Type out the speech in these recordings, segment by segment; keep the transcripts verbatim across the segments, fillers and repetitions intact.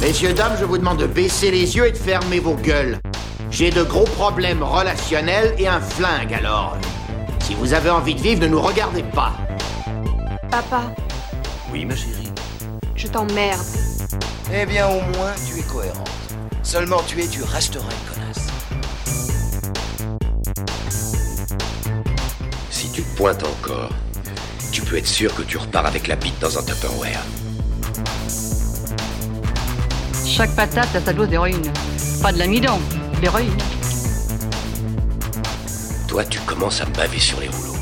Messieurs, dames, je vous demande de baisser les yeux et de fermer vos gueules. J'ai de gros problèmes relationnels et un flingue, alors... Si vous avez envie de vivre, ne nous regardez pas. Papa. Oui, ma chérie. Je t'emmerde. Eh bien, au moins, tu es cohérente. Seulement tu es, tu resteras une connasse. Si tu te pointes encore, tu peux être sûr que tu repars avec la bite dans un Tupperware. Chaque patate a sa dose d'héroïne. Pas de l'amidon, l'héroïne. Toi, tu commences à me baver sur les rouleaux.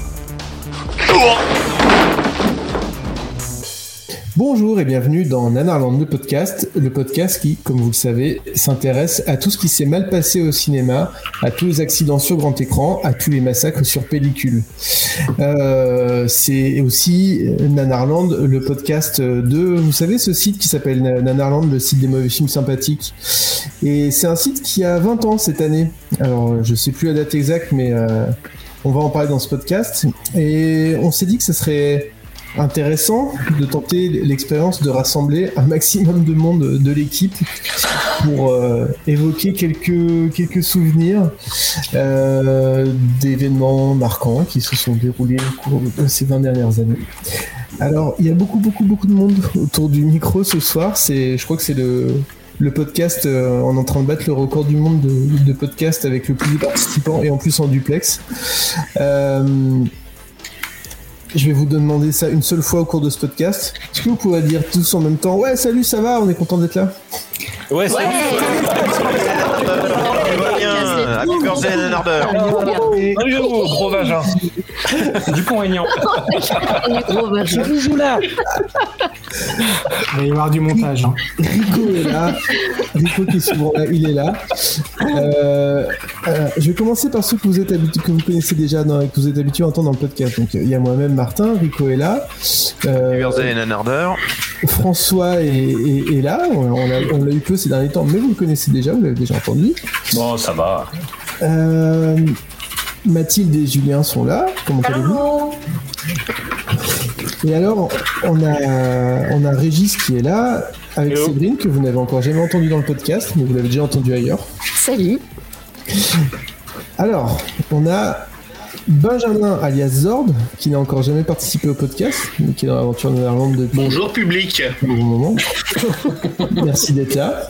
Bonjour et bienvenue dans Nanarland, le podcast, le podcast qui, comme vous le savez, s'intéresse à tout ce qui s'est mal passé au cinéma, à tous les accidents sur grand écran, à tous les massacres sur pellicule. Euh, c'est aussi Nanarland, le podcast de, vous savez, ce site qui s'appelle Nanarland, le site des mauvais films sympathiques. Et c'est un site qui a vingt ans cette année. Alors, je sais plus la date exacte, mais euh, on va en parler dans ce podcast. Et on s'est dit que ce serait intéressant de tenter l'expérience de rassembler un maximum de monde de l'équipe pour euh, évoquer quelques quelques souvenirs euh, d'événements marquants qui se sont déroulés au cours de ces vingt dernières années. Alors, il y a beaucoup beaucoup beaucoup de monde autour du micro ce soir. C'est, je crois que c'est le le podcast, euh, on est en train de battre le record du monde de, de podcast avec le plus de participants et en plus en duplex. Euh, Je vais vous demander ça une seule fois au cours de ce podcast. Est-ce que vous pouvez dire tous en même temps « Ouais, salut, ça va, on est content d'être là ». Ouais, salut. Happy birthday, Nanardeur. Bonjour, gros vagin. Dupont-Aignan. Gros vagin. Je joue là. Il va y avoir du montage. Hein. Rico est là. Rico qui est souvent là, il est là. Euh, euh, je vais commencer par ceux que vous êtes habitu- que vous connaissez déjà, dans, que vous êtes habitués à entendre dans le podcast. Donc il y a moi-même, Martin, Rico est là. Euh, Happy birthday, Nanardeur. François est, est, est là. On, on, a, on l'a eu peu ces derniers temps, mais vous le connaissez déjà, vous l'avez déjà entendu. Bon, ça va. Euh, Mathilde et Julien sont là. Comment allez-vous ? Et alors, on a, on a Régis qui est là, avec Hello. Séverine, que vous n'avez encore jamais entendu dans le podcast, mais vous l'avez déjà entendu ailleurs. Salut. Alors, on a Benjamin alias Zord, qui n'a encore jamais participé au podcast, mais qui est dans l'aventure de Nanarland depuis... Bonjour public. Bon moment. Merci d'être là.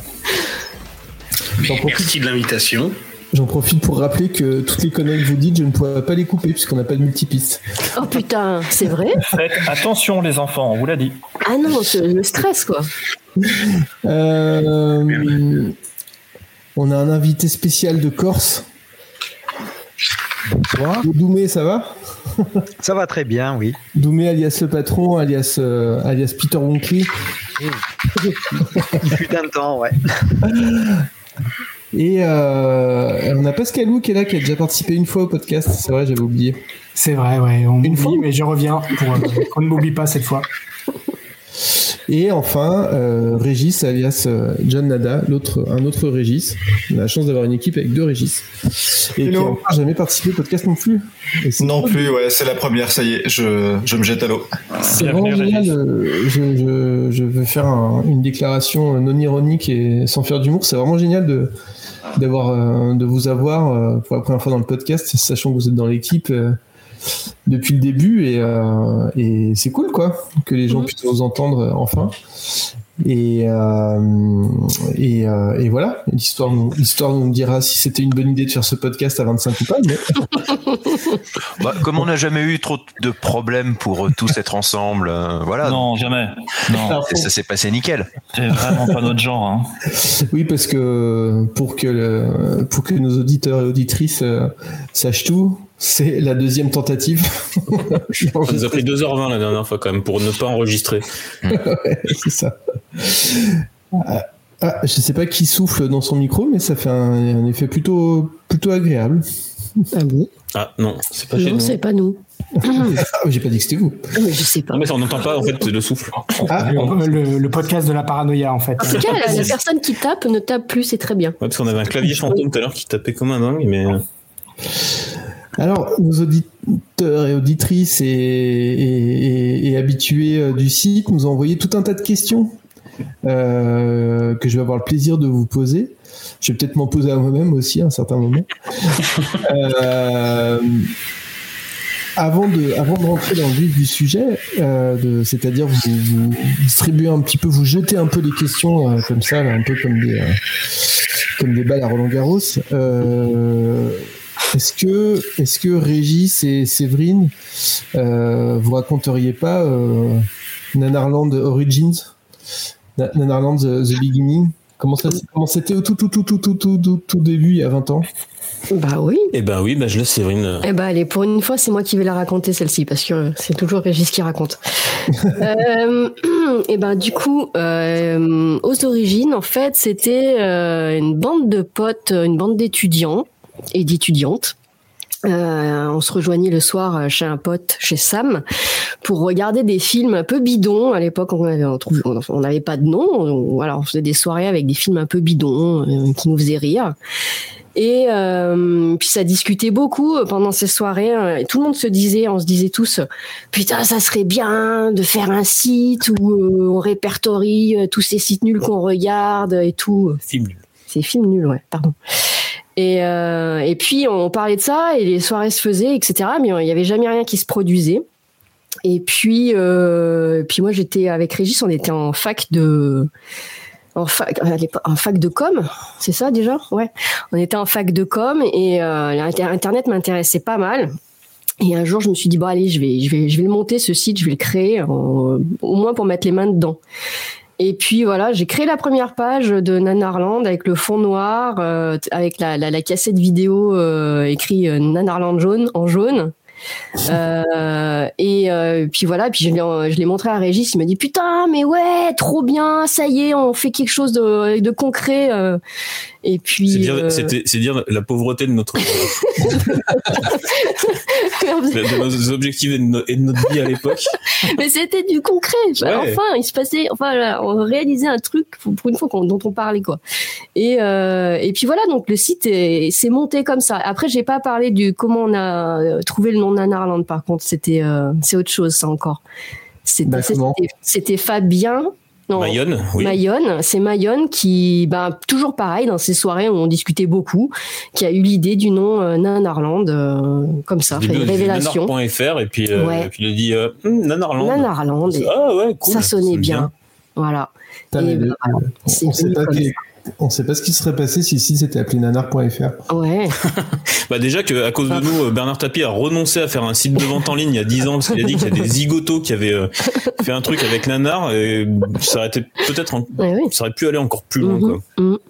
Merci de l'invitation. J'en profite pour rappeler que toutes les conneries que vous dites, je ne pourrais pas les couper puisqu'on n'a pas de multipiste. Oh putain, c'est vrai ? Faites attention les enfants, on vous l'a dit. Ah non, le stress quoi. Euh, on a un invité spécial de Corse. Bonsoir. Doumé, ça va ? Ça va très bien, oui. Doumé alias le patron, alias, euh, alias Peter Wonkley. Il fut un temps, ouais. Et euh, on a Pascalou qui est là, qui a déjà participé une fois au podcast. C'est vrai, j'avais oublié. C'est vrai, ouais. On une fois, mais je reviens pour euh, qu'on ne m'oublie pas cette fois. Et enfin, euh, Régis alias euh, John Nada, l'autre, un autre Régis. On a la chance d'avoir une équipe avec deux Régis. Et Hello. Qui n'a encore jamais participé au podcast non plus. Non plus, ouais, c'est la première, ça y est, je, je me jette à l'eau. C'est vraiment génial. Euh, je, je, je veux faire un, une déclaration non ironique et sans faire d'humour. C'est vraiment génial de, d'avoir, euh, de vous avoir euh, pour la première fois dans le podcast, sachant que vous êtes dans l'équipe. Euh, depuis le début et, euh, et c'est cool quoi que les gens mmh. puissent vous entendre enfin et, euh, et, euh, et voilà l'histoire nous, l'histoire nous dira si c'était une bonne idée de faire ce podcast à vingt-cinq ou pas mais... bah, comme on n'a jamais eu trop de problèmes pour euh, tous être ensemble euh, voilà non jamais non. Ça, ça s'est passé nickel, c'est vraiment pas notre genre hein. Oui parce que pour que, le, pour que nos auditeurs et auditrices euh, sachent tout, c'est la deuxième tentative. Ça nous a pris deux heures vingt la dernière fois quand même pour ne pas enregistrer. Ouais, c'est ça. Ah, ah, je sais pas qui souffle dans son micro, mais ça fait un, un effet plutôt, plutôt agréable. Ah bon ? Ah non, c'est pas non, chez nous. Non, c'est pas nous. Ah, j'ai pas dit que c'était vous. Mais je sais pas. Non, mais ça, on n'entend pas en fait le souffle. Ah, le, le podcast de la paranoïa en fait. En tout cas, la, la personne qui tape ne tape plus, c'est très bien. Ouais, parce qu'on avait un clavier fantôme tout à l'heure qui tapait comme un dingue, mais. Alors, nos auditeurs et auditrices et, et, et, et habitués du site nous ont envoyé tout un tas de questions euh, que je vais avoir le plaisir de vous poser. Je vais peut-être m'en poser à moi-même aussi à un certain moment. euh, Avant de, avant de rentrer dans le vif du sujet, euh, de, c'est-à-dire vous, vous distribuez un petit peu, vous jetez un peu des questions euh, comme ça, là, un peu comme des, euh, comme des balles à Roland Garros. Euh, est-ce que, est-ce que Régis et Séverine, euh, vous raconteriez pas euh, Nanarland Origins, Nanarland the, the Beginning? Comment ça, comment c'était au tout, tout, tout, tout, tout, tout, tout, tout début il y a vingt ans? Bah oui. Eh ben oui, bah je laisse Séverine. Eh ben allez, pour une fois, c'est moi qui vais la raconter celle-ci parce que c'est toujours Régis qui raconte. euh, et ben du coup, euh, aux origines, en fait, c'était euh, une bande de potes, une bande d'étudiants et d'étudiantes. Euh, on se rejoignait le soir chez un pote, chez Sam, pour regarder des films un peu bidons. À l'époque, on avait, on n'avait pas de nom. On, voilà, on faisait des soirées avec des films un peu bidons euh, qui nous faisaient rire. Et euh, puis ça discutait beaucoup pendant ces soirées. Euh, et tout le monde se disait, on se disait tous, putain, ça serait bien de faire un site où euh, on répertorie euh, tous ces sites nuls qu'on regarde et tout. Films nuls. C'est films nuls, ouais, pardon. Et, euh, et puis on parlait de ça et les soirées se faisaient, et cetera. Mais il y avait jamais rien qui se produisait. Et puis, euh, puis moi j'étais avec Régis, on était en fac de, en fac, en fac de com, c'est ça déjà, ouais. On était en fac de com et euh, Internet m'intéressait pas mal. Et un jour je me suis dit bon allez, je vais, je vais, je vais le monter ce site, je vais le créer, euh, au moins pour mettre les mains dedans. Et puis voilà, j'ai créé la première page de Nanarland avec le fond noir, euh, avec la, la, la cassette vidéo euh, écrit euh, Nanarland jaune en jaune. Euh, et euh, puis voilà, puis je l'ai, je l'ai montré à Régis, il m'a dit putain mais ouais trop bien, ça y est on fait quelque chose de, de concret. Euh. Et puis c'est dire, euh... c'était, c'est dire la pauvreté de notre de nos objectifs et de, no, et de notre vie à l'époque. Mais c'était du concret. Ouais. Enfin il se passait, enfin là, on réalisait un truc pour une fois qu'on, dont on parlait quoi. Et euh, et puis voilà, donc le site est, s'est monté comme ça. Après j'ai pas parlé du comment on a trouvé le nom Nanarland, par contre c'était euh, c'est autre chose ça encore. C'était, bah, c'était, c'était Fabien. Non, Mayonne, oui. Mayonne, c'est Mayonne qui, ben, toujours pareil, dans ces soirées où on discutait beaucoup, qui a eu l'idée du nom euh, Nanarland, euh, comme ça, fait une révélation. Nanar point F R et puis, euh, ouais. et puis il a dit euh, hm, Nanarland. Nanarland. Ah ouais, cool. Ça sonnait bien. bien. Voilà. Et, et, ben, on, c'est on sait pas qui... On ne sait pas ce qui serait passé si le site s'était appelé nanar point F R. Ouais. Bah déjà que à cause de nous, Bernard Tapie a renoncé à faire un site de vente en ligne il y a dix ans parce qu'il a dit qu'il y a des zigotos qui avaient euh, fait un truc avec Nanar et ça aurait été peut-être, en... ouais, oui. ça aurait pu aller encore plus loin. Mm-hmm. Quoi. Mm-hmm.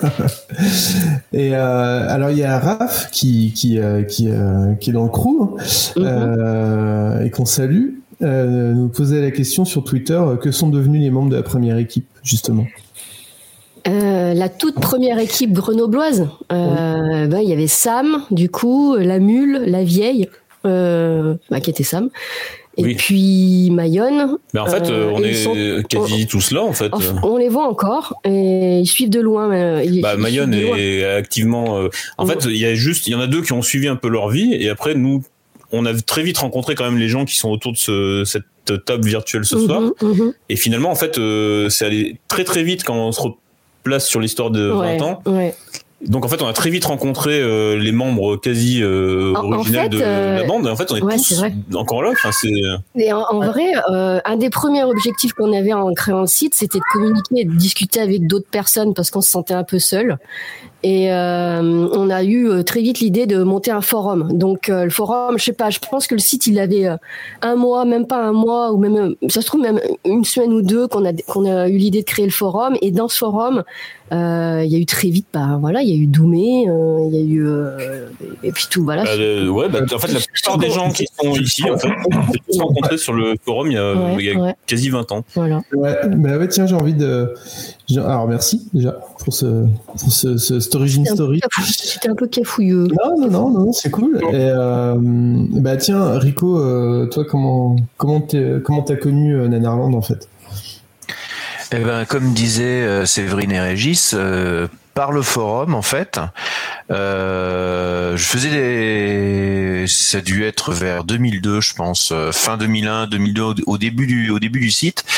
Et euh, alors il y a Raph qui qui euh, qui, euh, qui est dans le crew mm-hmm. euh, et qu'on salue. Euh, nous posait la question sur Twitter euh, que sont devenus les membres de la première équipe justement. Euh, la toute première équipe grenobloise, euh, oui. bah, il y avait Sam, du coup, la mule, la vieille, euh, bah, qui était Sam, et oui. puis Mayonne. Mais en fait, euh, on est sont, quasi on, tous là, en fait. On les voit encore, et ils suivent de loin. Euh, ils, bah, Mayonne est loin. activement. Euh, en ouais. fait, il y a juste, il y en a deux qui ont suivi un peu leur vie, et après nous, on a très vite rencontré quand même les gens qui sont autour de ce, cette table virtuelle ce mmh, soir, mmh. et finalement, en fait, euh, c'est allé très très vite quand on se place sur l'histoire de ouais, vingt ans. Ouais. Donc en fait, on a très vite rencontré euh, les membres quasi euh, en, originels en fait, de euh, la bande. En fait, on est ouais, tous c'est encore là. Enfin, c'est. Et en, en ouais. vrai, euh, un des premiers objectifs qu'on avait en créant le site, c'était de communiquer et de discuter avec d'autres personnes parce qu'on se sentait un peu seul. Et euh, on a eu euh, très vite l'idée de monter un forum. Donc euh, le forum, je sais pas, je pense que le site il avait euh, un mois, même pas un mois, ou même ça se trouve même une semaine ou deux qu'on a qu'on a eu l'idée de créer le forum. Et dans ce forum, euh, il y a eu très vite, bah voilà, il y a eu Doumé, euh, il y a eu euh, et puis tout, voilà. Euh, ouais, bah, en fait la plupart des gens qui sont ici, en fait, on s'est tous rencontrés sur le forum il y a, ouais, il y a ouais. quasi vingt ans. Voilà. Ouais, bah ouais, tiens, j'ai envie de. Alors merci déjà pour ce pour ce, ce, cette origin story. C'était un peu cafouilleux. Non non non non, c'est cool. Et euh, bah tiens, Rico, euh, toi comment comment t'es, comment t'as connu euh, Nanarland en fait? Eh ben comme disaient euh, Séverine et Régis, euh, par le forum en fait, euh, je faisais des, ça a dû être vers deux mille deux je pense, euh, fin deux mille un, deux mille deux au, au début du au début du site.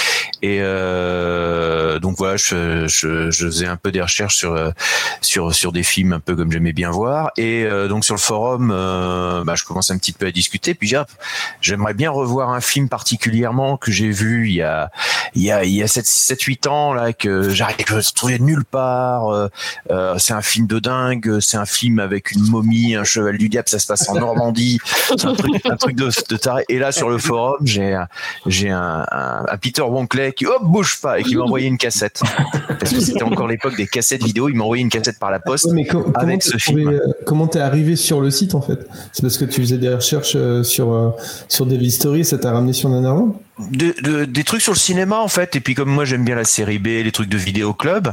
Et euh, donc voilà, je, je, je faisais un peu des recherches sur sur sur des films un peu comme j'aimais bien voir. Et euh, donc sur le forum, euh, bah, je commence un petit peu à discuter. Puis ah, j'aimerais bien revoir un film particulièrement que j'ai vu il y a il y a il y a sept huit ans là, que j'arrive à trouver nulle part. Euh, euh, c'est un film de dingue. C'est un film avec une momie, un cheval du diable. Ça se passe en Normandie. C'est un truc un truc de, de taré. Et là sur le forum, j'ai j'ai un, un, un Peter Wonkley qui hop bouge pas et qui m'a envoyé une cassette parce que c'était encore l'époque des cassettes vidéo. Il m'a envoyé une cassette par la poste. Ouais, mais com- avec ce film. Trouvé, euh, comment t'es arrivé sur le site en fait? C'est parce que tu faisais des recherches euh, sur euh, sur Devil Story et ça t'a ramené sur Nanarland? De, de, des trucs sur le cinéma en fait, et puis comme moi j'aime bien la série B, les trucs de vidéo club,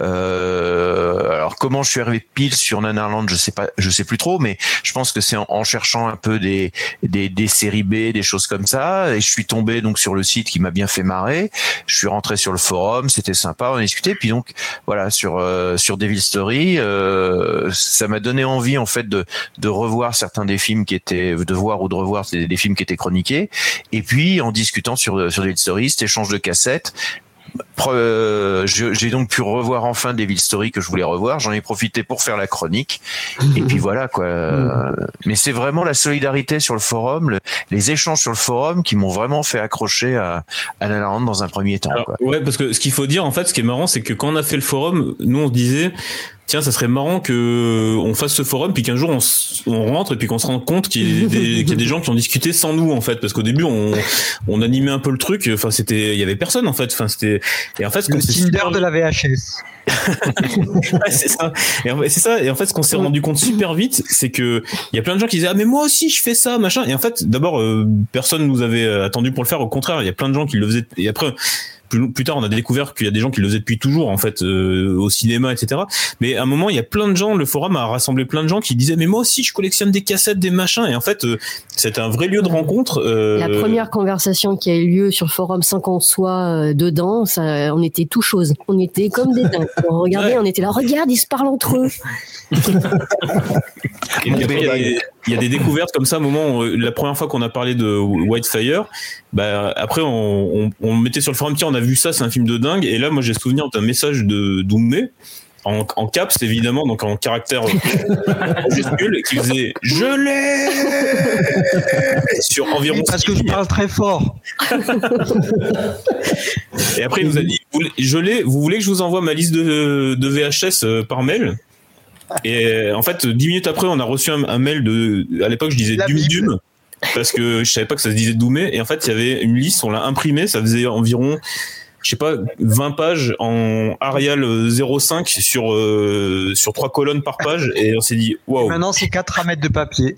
euh, alors comment je suis arrivé pile sur Nanarland, je sais pas, je sais plus trop, mais je pense que c'est en, en cherchant un peu des, des des séries B, des choses comme ça, et je suis tombé donc sur le site qui m'a bien fait marrer. Je suis rentré sur le forum, c'était sympa, on a discuté, puis donc voilà sur euh, sur Devil Story, euh, ça m'a donné envie en fait de de revoir certains des films qui étaient de voir ou de revoir des, des films qui étaient chroniqués, et puis en discutant sur sur Devil Story, cet échange de cassettes. Euh, j'ai donc pu revoir enfin Devil Story que je voulais revoir. J'en ai profité pour faire la chronique. Et puis voilà quoi. Euh, mais c'est vraiment la solidarité sur le forum, le, les échanges sur le forum qui m'ont vraiment fait accrocher à, à Nanarland dans un premier temps. Alors, quoi. Ouais, parce que ce qu'il faut dire en fait, ce qui est marrant, c'est que quand on a fait le forum, nous on se disait. Tiens, ça serait marrant que on fasse ce forum puis qu'un jour on, on rentre et puis qu'on se rende compte qu'il y, a des, qu'il y a des gens qui ont discuté sans nous en fait, parce qu'au début on, on animait un peu le truc. Enfin, c'était, il y avait personne en fait. Enfin, c'était et en fait ce le qu'on s'est Tinder super... de la V H S. Ouais, c'est ça. Et en fait, c'est ça. Et en fait, ce qu'on s'est rendu compte super vite, c'est que il y a plein de gens qui disaient ah mais moi aussi je fais ça machin. Et en fait, d'abord euh, personne nous avait attendu pour le faire. Au contraire, il y a plein de gens qui le faisaient. Et après. Plus, plus tard, on a découvert qu'il y a des gens qui le faisaient depuis toujours, en fait, euh, au cinéma, et cetera. Mais à un moment, il y a plein de gens, le forum a rassemblé plein de gens qui disaient, mais moi aussi, je collectionne des cassettes, des machins. Et en fait, euh, c'était un vrai lieu de rencontre. Euh... La première conversation qui a eu lieu sur le forum sans qu'on soit euh, dedans, ça, on était tout chose. On était comme des dingues. On regardait, ouais. On était là, regarde, ils se parlent entre eux. Et puis après, il y a des, il y a des découvertes comme ça. À un moment, la première fois qu'on a parlé de Whitefire, bah après on, on, on mettait sur le forum, tiens, on a vu ça, c'est un film de dingue. Et là, moi, j'ai souvenir d'un message de Doumé en, en caps évidemment, donc en caractère majuscule, qui faisait je l'ai sur environ. Parce que je parle très fort. Et après, il nous a dit je l'ai. Vous voulez que je vous envoie ma liste de, de V H S par mail? Et en fait, dix minutes après, on a reçu un, un mail de. À l'époque, je disais Dum Dum parce que je savais pas que ça se disait Doumé. Et en fait, il y avait une liste, on l'a imprimée, ça faisait environ, je sais pas, vingt pages en Arial zéro virgule cinq sur euh, sur trois colonnes par page. Et on s'est dit waouh. Maintenant, c'est quatre à mettre de papier.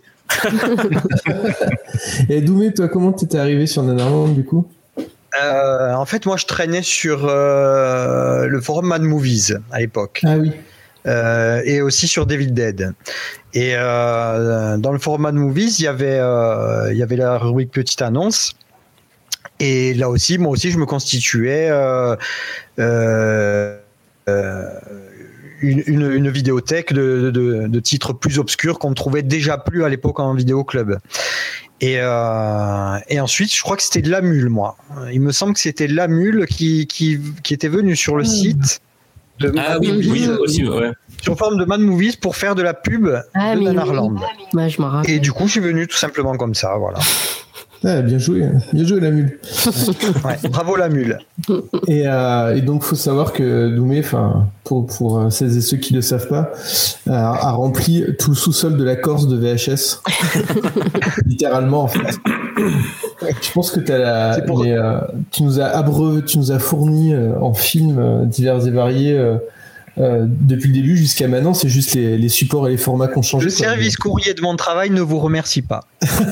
Et Doumé, toi, comment t'étais arrivé sur Nanarland du coup? euh, En fait, moi, je traînais sur euh, le forum Mad Movies à l'époque. Ah oui. Euh, et aussi sur Devil Dead. Et euh, dans le format de Movies, il y avait euh, il y avait la rubrique petite annonce. Et là aussi, moi aussi, je me constituais euh, euh, euh, une, une, une vidéothèque de, de, de titres plus obscurs qu'on ne trouvait déjà plus à l'époque en vidéo club. Et, euh, et ensuite, je crois que c'était de la mule, moi. Il me semble que c'était la mule qui, qui, qui était venue sur le site. De ah oui, oui, aussi, ouais. Sur forme de Mad Movies pour faire de la pub ah, de Nanarland. Ouais, je m'en rappelle. Et du coup, je suis venu tout simplement comme ça, voilà. Ah, bien joué, bien joué la mule. Ouais, bravo la mule. Et, euh, et donc, faut savoir que Doumé, enfin, pour pour celles et ceux qui le savent pas, a, a rempli tout le sous-sol de la Corse de V H S, littéralement en fait. Je pense que t'as la, pour... les, euh, tu nous as abreuvé, tu nous as fourni euh, en films euh, divers et variés. Euh, Euh, depuis le début jusqu'à maintenant, c'est juste les, les supports et les formats qu'on change. Le service courrier de mon travail ne vous remercie pas.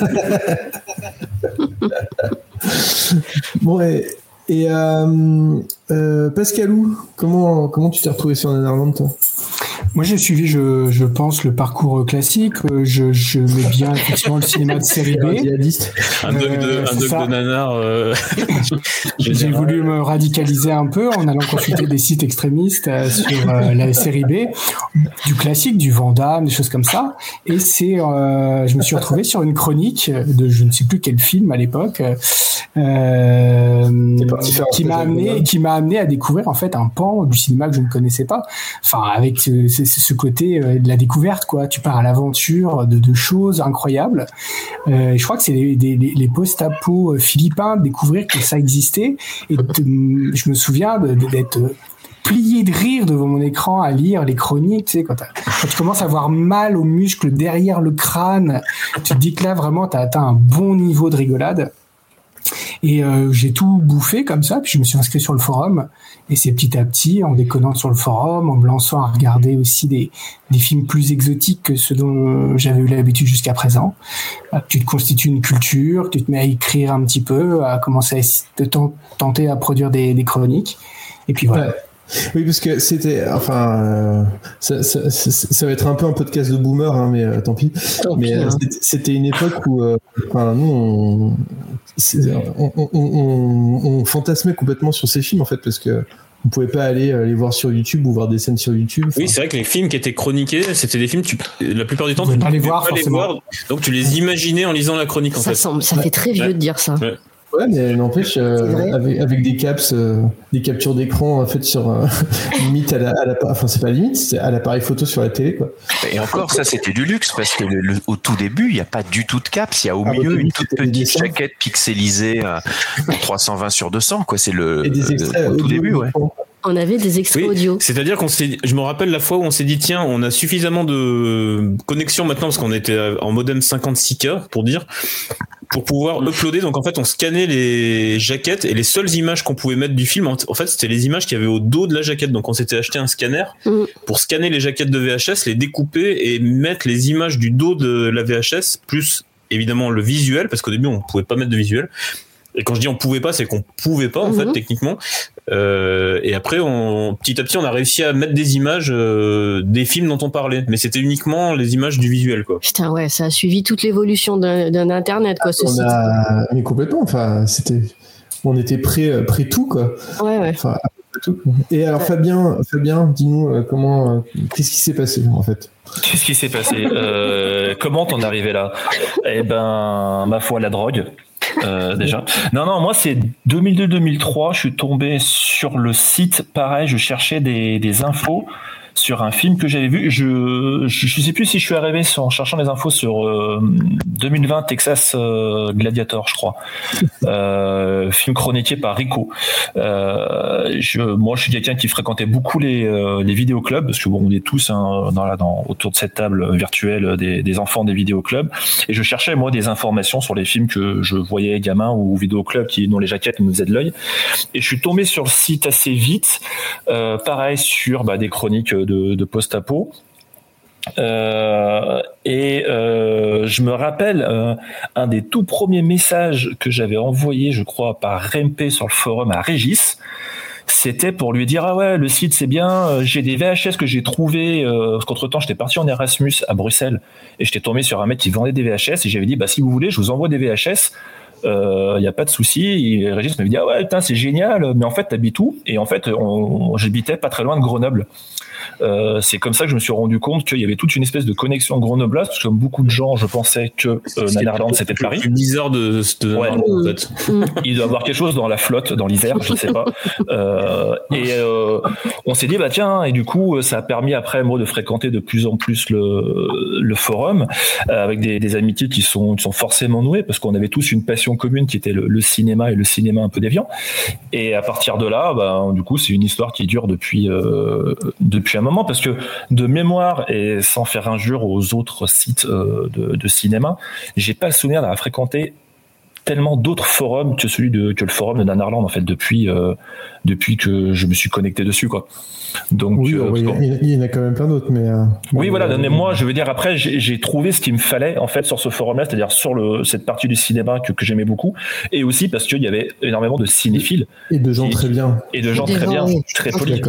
Bon, et, et euh, euh, Pascalou, comment, comment tu t'es retrouvé sur Nanarland, toi? Moi, j'ai suivi, je, je pense, le parcours classique. Je, je mets bien effectivement le cinéma de série B. Un doc de, Euh, un c'est doc ça. de nanar. Euh... J'ai voulu me radicaliser un peu en allant consulter des sites extrémistes euh, sur euh, la série B, du classique, du Van Damme, des choses comme ça. Et c'est, euh, je me suis retrouvé sur une chronique de je ne sais plus quel film à l'époque, euh, qui m'a amené, qui m'a amené à découvrir en fait un pan du cinéma que je ne connaissais pas. Enfin, avec ce, ce, ce côté euh, de la découverte, quoi. Tu pars à l'aventure de, de choses incroyables. Euh, je crois que c'est les, les, les post-apo philippins, de découvrir que ça existait. Et de, je me souviens de, de, d'être plié de rire devant mon écran à lire les chroniques. Tu sais, quand, quand tu commences à avoir mal aux muscles derrière le crâne, tu te dis que là, vraiment, tu as atteint un bon niveau de rigolade. Et euh, j'ai tout bouffé comme ça, puis je me suis inscrit sur le forum. Et c'est petit à petit, en déconnant sur le forum, en me lançant à regarder aussi des, des films plus exotiques que ceux dont j'avais eu l'habitude jusqu'à présent. Tu te constitues une culture, tu te mets à écrire un petit peu, à commencer à te tenter à produire des, des chroniques. Et puis voilà. Ouais. Oui, parce que c'était, enfin, euh, ça, ça, ça, ça va être un peu un podcast de boomer, hein, mais euh, tant pis. Tant mais pis, euh, hein. c'était, c'était une époque où, euh, enfin, nous, on, c'est, on, on, on, on fantasmait complètement sur ces films en fait, parce que vous pouvez pas aller euh, les voir sur YouTube ou voir des scènes sur YouTube. Oui, c'est vrai que les films qui étaient chroniqués, c'était des films, tu, la plupart du temps, tu ne pas pouvais les voir, pas les forcément. voir, donc tu les imaginais en lisant la chronique. En Ça fait. semble, ça fait très vieux Ouais. de dire ça. Ouais. Ouais, mais n'empêche, euh, avec, avec des caps, euh, des captures d'écran en fait sur euh, limite à la, à la, enfin c'est pas limite, c'est à l'appareil photo sur la télé quoi. Et encore, ça c'était du luxe parce que le, le, au tout début, il n'y a pas du tout de caps. Il y a au Ah, milieu bah, une c'était toute des petite dessins. jaquette pixelisée à trois cent vingt sur deux cents. Quoi. C'est le, Et des extraits au tout audio, début, ouais. On avait des extraits Oui, audio. c'est-à-dire qu'on s'est, je me rappelle la fois où on s'est dit tiens, on a suffisamment de connexion maintenant parce qu'on était en modem cinquante-six K pour dire, pour pouvoir uploader. Donc en fait, on scannait les jaquettes et les seules images qu'on pouvait mettre du film, en en fait, c'était les images qu'il y avait au dos de la jaquette. Donc on s'était acheté un scanner Mm. pour scanner les jaquettes de V H S, les découper et mettre les images du dos de la V H S plus évidemment le visuel parce qu'au début on pouvait pas mettre de visuel. Et quand je dis on pouvait pas, c'est qu'on pouvait pas en Mhm. fait techniquement. Euh, et après, on, petit à petit, on a réussi à mettre des images euh, des films dont on parlait, mais c'était uniquement les images du visuel, quoi. Putain, ouais, ça a suivi toute l'évolution d'un, d'un internet, quoi, ce On site. a, mais complètement, enfin c'était, on était prêt, prêt tout quoi. Ouais, ouais. Enfin, tout. Et alors Fabien, Fabien, dis-nous euh, comment, euh, qu'est-ce qui s'est passé en fait? Qu'est-ce qui s'est passé euh, Comment t'en es arrivé là? Eh ben, ma foi, la drogue. Euh, déjà. Non, non, moi c'est deux mille deux deux mille trois, je suis tombé sur le site, pareil, je cherchais des, des infos sur un film que j'avais vu. Je, je je sais plus si je suis arrivé sur, en cherchant des infos sur euh, deux mille vingt Texas euh, Gladiator, je crois. Euh, film chroniqué par Rico. Euh, je, moi, je suis quelqu'un qui fréquentait beaucoup les, euh, les vidéoclubs, parce que bon, on est tous hein, dans la, dans, autour de cette table virtuelle des, des enfants des vidéoclubs. Et je cherchais moi des informations sur les films que je voyais gamin ou vidéoclubs qui dont les jaquettes me faisaient de l'œil. Et je suis tombé sur le site assez vite, euh, pareil sur bah, des chroniques de, de post-apo. Euh, et euh, je me rappelle euh, un des tout premiers messages que j'avais envoyé, je crois, par Rempe sur le forum à Régis. C'était pour lui dire ah ouais, le site c'est bien, j'ai des V H S que j'ai trouvé euh, parce qu'entre temps j'étais parti en Erasmus à Bruxelles et j'étais tombé sur un mec qui vendait des V H S et j'avais dit bah si vous voulez je vous envoie des V H S. Il euh, y a pas de souci. Et Régis m'avait dit ah ouais putain c'est génial, mais en fait t'habites où? Et en fait on, j'habitais pas très loin de Grenoble. Euh, c'est comme ça que je me suis rendu compte qu'il y avait toute une espèce de connexion grenobloise, parce que comme beaucoup de gens, je pensais que euh, Nanarland c'était Paris. C'est bizarre de, de ouais. en fait. Il doit y avoir quelque chose dans la flotte, dans l'hiver, je sais pas. Euh, et euh, on s'est dit bah tiens, et du coup ça a permis après moi de fréquenter de plus en plus le, le forum euh, avec des, des amitiés qui sont, qui sont forcément nouées, parce qu'on avait tous une passion commune qui était le, le cinéma et le cinéma un peu déviant. Et à partir de là, bah, du coup c'est une histoire qui dure depuis euh, depuis un moment, parce que de mémoire et sans faire injure aux autres sites euh, de, de cinéma, j'ai pas le souvenir d'avoir fréquenté tellement d'autres forums que celui de que le forum de Nanarland en fait depuis euh, depuis que je me suis connecté dessus quoi. Donc oui, euh, oui bon. il, il y en a quand même plein d'autres, mais euh, oui euh, voilà. Mais moi je veux dire après j'ai, j'ai trouvé ce qu'il me fallait en fait sur ce forum-là, c'est-à-dire sur le cette partie du cinéma que, que j'aimais beaucoup, et aussi parce qu'il y avait énormément de cinéphiles et de gens et, très bien et de gens Des très gens, bien, oui. très Ah, polis. d'accord.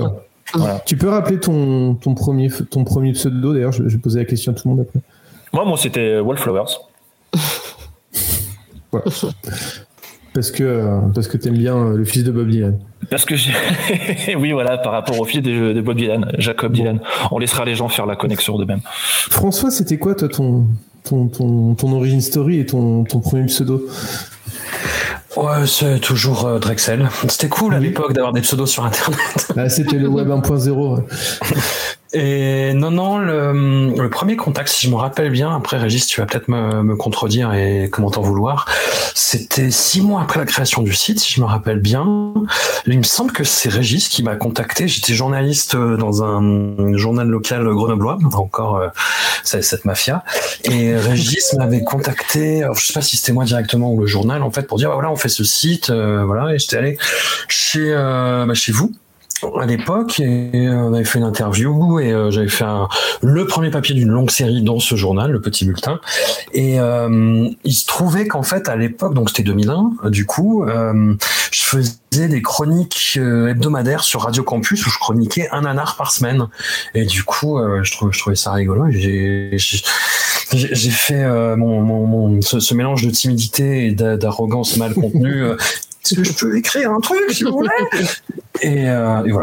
Voilà. Tu peux rappeler ton, ton, premier, ton premier pseudo, d'ailleurs, je, je vais poser la question à tout le monde après. Moi, moi c'était Wallflowers. Voilà. Parce que, parce que t'aimes bien le fils de Bob Dylan. Parce que j'ai... oui, voilà, par rapport au fils de, de Bob Dylan, Jacob Dylan. On laissera les gens faire la connexion de même. François, c'était quoi, toi, ton, ton, ton, ton origin story et ton, ton premier pseudo? Ouais, c'est toujours euh, Drexel. C'était cool à l'époque d'avoir des pseudos sur Internet. Ah, c'était le web un point zéro. Ouais. Et non, non, le, le premier contact, si je me rappelle bien, après Régis, tu vas peut-être me, me contredire et comment t'en vouloir, c'était six mois après la création du site, si je me rappelle bien. Il me semble que c'est Régis qui m'a contacté. J'étais journaliste dans un journal local grenoblois, encore euh, cette mafia. Et Régis m'avait contacté, alors, je sais pas si c'était moi directement ou le journal, en fait, pour dire, bah, voilà, on fait ce site, euh, voilà, et j'étais allé chez, euh, bah, chez vous. À l'époque, et on avait fait une interview et euh, j'avais fait un, le premier papier d'une longue série dans ce journal, le Petit Bulletin. Et euh, il se trouvait qu'en fait, à l'époque, donc c'était deux mille un, du coup, euh, je faisais des chroniques euh, hebdomadaires sur Radio Campus où je chroniquais un nanar par semaine. Et du coup, euh, je, trouvais, je trouvais ça rigolo. J'ai, j'ai, j'ai fait euh, mon, mon, mon, ce, ce mélange de timidité et d'arrogance mal contenue. Euh, Est-ce que je peux écrire un truc, si vous voulez? Et, euh, et voilà.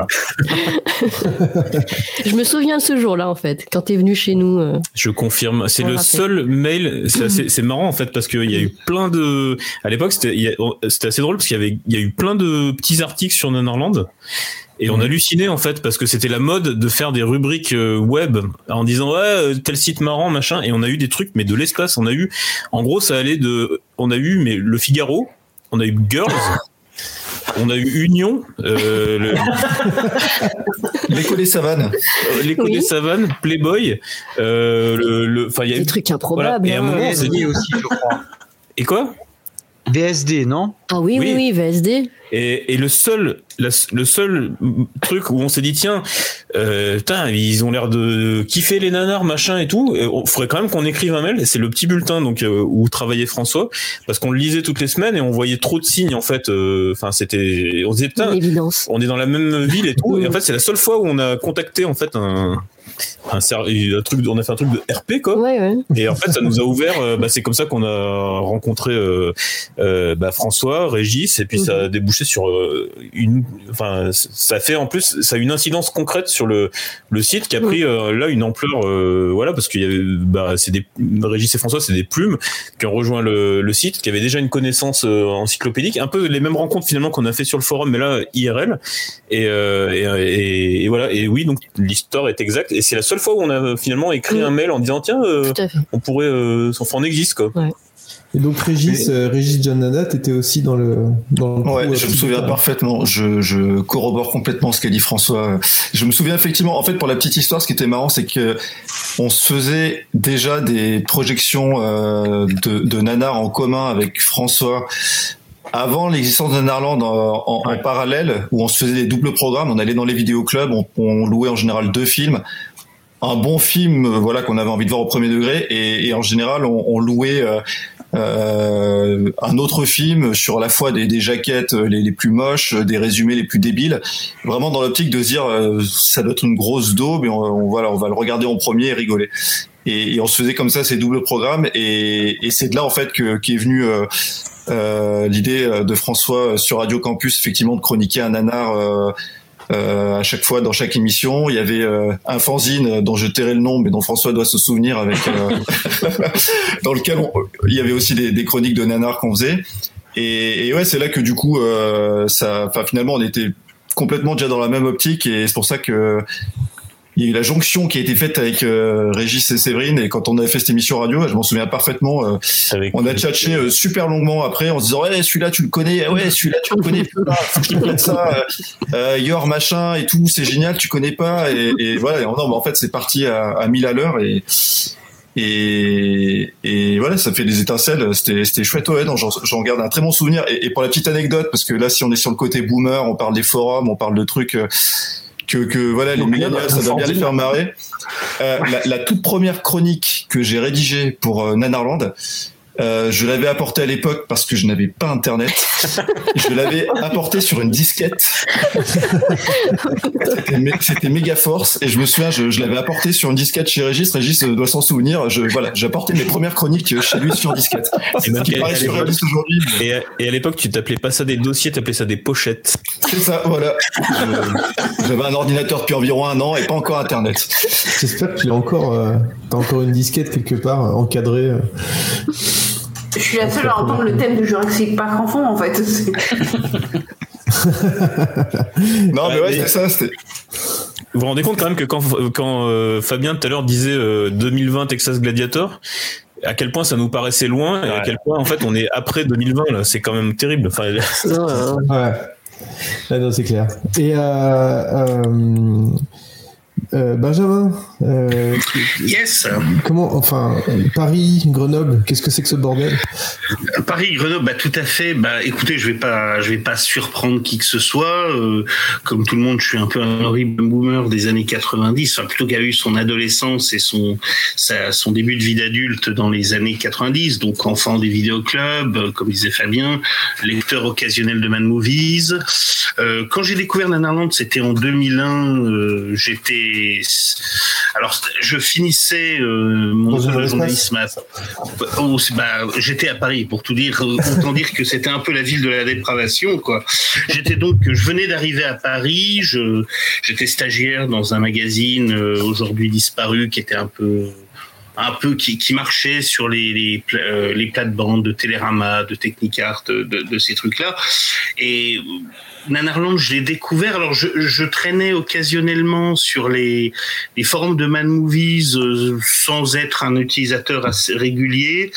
Je me souviens de ce jour-là, en fait, quand t'es venu chez nous. Euh, je confirme. C'est le rappelle. seul mail. C'est, assez, c'est marrant, en fait, parce qu'il y a eu plein de. À l'époque, c'était, il y a, c'était assez drôle parce qu'il y avait, il y a eu plein de petits articles sur Nanarland. Et on hallucinait, en fait, parce que c'était la mode de faire des rubriques web en disant, ouais, tel site marrant, machin. Et on a eu des trucs, mais de l'espace. On a eu, en gros, ça allait de, on a eu, mais le Figaro, on a eu Girls. On a eu Union, euh, le... l'écho des savanes, euh, l'écho oui. des savanes, Playboy, euh, le, le, enfin il y a des trucs improbables. Voilà. Et à un moment, V S D aussi, je crois. Et quoi? V S D, non? Ah oui, oui, oui, oui, V S D. Et, et le seul, la, le seul truc où on s'est dit tiens, euh, putain, ils ont l'air de kiffer les nanars, machin et tout. Il faudrait quand même qu'on écrive un mail. C'est le Petit Bulletin, donc euh, où travaillait François, parce qu'on le lisait toutes les semaines et on voyait trop de signes en fait. Enfin, euh, c'était, on se disait putain, on est dans la même ville et tout. Et en fait, c'est la seule fois où on a contacté en fait un. Un, un truc, on a fait un truc de R P quoi. Ouais, ouais. Et en fait, ça nous a ouvert. Euh, bah, c'est comme ça qu'on a rencontré euh, euh, bah, François, Régis, et puis mmh. ça a débouché sur euh, une. Enfin, ça fait en plus, ça a une incidence concrète sur le le site qui a pris euh, là une ampleur. Euh, voilà, parce qu'il y avait, bah, c'est des Régis et François, c'est des plumes qui ont rejoint le, le site, qui avaient déjà une connaissance euh, encyclopédique, un peu les mêmes rencontres finalement qu'on a fait sur le forum, mais là I R L. Et, euh, et, et, et voilà. Et oui, donc l'histoire est exacte. Et c'est la seule fois où on a finalement écrit mmh. un mail en disant tiens, euh, on pourrait, euh, enfin on existe quoi. Ouais. Et donc Régis, et... euh, Régis John Nana, t'étais aussi dans le. Dans le ouais, je me souviens temps. parfaitement. Je, je corrobore complètement ce qu'a dit François. Je me souviens effectivement. En fait, pour la petite histoire, ce qui était marrant, c'est que on se faisait déjà des projections euh, de, de Nanar en commun avec François. Avant l'existence de Nanarland en, en, ouais. en parallèle, où on se faisait des doubles programmes, on allait dans les vidéoclubs, on, on louait en général deux films. Un bon film, euh, voilà, qu'on avait envie de voir au premier degré, et, et en général, on, on louait euh, euh, un autre film sur à la fois des, des jaquettes les, les plus moches, des résumés les plus débiles, vraiment dans l'optique de se dire euh, ça doit être une grosse daube, et on, on, voilà, on va le regarder en premier et rigoler. Et, et on se faisait comme ça ces doubles programmes, et, et c'est de là en fait que qu'est venue euh, euh, l'idée de François sur Radio Campus, effectivement, de chroniquer un nanar euh, euh, à chaque fois dans chaque émission. Il y avait euh, un fanzine dont je tairai le nom, mais dont François doit se souvenir, avec euh, dans lequel on, il y avait aussi des, des chroniques de nanar qu'on faisait. Et, et ouais, c'est là que du coup, euh, ça, enfin finalement, on était complètement déjà dans la même optique, et c'est pour ça que il y a eu la jonction qui a été faite avec euh, Régis et Séverine, et quand on avait fait cette émission radio, je m'en souviens parfaitement, euh, on a tchatché euh, super longuement après en se disant ouais, celui-là tu le connais, ouais, celui-là tu le connais, putain, faut que je te prenne ça, euh, Yor machin et tout, c'est génial, tu connais pas, et, et voilà, et non, mais en fait c'est parti à, à mille à l'heure, et Et, et voilà, ça fait des étincelles. C'était, c'était chouette. Ouais, non, j'en, j'en garde un très bon souvenir. Et, et pour la petite anecdote, parce que là, si on est sur le côté boomer, on parle des forums, on parle de trucs euh, que, que voilà, les millénials, ça doit bien les faire marrer. Euh, la, la toute première chronique que j'ai rédigée pour euh, Nanarland, Euh, je l'avais apporté à l'époque parce que je n'avais pas internet. Je l'avais apporté sur une disquette. C'était, mé- c'était méga force et je me souviens, je, je l'avais apporté sur une disquette chez Régis. Régis doit s'en souvenir. Je, voilà, j'ai apporté mes premières chroniques chez lui sur disquette. Et, même Ce qui qu'à- paraît à l'époque- surréaliste aujourd'hui. mais- et, à- et à l'époque, tu t'appelais pas ça des dossiers, t'appelais ça des pochettes. C'est ça, voilà. Je- j'avais un ordinateur depuis environ un an et pas encore internet. J'espère que tu as encore, euh, t'as encore une disquette quelque part euh, encadrée. euh. Je suis la seule à entendre le thème de Jurassic Park enfant, en fait. C'est- Non, mais ouais, mais- c'est ça. C'était... Vous vous rendez compte quand même que quand, quand euh, Fabien tout à l'heure disait euh, deux mille vingt Texas Gladiator, à quel point ça nous paraissait loin et à quel point en fait on est après deux mille vingt là, c'est quand même terrible. Enfin, Ouais. Ah non, c'est clair. Et euh, euh, euh, Benjamin, euh, Yes. comment, enfin, Paris, Grenoble, qu'est-ce que c'est que ce bordel? Paris, Grenoble, bah tout à fait. Bah écoutez, je vais pas, je vais pas surprendre qui que ce soit. Euh, comme tout le monde, je suis un peu un horrible boomer des années quatre-vingt-dix. Enfin, plutôt qu'il a eu son adolescence et son, sa, son début de vie d'adulte dans les années quatre-vingt-dix. Donc enfant des vidéoclubs, euh, comme disait Fabien, lecteur occasionnel de Mad Movies. Euh, quand j'ai découvert Nanarland, c'était en deux mille un. Euh, j'étais, alors je finissais euh, mon école de journalisme. À... Oh, c'est- bah, j'étais à Paris, pour tout dire. Autant dire que c'était un peu la ville de la dépravation, quoi. J'étais donc, je venais d'arriver à Paris. Je, j'étais stagiaire dans un magazine euh, aujourd'hui disparu, qui était un peu, un peu qui, qui marchait sur les les, pla- euh, les plates-bandes de Télérama, de Technicart, de, de, de ces trucs-là. Et Nanarland, je l'ai découvert. Alors, je, je traînais occasionnellement sur les, les forums de Mad Movies euh, sans être un utilisateur assez régulier,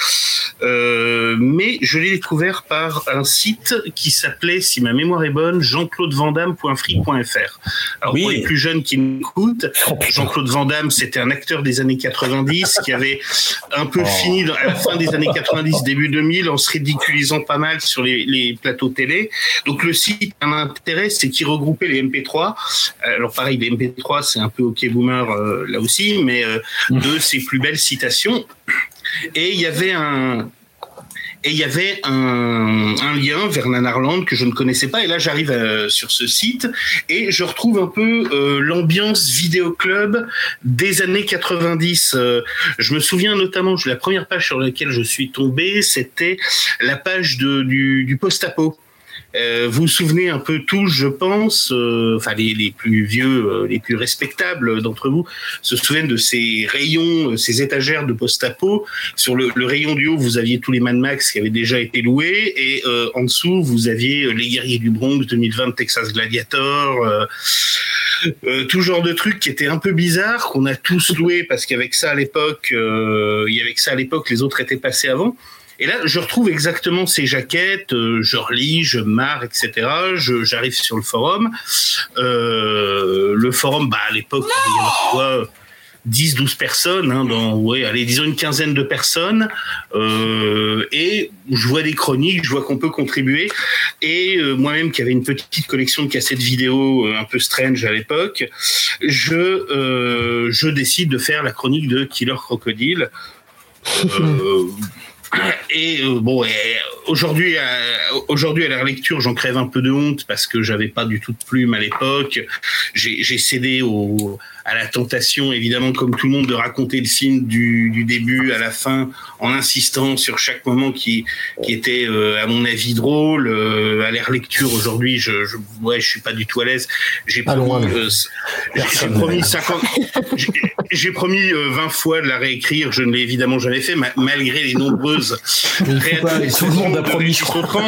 euh, mais je l'ai découvert par un site qui s'appelait, si ma mémoire est bonne, jean claude van damme point free point f r. Alors, Oui. pour les plus jeunes qui m'écoutent, Jean-Claude Van Damme, c'était un acteur des années quatre-vingt-dix qui avait un peu fini dans- à la fin des années quatre-vingt-dix, début deux mille, en se ridiculisant pas mal sur les, les plateaux télé. Donc le site a un intérêt, c'est qu'il regroupait les M P trois. Alors pareil, les M P trois, c'est un peu OK Boomer euh, là aussi, mais euh, de ses plus belles citations. Et il y avait un... Et il y avait un, un lien vers Nanarland que je ne connaissais pas. Et là, j'arrive euh, sur ce site et je retrouve un peu euh, l'ambiance vidéoclub des années quatre-vingt-dix. Euh, je me souviens notamment, la première page sur laquelle je suis tombé, c'était la page de, du, du post-apo. Euh, vous vous souvenez un peu tous, je pense, euh, enfin les, les plus vieux, euh, les plus respectables d'entre vous se souviennent de ces rayons, euh, ces étagères de post-apo. Sur le, le rayon du haut, vous aviez tous les Mad Max qui avaient déjà été loués, et euh, en dessous, vous aviez euh, les Guerriers du Bronx, deux mille vingt Texas Gladiator, euh, euh, tout genre de trucs qui étaient un peu bizarres, qu'on a tous loués parce qu'avec ça à l'époque, euh, il y avait que ça à l'époque, les autres étaient passés avant. Et là, je retrouve exactement ces jaquettes, euh, je relis, je marre, et cetera. Je, j'arrive sur le forum. Euh, le forum, bah, à l'époque, il y avait quoi, dix, douze personnes, hein, dans, ouais, allez, disons une quinzaine de personnes. Euh, et je vois des chroniques, je vois qu'on peut contribuer. Et euh, moi-même, qui avait une petite collection de cassettes vidéo euh, un peu strange à l'époque, je, euh, je décide de faire la chronique de Killer Crocodile. Euh, Et euh, bon, et aujourd'hui, euh, aujourd'hui à la lecture, j'en crève un peu de honte parce que j'avais pas du tout de plume à l'époque. J'ai, j'ai cédé au, à la tentation, évidemment, comme tout le monde, de raconter le film du, du début à la fin, en insistant sur chaque moment qui, qui était, euh, à mon avis, drôle. Euh, à la relecture aujourd'hui, je, je, ouais, je suis pas du tout à l'aise. J'ai promis, allons, allons. euh, j'ai, j'ai promis cinquante, j'ai, j'ai promis euh, vingt fois de la réécrire. Je ne l'ai évidemment jamais fait, ma- malgré les nombreuses Tout le monde a promis, je crois.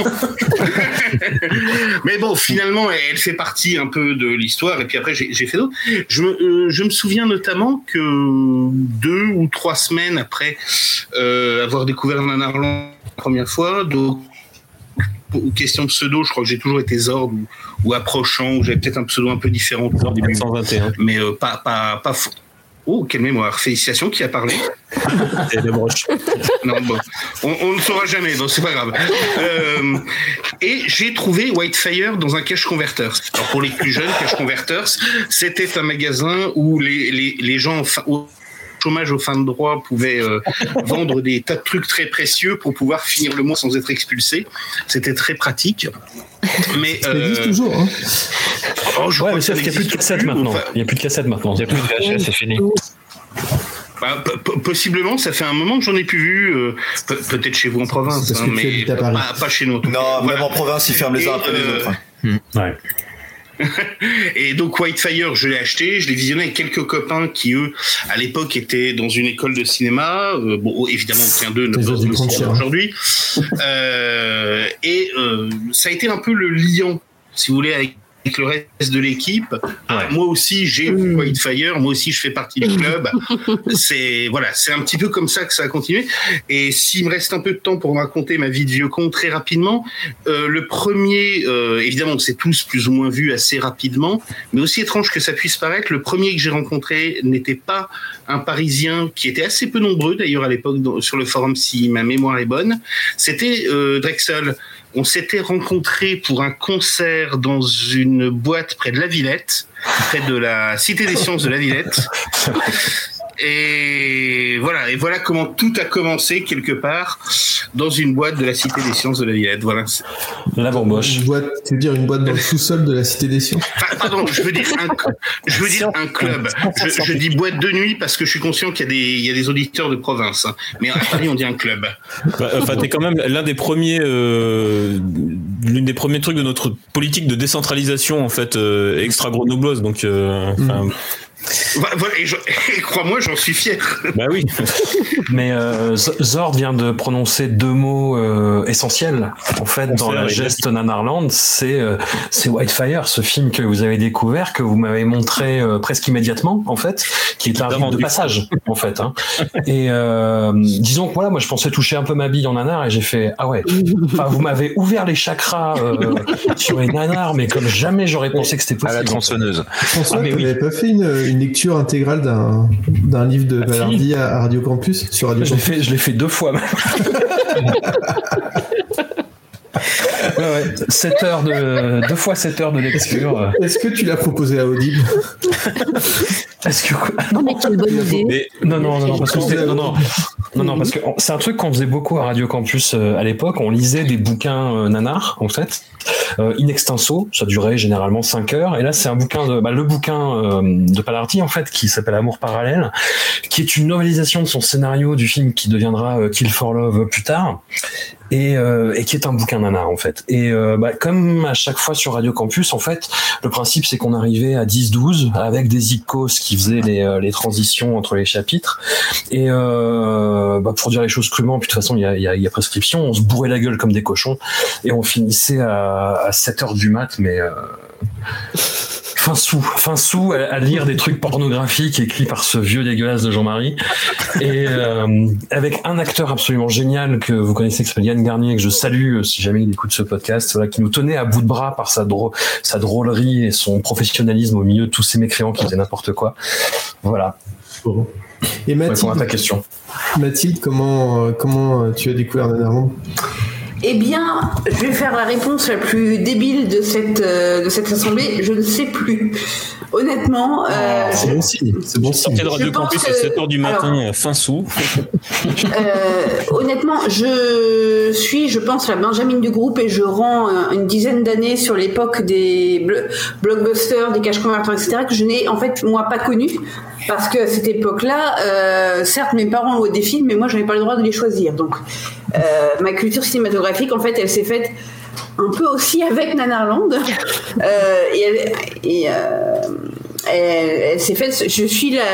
Mais bon, finalement, elle fait partie un peu de l'histoire. Et puis après, j'ai, j'ai fait d'autres. Je me, euh, je me souviens notamment que deux ou trois semaines après euh, avoir découvert Nanarland la première fois, donc pour question pseudo, je crois que j'ai toujours été Zord ou, ou approchant, ou j'avais peut-être un pseudo un peu différent au début, cent vingt et un. mais euh, pas pas pas fou. Oh, quelle mémoire! Félicitations, qui a parlé? C'est le broche. Non, bon, on, on ne saura jamais, donc c'est pas grave. Euh, et j'ai trouvé Whitefire dans un Cash Converters. Alors pour les plus jeunes, Cash Converters, c'était un magasin où les les, les gens, où chômage aux fins de droit pouvait euh, vendre des tas de trucs très précieux pour pouvoir finir le mois sans être expulsé. C'était très pratique. Mais ça euh... existe toujours. Hein. Oh, je ouais, mais sauf qu'il n'y a plus de cassettes maintenant. Enfin... Il n'y a plus de cassettes maintenant. Il n'y a plus de V H S, c'est fini. Bah, p- possiblement, ça fait un moment que j'en ai plus vu. Euh, pe- peut-être chez vous en province, hein, mais pas, pas chez nous. Non, voilà. Même en province, ils ferment les uns après euh... les autres. Hein. Mmh. Ouais. Et donc Whitefire, je l'ai acheté, je l'ai visionné avec quelques copains qui eux, à l'époque, étaient dans une école de cinéma. Euh, bon, évidemment, aucun d'eux ne bosse dans le cinéma aujourd'hui. Euh, et euh, ça a été un peu le liant, si vous voulez, avec avec le reste de l'équipe. Ouais. Ah, moi aussi, j'ai vu Whitefire. Moi aussi, je fais partie du club. c'est voilà, c'est un petit peu comme ça que ça a continué. Et s'il me reste un peu de temps pour raconter ma vie de vieux con très rapidement, euh, le premier, euh, évidemment, on s'est tous plus ou moins vus assez rapidement, mais aussi étrange que ça puisse paraître, le premier que j'ai rencontré n'était pas un Parisien, qui était assez peu nombreux d'ailleurs à l'époque sur le forum, si ma mémoire est bonne. C'était euh, Drexel. On s'était rencontrés pour un concert dans une boîte près de la Villette, près de la Cité des Sciences de la Villette. Et voilà, et voilà comment tout a commencé quelque part dans une boîte de la Cité des Sciences de la Villette. Voilà. La bamboche. Une boîte, tu veux dire une boîte dans le sous-sol de la Cité des Sciences? Enfin, pardon, je veux dire un, je veux dire un club. Je, je dis boîte de nuit parce que je suis conscient qu'il y a des, il y a des auditeurs de province. Hein. Mais à Paris, on dit un club. Bah, enfin, t'es quand même l'un des premiers, euh, l'une des premiers trucs de notre politique de décentralisation en fait euh, extra grenobloise. Donc, euh, mm. Voilà, et, je, et crois-moi, j'en suis fier. Bah oui. Mais euh, Zord vient de prononcer deux mots euh, essentiels en fait on dans la geste Nanarland. C'est euh, c'est Whitefire, ce film que vous avez découvert, que vous m'avez montré euh, presque immédiatement en fait, qui est un film de passage en fait. Hein. Et euh, disons que voilà, moi je pensais toucher un peu ma bille en nanar et j'ai fait ah ouais. Enfin, vous m'avez ouvert les chakras euh, sur les nanars, mais comme jamais j'aurais pensé que c'était possible. À la tronçonneuse. François, ah, mais oui. Vous n'avez pas fait une une lecture intégrale d'un, d'un livre de Valardi à, à Radio Campus sur Radio je Campus. L'ai fait, je l'ai fait deux fois même. Ouais, ouais. sept heures de, deux fois sept heures de lecture. Est-ce que tu l'as proposé à Audible? Est-ce que non mais quelle bonne idée. Mais, non non non non parce que c'est, non non non non parce que c'est un truc qu'on faisait beaucoup à Radio Campus euh, à l'époque. On lisait des bouquins euh, nanars en fait, euh, in extenso. Ça durait généralement cinq heures. Et là c'est un bouquin de bah, le bouquin euh, de Palarty en fait qui s'appelle Amour parallèle, qui est une novélisation de son scénario du film qui deviendra euh, Kill for Love plus tard. Et, euh, et qui est un bouquin nanar en fait. Et euh, bah, comme à chaque fois sur Radio Campus, en fait, le principe c'est qu'on arrivait à dix douze avec des icônes qui faisaient les, euh, les transitions entre les chapitres. Et euh, bah, pour dire les choses crûment, puis de toute façon il y a, y, a, y a prescription, on se bourrait la gueule comme des cochons et on finissait à, à sept heures du mat, mais... Euh, fin sous, fin sous à, à lire des trucs pornographiques écrits par ce vieux dégueulasse de Jean-Marie et euh, avec un acteur absolument génial que vous connaissez qui s'appelle Yann Garnier, que je salue si jamais il écoute ce podcast, voilà, qui nous tenait à bout de bras par sa, drô- sa drôlerie et son professionnalisme au milieu de tous ces mécréants qui faisaient n'importe quoi. Voilà. Bon. Et Mathilde, à ta question. Mathilde, comment, comment tu as découvert Nanarland? Eh bien, je vais faire la réponse la plus débile de cette, euh, de cette assemblée. Je ne sais plus. Honnêtement. Euh, c'est bon signe. C'est bon signe. Sortez de Radio Campus à sept heures du matin, alors, fin sous. euh, honnêtement, je suis, je pense, la Benjamine du groupe et je rends une dizaine d'années sur l'époque des blockbusters, des cash converters, et cetera, que je n'ai, en fait, moi, pas connu. Parce que à cette époque-là, euh, certes, mes parents louaient des films, mais moi, je n'avais pas le droit de les choisir. Donc, euh, ma culture cinématographique, en fait, elle s'est faite un peu aussi avec Nanarland. Euh, et elle, et, euh, elle, elle s'est faite... Je suis la...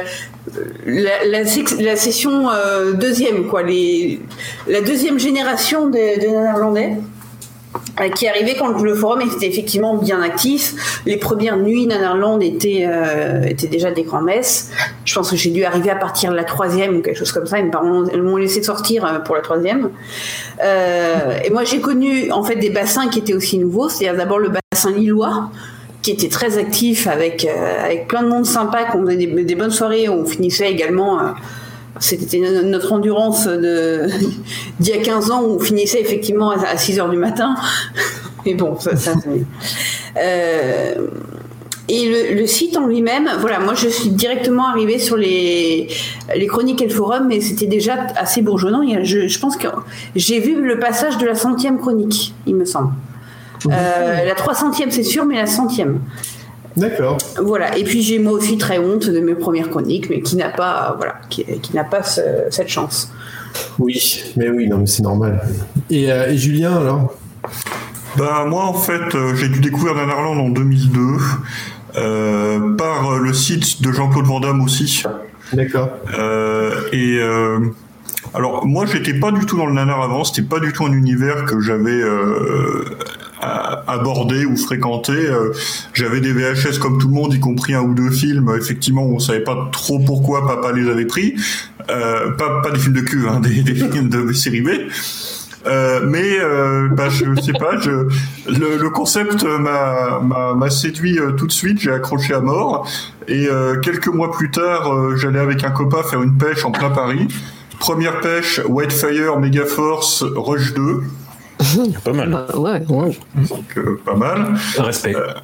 La, la, la session euh, deuxième, quoi, les, la deuxième génération de, de Nanarlandais. Qui est arrivé quand le forum était effectivement bien actif. Les premières nuits Nanarland étaient, euh, étaient déjà des grands-messes. Je pense que j'ai dû arriver à partir de la troisième ou quelque chose comme ça. Mes parents m'ont laissé sortir pour la troisième. Euh, et moi, j'ai connu en fait des bassins qui étaient aussi nouveaux. C'est-à-dire d'abord le bassin lillois, qui était très actif avec, euh, avec plein de monde sympa, qu'on faisait des, des bonnes soirées. On finissait également... Euh, C'était notre endurance de, d'il y a quinze ans où on finissait effectivement à six heures du matin. Mais bon, ça, ça c'est... Euh, Et le, le site en lui-même, voilà, moi je suis directement arrivée sur les, les chroniques et le forum, mais c'était déjà assez bourgeonnant. Je, je pense que j'ai vu le passage de la centième chronique, il me semble. Euh, la trois centième, c'est sûr, mais la centième. D'accord. Voilà. Et puis j'ai moi aussi très honte de mes premières chroniques, mais qui n'a pas, voilà, qui, qui n'a pas ce, cette chance. Oui, mais oui, non, mais c'est normal. Et, euh, et Julien, alors? Bah moi en fait euh, j'ai dû découvrir Nanarland en deux mille deux euh, par le site de Jean-Claude Van Damme aussi. D'accord. Euh, et euh, alors moi j'étais pas du tout dans le nanar avant, c'était pas du tout un univers que j'avais euh, abordé ou fréquenté. Euh, j'avais des V H S comme tout le monde, y compris un ou deux films. Effectivement, on savait pas trop pourquoi papa les avait pris. Euh, pas pas des films de cul, hein, des, des films de série B. Euh, mais euh, bah, je sais pas, je, le, le concept m'a, m'a, m'a séduit euh, tout de suite, j'ai accroché à mort. Et euh, quelques mois plus tard, euh, j'allais avec un copain faire une pêche en plein Paris. Première pêche, Whitefire, Megaforce, Rush deux. Pas mal. Bah, ouais, ouais. Donc, euh, pas mal. Respect. Euh...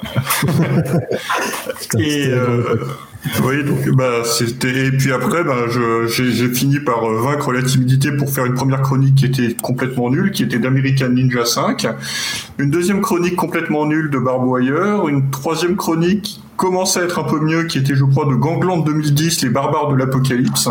et euh, oui, donc bah c'était. Et puis après, bah, je, j'ai, j'ai fini par vaincre la timidité pour faire une première chronique qui était complètement nulle, qui était d'American Ninja cinq. Une deuxième chronique complètement nulle de Barboyer. Une troisième chronique qui commençait à être un peu mieux, qui était, je crois, de Gangland deux mille dix, Les Barbares de l'Apocalypse.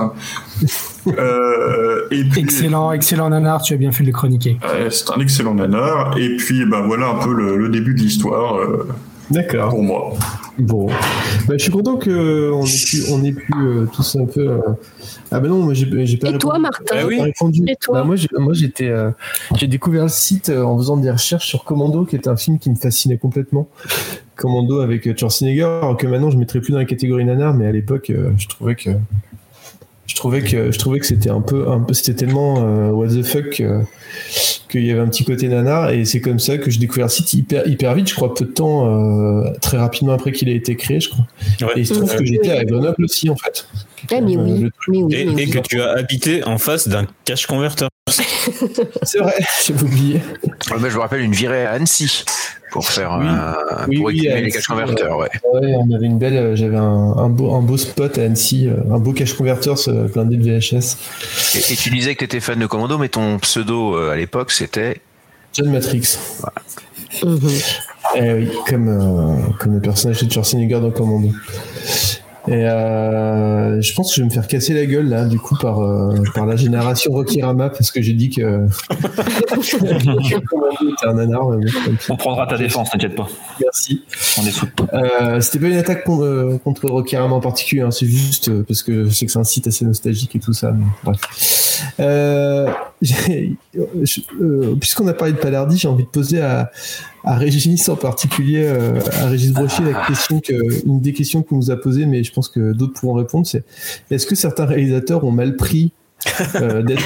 Euh, et puis, excellent, excellent nanar, tu as bien fait de le chroniquer. Euh, c'est un excellent nanar. Et puis, ben voilà un peu le, le début de l'histoire. Euh, D'accord. Pour moi. Bon, bah, je suis content que on ait pu, on ait pu euh, tous un peu. Euh... Ah ben non, moi j'ai, j'ai pas Et répondu. toi, Martin J'ai ah, oui. pas répondu. Et toi bah, moi, j'ai, moi j'étais, euh, j'ai découvert le site euh, en faisant des recherches sur Commando, qui est un film qui me fascinait complètement. Commando avec Schwarzenegger, alors que maintenant je mettrais plus dans la catégorie nanar, mais à l'époque, euh, je trouvais que. Je trouvais que je trouvais que c'était un peu un peu c'était tellement euh, what the fuck euh, qu'il y avait un petit côté nanar, et c'est comme ça que j'ai découvert le site hyper hyper vite, je crois, peu de temps, euh, très rapidement après qu'il ait été créé, je crois. Ouais. Et il se trouve que j'étais à Grenoble aussi en fait. Ah, mais, oui. Euh, mais oui. Et, mais et oui. que tu as habité en face d'un cache converteur. C'est vrai, j'avais oublié. Ouais, bah, je me rappelle une virée à Annecy pour faire oui. euh, oui, pour oui, équiper Annecy, les cache converteurs. Ouais. ouais, on avait une belle, j'avais un, un beau un beau spot à Annecy, un beau cache converteur blindé de V H S. Et, et tu disais que tu étais fan de Commando, mais ton pseudo euh, à l'époque c'était John Matrix. Voilà. Mm-hmm. Eh oui, comme euh, comme le personnage de Schwarzenegger dans Commando. Et euh, je pense que je vais me faire casser la gueule là, du coup, par euh, par la génération Rokirama, parce que j'ai dit que Commando était un nanar. On prendra ta défense, t'inquiète pas. Merci. On est sous. Euh, c'était pas une attaque contre, euh, contre Rokirama en particulier, hein, c'est juste euh, parce que je sais que c'est un site assez nostalgique et tout ça. Mais bref. Euh, je, euh, puisqu'on a parlé de Palardy, j'ai envie de poser à à Régis en particulier, euh, à Régis Brochet, la question que, une des questions qu'on nous a posées, mais je pense que d'autres pourront répondre, c'est est-ce que certains réalisateurs ont mal pris euh, d'être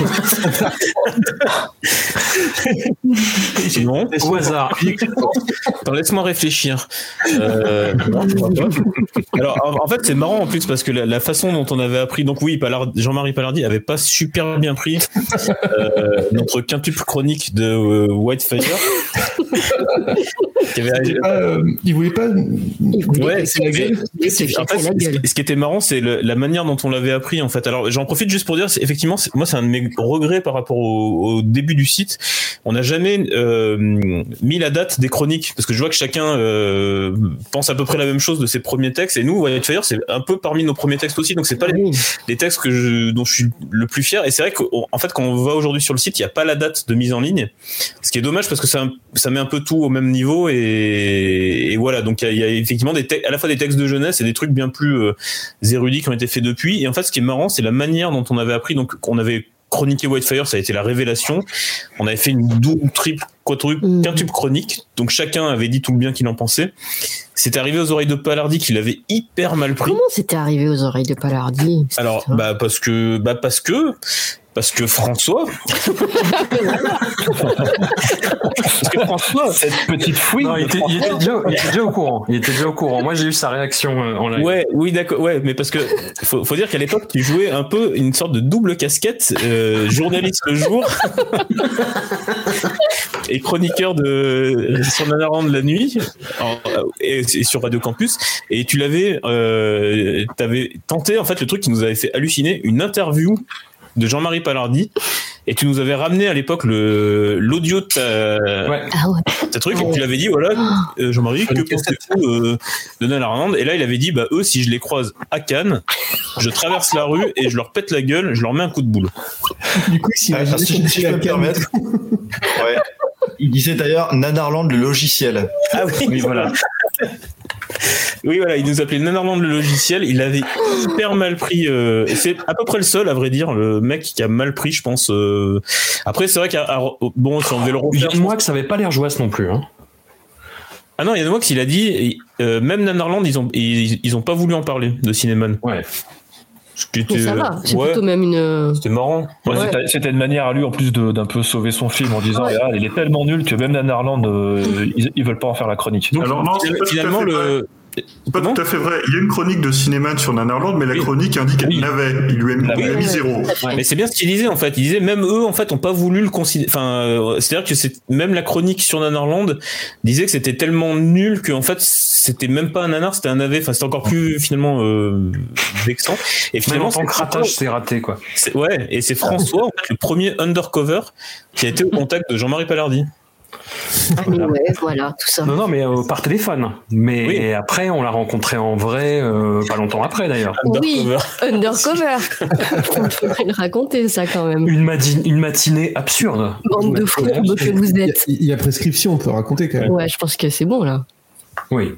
non, au hasard. Attends, laisse-moi réfléchir. Euh, non, je crois pas. Alors, en, en fait, c'est marrant en plus parce que la, la façon dont on avait appris, donc oui, Palardy, Jean-Marie Palardy avait pas super bien pris euh, notre quintuple chronique de euh, Whitefire. Il, avait... euh, il voulait pas. Il voulait ouais, c'est la gueule. C'est, en fait, ce, ce qui était marrant, c'est le, la manière dont on l'avait appris en fait. Alors, j'en profite juste pour dire, c'est, effectivement, c'est, moi, c'est un de mes regrets par rapport au, au début du site. On n'a jamais euh, mis la date des chroniques parce que je vois que chacun euh, pense à peu près la même chose de ses premiers textes. Et nous, Whitefire, c'est un peu parmi nos premiers textes aussi. Donc, c'est pas les, les textes que je, dont je suis le plus fier. Et c'est vrai qu'en fait, quand on va aujourd'hui sur le site, il n'y a pas la date de mise en ligne, ce qui est dommage parce que ça, ça met un peu tout au même niveau. Et, et voilà, donc il y, y a effectivement des te- à la fois des textes de jeunesse et des trucs bien plus euh, érudits qui ont été faits depuis. Et en fait, ce qui est marrant, c'est la manière dont on avait appris. Donc, on avait chroniqué Whitefire, ça a été la révélation. On avait fait une double, triple, quadruple, mmh. quintuple chronique. Donc, chacun avait dit tout le bien qu'il en pensait. C'était arrivé aux oreilles de Palardy qu'il avait hyper mal pris. Comment c'était arrivé aux oreilles de Palardy ? Alors, bah parce que, bah parce que. Parce que François. Parce que François, cette petite fouille. Non, il, était, il, était déjà, il était déjà au courant. Il était déjà au courant. Moi, j'ai eu sa réaction en live. Ouais, oui, d'accord. Ouais, mais parce que faut, faut dire qu'à l'époque, tu jouais un peu une sorte de double casquette, euh, journaliste le jour et chroniqueur de sur Nanarland la nuit en, et, et sur Radio Campus. Et tu l'avais, euh, t'avais tenté en fait le truc qui nous avait fait halluciner, une interview de Jean-Marie Palardi, et tu nous avais ramené à l'époque le l'audio de ta, ouais. ah ouais. ta truc, et tu l'avais dit voilà, euh, Jean-Marie, que pensez-vous euh, de Nanarland? Et là il avait dit bah eux, si je les croise à Cannes, je traverse la rue et je leur pète la gueule, je leur mets un coup de boule. Du coup, si, ah, si, si, si je peux me permettre. Ouais. Il disait d'ailleurs Nanarland le logiciel. Ah oui, oui voilà. Oui, voilà, il nous appelait Nanarland le logiciel. Il avait hyper mal pris. Euh, et c'est à peu près le seul, à vrai dire, le mec qui a mal pris, je pense. Euh... Après, c'est vrai qu'à bon, si on devait le refaire. Yann Moix, ça avait pas l'air jouasse non plus. Hein. Ah non, Yann Moix, il a dit, euh, même Nanarland, ils ont, ils, ils ont pas voulu en parler de Cinéman. Ouais. Mais ça va, c'est ouais, plutôt même une. C'était marrant. Ouais, ouais. C'était, c'était une manière à lui en plus de, d'un peu sauver son film en disant ouais. ah, il est tellement nul que même Nanarland euh, ils, ils veulent pas en faire la chronique. Donc, alors non, c'est pas finalement tout à fait le. Vrai. C'est pas tout à fait vrai. Il y a une chronique de Cinéman sur Nanarland, mais la oui. chronique indique qu'elle oui. l'avait. Il lui a mis, oui, mis zéro. Ouais. Mais c'est bien ce qu'il disait en fait. Il disait même eux en fait ont pas voulu le considérer. Enfin, euh, c'est-à-dire que c'est même la chronique sur Nanarland disait que c'était tellement nul que en fait c'était même pas un nanar, c'était un navet. Enfin, c'était encore plus finalement euh, vexant. Et finalement, en tant que ratage, c'est raté quoi. C'est, ouais. Et c'est François en fait le premier undercover qui a été au contact de Jean-Marie Palardi. Ah mais ouais, voilà, tout ça. Non, non, mais euh, par téléphone. Mais oui. après, on l'a rencontré en vrai, euh, pas longtemps après d'ailleurs. Oui, undercover. On pourrait le raconter ça quand même. Une, madi- une matinée absurde. Bande de fourbes que vous êtes. Il y, y a prescription, on peut raconter quand même. Ouais, je pense que c'est bon là. Oui.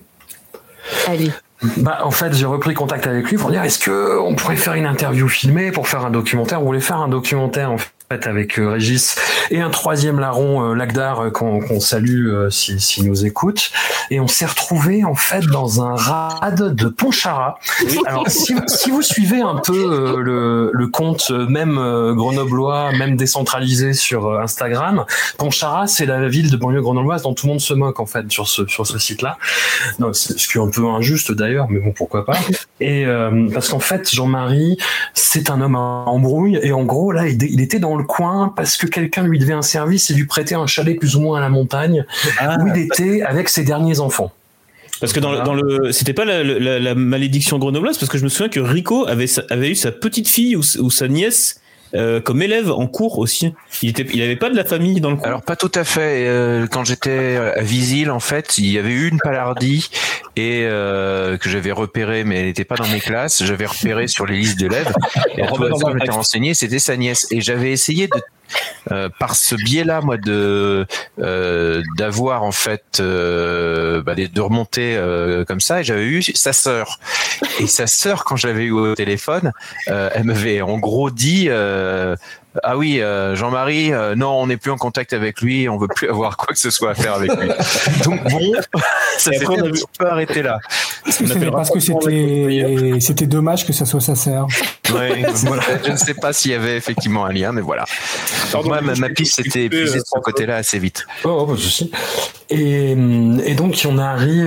Allez. Bah, en fait, j'ai repris contact avec lui pour dire est-ce que on pourrait faire une interview filmée pour faire un documentaire. On voulait faire un documentaire en fait avec euh, Régis et un troisième larron, euh, Lagdar, euh, qu'on, qu'on salue euh, s'il si, si nous écoute. Et on s'est retrouvés en fait dans un rad de Pontcharra. Alors, si, si vous suivez un peu euh, le, le compte euh, même euh, grenoblois, même décentralisé sur euh, Instagram, Pontcharra, c'est la ville de banlieue grenobloise dont tout le monde se moque en fait sur ce sur ce site-là. Non, c'est, ce qui est un peu injuste d'ailleurs, mais bon, pourquoi pas. Et euh, parce qu'en fait, Jean-Marie, c'est un homme en embrouille et en gros là, il, il était dans le coin parce que quelqu'un lui devait un service et lui prêtait un chalet plus ou moins à la montagne ah, où il était avec ses derniers enfants. Parce que dans, voilà. le, dans le, c'était pas la, la, la malédiction grenobloise, parce que je me souviens que Rico avait, avait eu sa petite fille ou, ou sa nièce euh, comme élève en cours aussi. Il était, il avait pas de la famille dans le cours. Alors pas tout à fait. Euh, quand j'étais à Visil, en fait, il y avait eu une Palardi et euh, que j'avais repérée, mais elle n'était pas dans mes classes. J'avais repéré sur les listes d'élèves. Et à tout hasard, je m'étais renseigné, c'était sa nièce. Et j'avais essayé de Euh, par ce biais-là, moi, de euh, d'avoir en fait euh, bah, de remonter euh, comme ça, et j'avais eu sa sœur. Et sa sœur, quand je l'avais eu au téléphone, euh, elle m'avait en gros dit. Euh, Ah oui, euh, Jean-Marie, euh, non, on n'est plus en contact avec lui, on veut plus avoir quoi que ce soit à faire avec lui. Donc bon, ça s'est un petit peu arrêté là. C'était parce que c'était, c'était dommage que ça soit sa sœur. Ouais, voilà. Je ne sais pas s'il y avait effectivement un lien, mais voilà. Donc, moi, ma, ma piste s'était épuisée de ce côté-là assez vite. Oh, pas de souci. Et, et donc, on arrive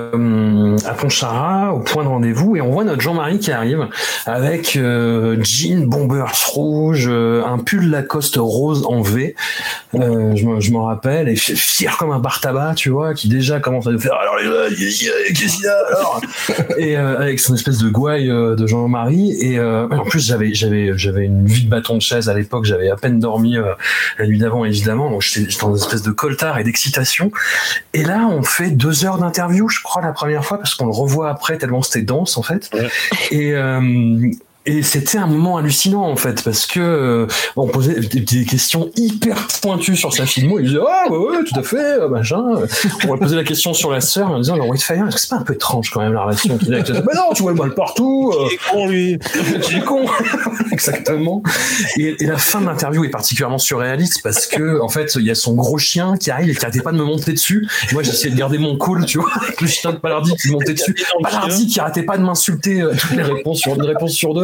euh, à Pontcharra, au point de rendez-vous, et on voit notre Jean-Marie qui arrive avec euh, jean, bombers rouge, euh, un pull Lacoste rose en V, euh, je, je m'en rappelle, et fier comme un bar tabac, tu vois, qui déjà commence à nous faire alors les gars, qu'est-ce qu'il y a alors et euh, avec son espèce de gouaille euh, de Jean-Marie, et euh, en plus j'avais j'avais j'avais une vie de bâton de chaise à l'époque, j'avais à peine dormi euh, la nuit d'avant évidemment, donc j'étais, j'étais dans une espèce de coltard et d'excitation, et là on fait deux heures d'interview, je crois, la première fois, parce qu'on le revoit après tellement c'était dense en fait, ouais. et euh, Et c'était un moment hallucinant en fait, parce que euh, on posait des, des questions hyper pointues sur sa filmo. Il disait ah ouais, ouais tout à fait machin. On lui posait la question sur la sœur en disant alors Whitefire, est-ce que c'est pas un peu étrange quand même la relation qu'il a avec sa sœur? Bah non, tu vois le mal partout. Euh, il est con lui. Il est con. Exactement. Et, et la fin de l'interview est particulièrement surréaliste parce que en fait il y a son gros chien qui arrive et qui arrêtait pas de me monter dessus. Et moi j'essayais de garder mon cool, tu vois, avec le chien de Palardi qui me montait dessus. Palardi qui arrêtait pas de m'insulter euh, toutes les réponses sur une réponse sur deux.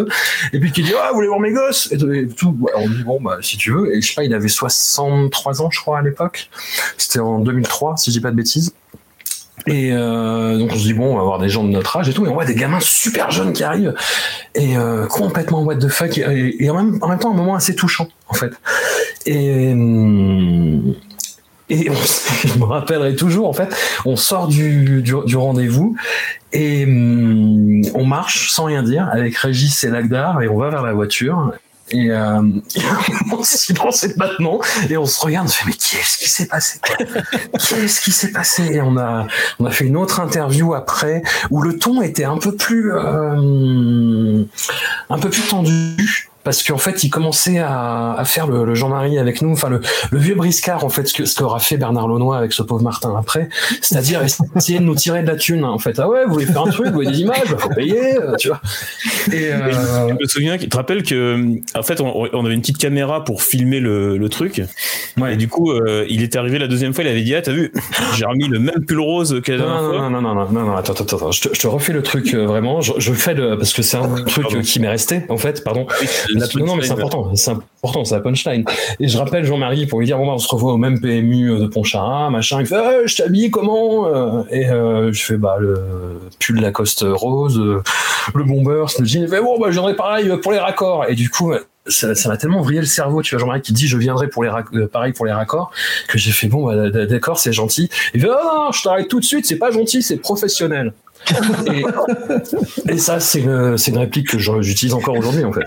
Et puis qui dit ah vous voulez voir mes gosses et tout. Ouais, on dit bon bah si tu veux. Et je sais pas, il avait soixante-trois ans je crois à l'époque. C'était en deux mille trois si je dis pas de bêtises. Et euh, donc on se dit bon on va avoir des gens de notre âge et tout, et on voit des gamins super jeunes qui arrivent et euh, complètement what the fuck, et, et en, même, en même temps un moment assez touchant en fait. Et et on, je me rappellerai toujours en fait, on sort du, du, du rendez-vous et hum, on marche sans rien dire avec Régis et Lagdar et on va vers la voiture. Et euh, on silence et battement et on se regarde, on se fait mais qu'est-ce qui s'est passé quoi qu'est-ce qui s'est passé et on a on a fait une autre interview après où le ton était un peu plus euh, un peu plus tendu. Parce qu'en fait, il commençait à, à faire le, le Jean-Marie avec nous, enfin le, le vieux briscard en fait, ce que ce qu'aura fait Bernard Launois avec ce pauvre Martin après, c'est-à-dire essayer de nous tirer de la thune. Hein, en fait, ah ouais, vous voulez faire un truc, vous voulez des images, bah, faut payer, euh, tu vois. Et euh... je me souviens, tu te rappelles que en fait, on, on avait une petite caméra pour filmer le, le truc. Ouais. Et du coup, euh, il était arrivé la deuxième fois, il avait dit ah t'as vu, j'ai remis le même pull rose que la dernière non, fois. Non non non non non non attends attends attends, je te, je te refais le truc euh, vraiment, je, je fais le parce que c'est un truc euh, qui m'est resté en fait, pardon. La, non, non, mais c'est important, c'est important, c'est la punchline. Et je rappelle Jean-Marie pour lui dire, bon, bah, on se revoit au même P M U de Pontcharrat, machin. Il fait, ah, je t'habille comment? Et euh, je fais, bah, le pull Lacoste rose, le bomber, le jean. Il fait, bon, bah, je viendrai pareil pour les raccords. Et du coup, ça, ça m'a tellement vrillé le cerveau, tu vois, Jean-Marie qui dit, je viendrai pour les rac- pareil pour les raccords, que j'ai fait, bon, bah, d'accord, c'est gentil. Il fait, ah, non, je t'arrête tout de suite, c'est pas gentil, c'est professionnel. et, et ça c'est une, c'est une réplique que j'utilise encore aujourd'hui en fait.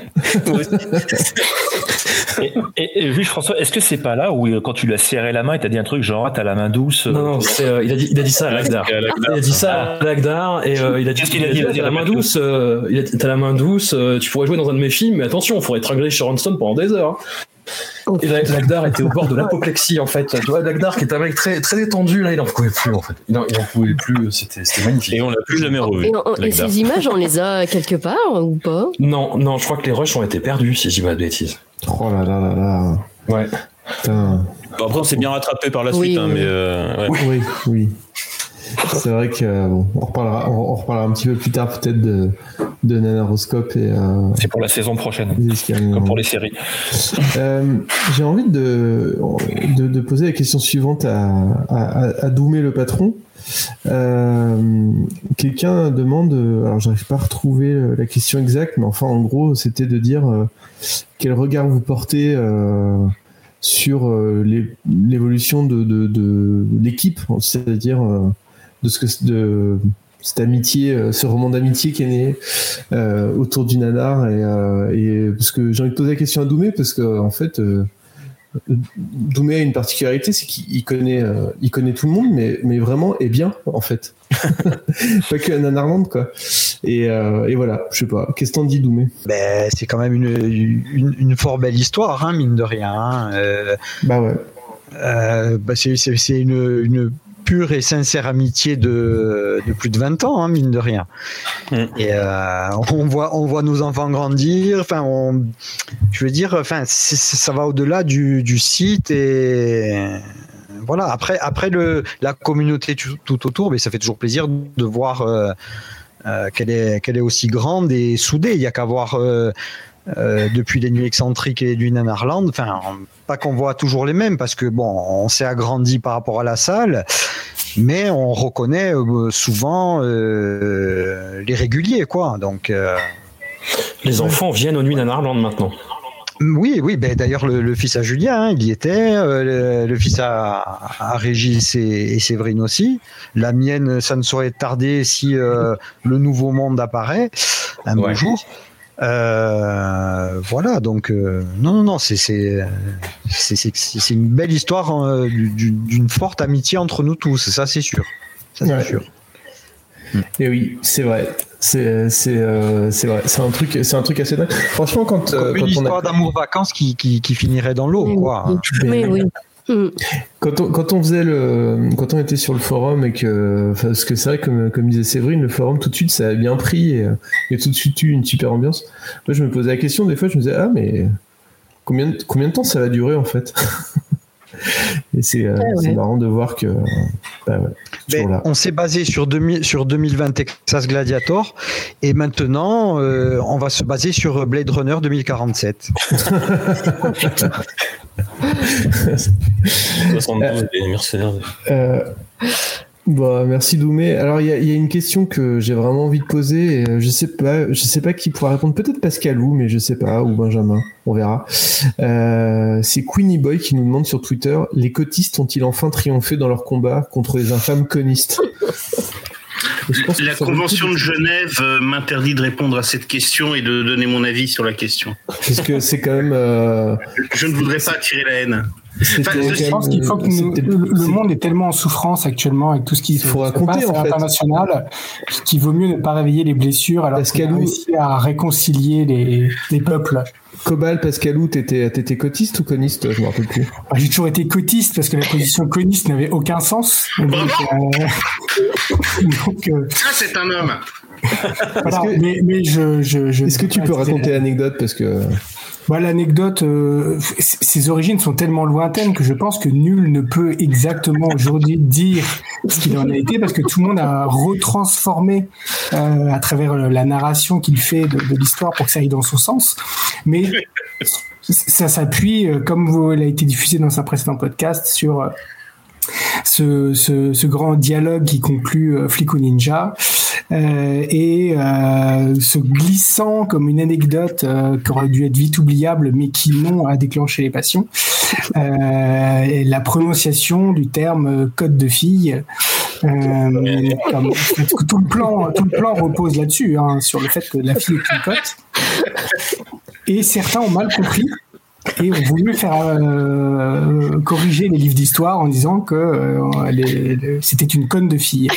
et, et, et Jules François, est-ce que c'est pas là où quand tu lui as serré la main et t'as dit un truc genre t'as la main douce? Non non, c'est, euh, il a dit il a dit ça à Lagdar. Il a dit ça à Lagdar et euh, il a dit, qu'il a dit, il a dit t'as la main douce, euh, il a dit, t'as la main douce, euh, tu pourrais jouer dans un de mes films, mais attention, il faudrait étrangler Sharon Stone pendant des heures. Hein. Et Lagdar était au bord de l'apoplexie en fait. Tu vois, Lagdar qui est un mec très très détendu là, il en pouvait plus en fait. Il en, il en pouvait plus. C'était, c'était magnifique. Et on l'a plus jamais revu. Et, on, et ces images, on les a quelque part ou pas? Non, non, je crois que les rushs ont été perdus si je dis pas de bêtises. Oh là là là là. Ouais. Putain. Bon, après, on s'est bien rattrapé par la oui, suite, hein, oui. mais euh, ouais. Oui, oui. C'est vrai que bon, on reparlera, on, on reparlera un petit peu plus tard peut-être de, de Nanaroscope et. Euh, c'est pour la saison prochaine, comme pour les séries. Euh, j'ai envie de, de, de poser la question suivante à, à, à Doumé le patron. Euh, quelqu'un demande, alors j'arrive pas à retrouver la question exacte, mais enfin en gros c'était de dire euh, quel regard vous portez. Euh, sur euh, les, l'évolution de, de, de l'équipe, c'est-à-dire euh, de ce que de cette amitié, euh, ce roman d'amitié qui est né euh, autour du nanar et, euh, et parce que j'ai envie de poser la question à Doumé parce que en fait euh, Doumé a une particularité, c'est qu'il connaît, euh, il connaît tout le monde, mais mais vraiment et bien en fait, pas que à Nanarland quoi. Et, euh, et voilà, je sais pas. Qu'est-ce que t'en dis, Doumé? Ben, c'est quand même une, une, une fort belle histoire, hein, mine de rien. Hein. Euh, bah ouais. Euh, bah c'est, c'est, c'est une, une pure et sincère amitié de, de plus de vingt ans, hein, mine de rien. Mm. Et euh, on voit, on voit nos enfants grandir. Enfin, on, je veux dire, enfin, c'est, ça va au-delà du, du site et. Voilà. Après, après le, la communauté tout, tout autour, mais ça fait toujours plaisir de voir. Euh, Euh, qu'elle est, qu'elle est aussi grande et soudée. Il n'y a qu'à voir euh, euh, depuis les Nuits Excentriques et du Nanarland, enfin, pas qu'on voit toujours les mêmes, parce que bon, on s'est agrandi par rapport à la salle, mais on reconnaît euh, souvent euh, les réguliers, quoi. Donc, euh, les enfants viennent aux Nuits Nanarland maintenant. Oui, oui. Ben d'ailleurs, le, le fils à Julien, hein, il y était. Euh, le, le fils à, à Régis et, et Séverine aussi. La mienne, ça ne saurait tarder si euh, le Nouveau Monde apparaît un ouais. beau jour. Euh, voilà. Donc, euh, non, non, non. C'est c'est c'est, c'est, c'est une belle histoire euh, d'une, d'une forte amitié entre nous tous. Ça, c'est sûr. Ça, c'est ouais. sûr. Et oui, c'est vrai. C'est c'est euh, c'est vrai. C'est un truc c'est un truc assez dingue. Franchement, quand euh, une quand histoire on a... d'amour vacances qui, qui qui finirait dans l'eau, oui, quoi. Oui, oui. oui. Quand on quand on faisait le quand on était sur le forum et que parce que c'est vrai comme comme disait Séverine, le forum tout de suite ça a bien pris et il y a tout de suite eu une super ambiance. Moi, je me posais la question des fois, je me disais ah mais combien de, combien de temps ça va durer en fait? Et c'est, euh, ouais, c'est ouais. marrant de voir que. Bah, ouais, Mais là. on s'est basé sur, deux mille, sur deux mille vingt Texas Gladiator et maintenant euh, on va se baser sur Blade Runner deux mille quarante-sept. soixante-douze, les mercenaires. Euh, bah, merci Doumé. Alors il y, y a une question que j'ai vraiment envie de poser. Et, euh, je sais pas, je sais pas qui pourra répondre. Peut-être Pascalou, mais je sais pas, ou Benjamin. On verra. Euh, c'est Queenie Boy qui nous demande sur Twitter: les cotistes ont-ils enfin triomphé dans leur combat contre les infâmes conistes? La Convention de Genève euh, m'interdit de répondre à cette question et de donner mon avis sur la question. Parce que c'est quand même. Euh... Je ne voudrais pas attirer la haine. Enfin, je pense qu'il faut que nous, le, le monde est tellement en souffrance actuellement avec tout ce qui se faut raconter passe à en fait. L'international qu'il vaut mieux ne pas réveiller les blessures alors qu'on a réussi à réconcilier les, les peuples. Cobal, Pascalou, t'étais, t'étais cotiste ou coniste? Je me rappelle plus. Bah, j'ai toujours été cotiste parce que la position coniste n'avait aucun sens. Donc, euh, donc, euh, ça, c'est un homme. Voilà, que, mais, mais je, je, je est-ce que tu peux raconter l'anecdote parce que bah, l'anecdote, euh, ses origines sont tellement lointaines que je pense que nul ne peut exactement aujourd'hui dire ce qu'il en a été parce que tout le monde a retransformé euh, à travers la narration qu'il fait de, de l'histoire pour que ça aille dans son sens. Mais ça s'appuie, comme vous, elle a été diffusé dans un précédent podcast, sur euh, ce, ce, ce grand dialogue qui conclut euh, Flic ou Ninja. Euh, et euh, se glissant comme une anecdote euh, qui aurait dû être vite oubliable mais qui non a déclenché les passions, euh, et la prononciation du terme euh, code de fille, euh, comme, tout le plan tout le plan repose là-dessus, hein, sur le fait que la fille est une cote, et certains ont mal compris et ont voulu faire euh, corriger les livres d'histoire en disant que euh, les, les, c'était une conne de fille.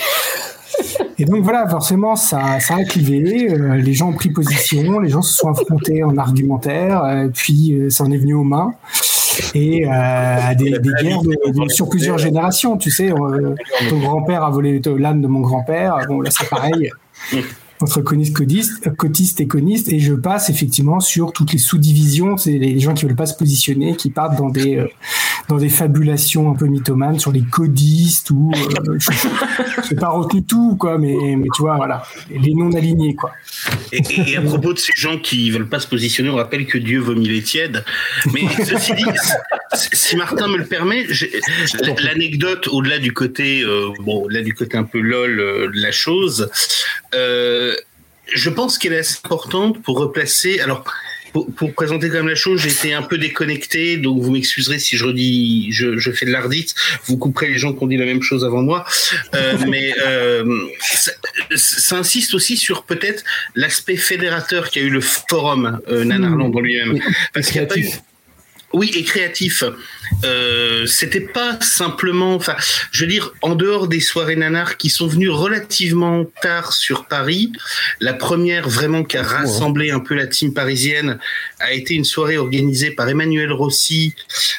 Et donc voilà, forcément, ça, ça a clivé, euh, les gens ont pris position, les gens se sont affrontés en argumentaire, euh, puis euh, ça en est venu aux mains, et euh, à des, des guerres de, de, sur plusieurs générations, tu sais, euh, ton grand-père a volé l'âne de mon grand-père, bon là c'est pareil, entre conistes, codistes, cotistes et conistes, et je passe effectivement sur toutes les sous-divisions, c'est les gens qui veulent pas se positionner, qui partent dans des euh, dans des fabulations un peu mythomanes sur les codistes ou euh, je n'ai pas retenu tout quoi, mais mais tu vois voilà, les non alignés quoi. Et, et à propos de ces gens qui veulent pas se positionner, on rappelle que Dieu vomit les tièdes. Mais ceci dit, si Martin me le permet, j'ai, l'anecdote au-delà du côté euh, bon, au-delà du côté un peu lol euh, de la chose. Euh, je pense qu'elle est assez importante pour replacer. Alors, pour, pour présenter quand même la chose, j'ai été un peu déconnecté, donc vous m'excuserez si je redis, je, je fais de l'ardite. Vous couperez les gens qui ont dit la même chose avant moi. Euh, mais euh, ça, ça insiste aussi sur peut-être l'aspect fédérateur qu'a eu le forum euh, Nanarland en lui-même, parce qu'il n'y a pas eu. Oui, et créatif. Euh, c'était pas simplement, enfin, je veux dire, en dehors des soirées nanar qui sont venues relativement tard sur Paris, la première vraiment qui a rassemblé un peu la team parisienne a été une soirée organisée par Emmanuel Rossi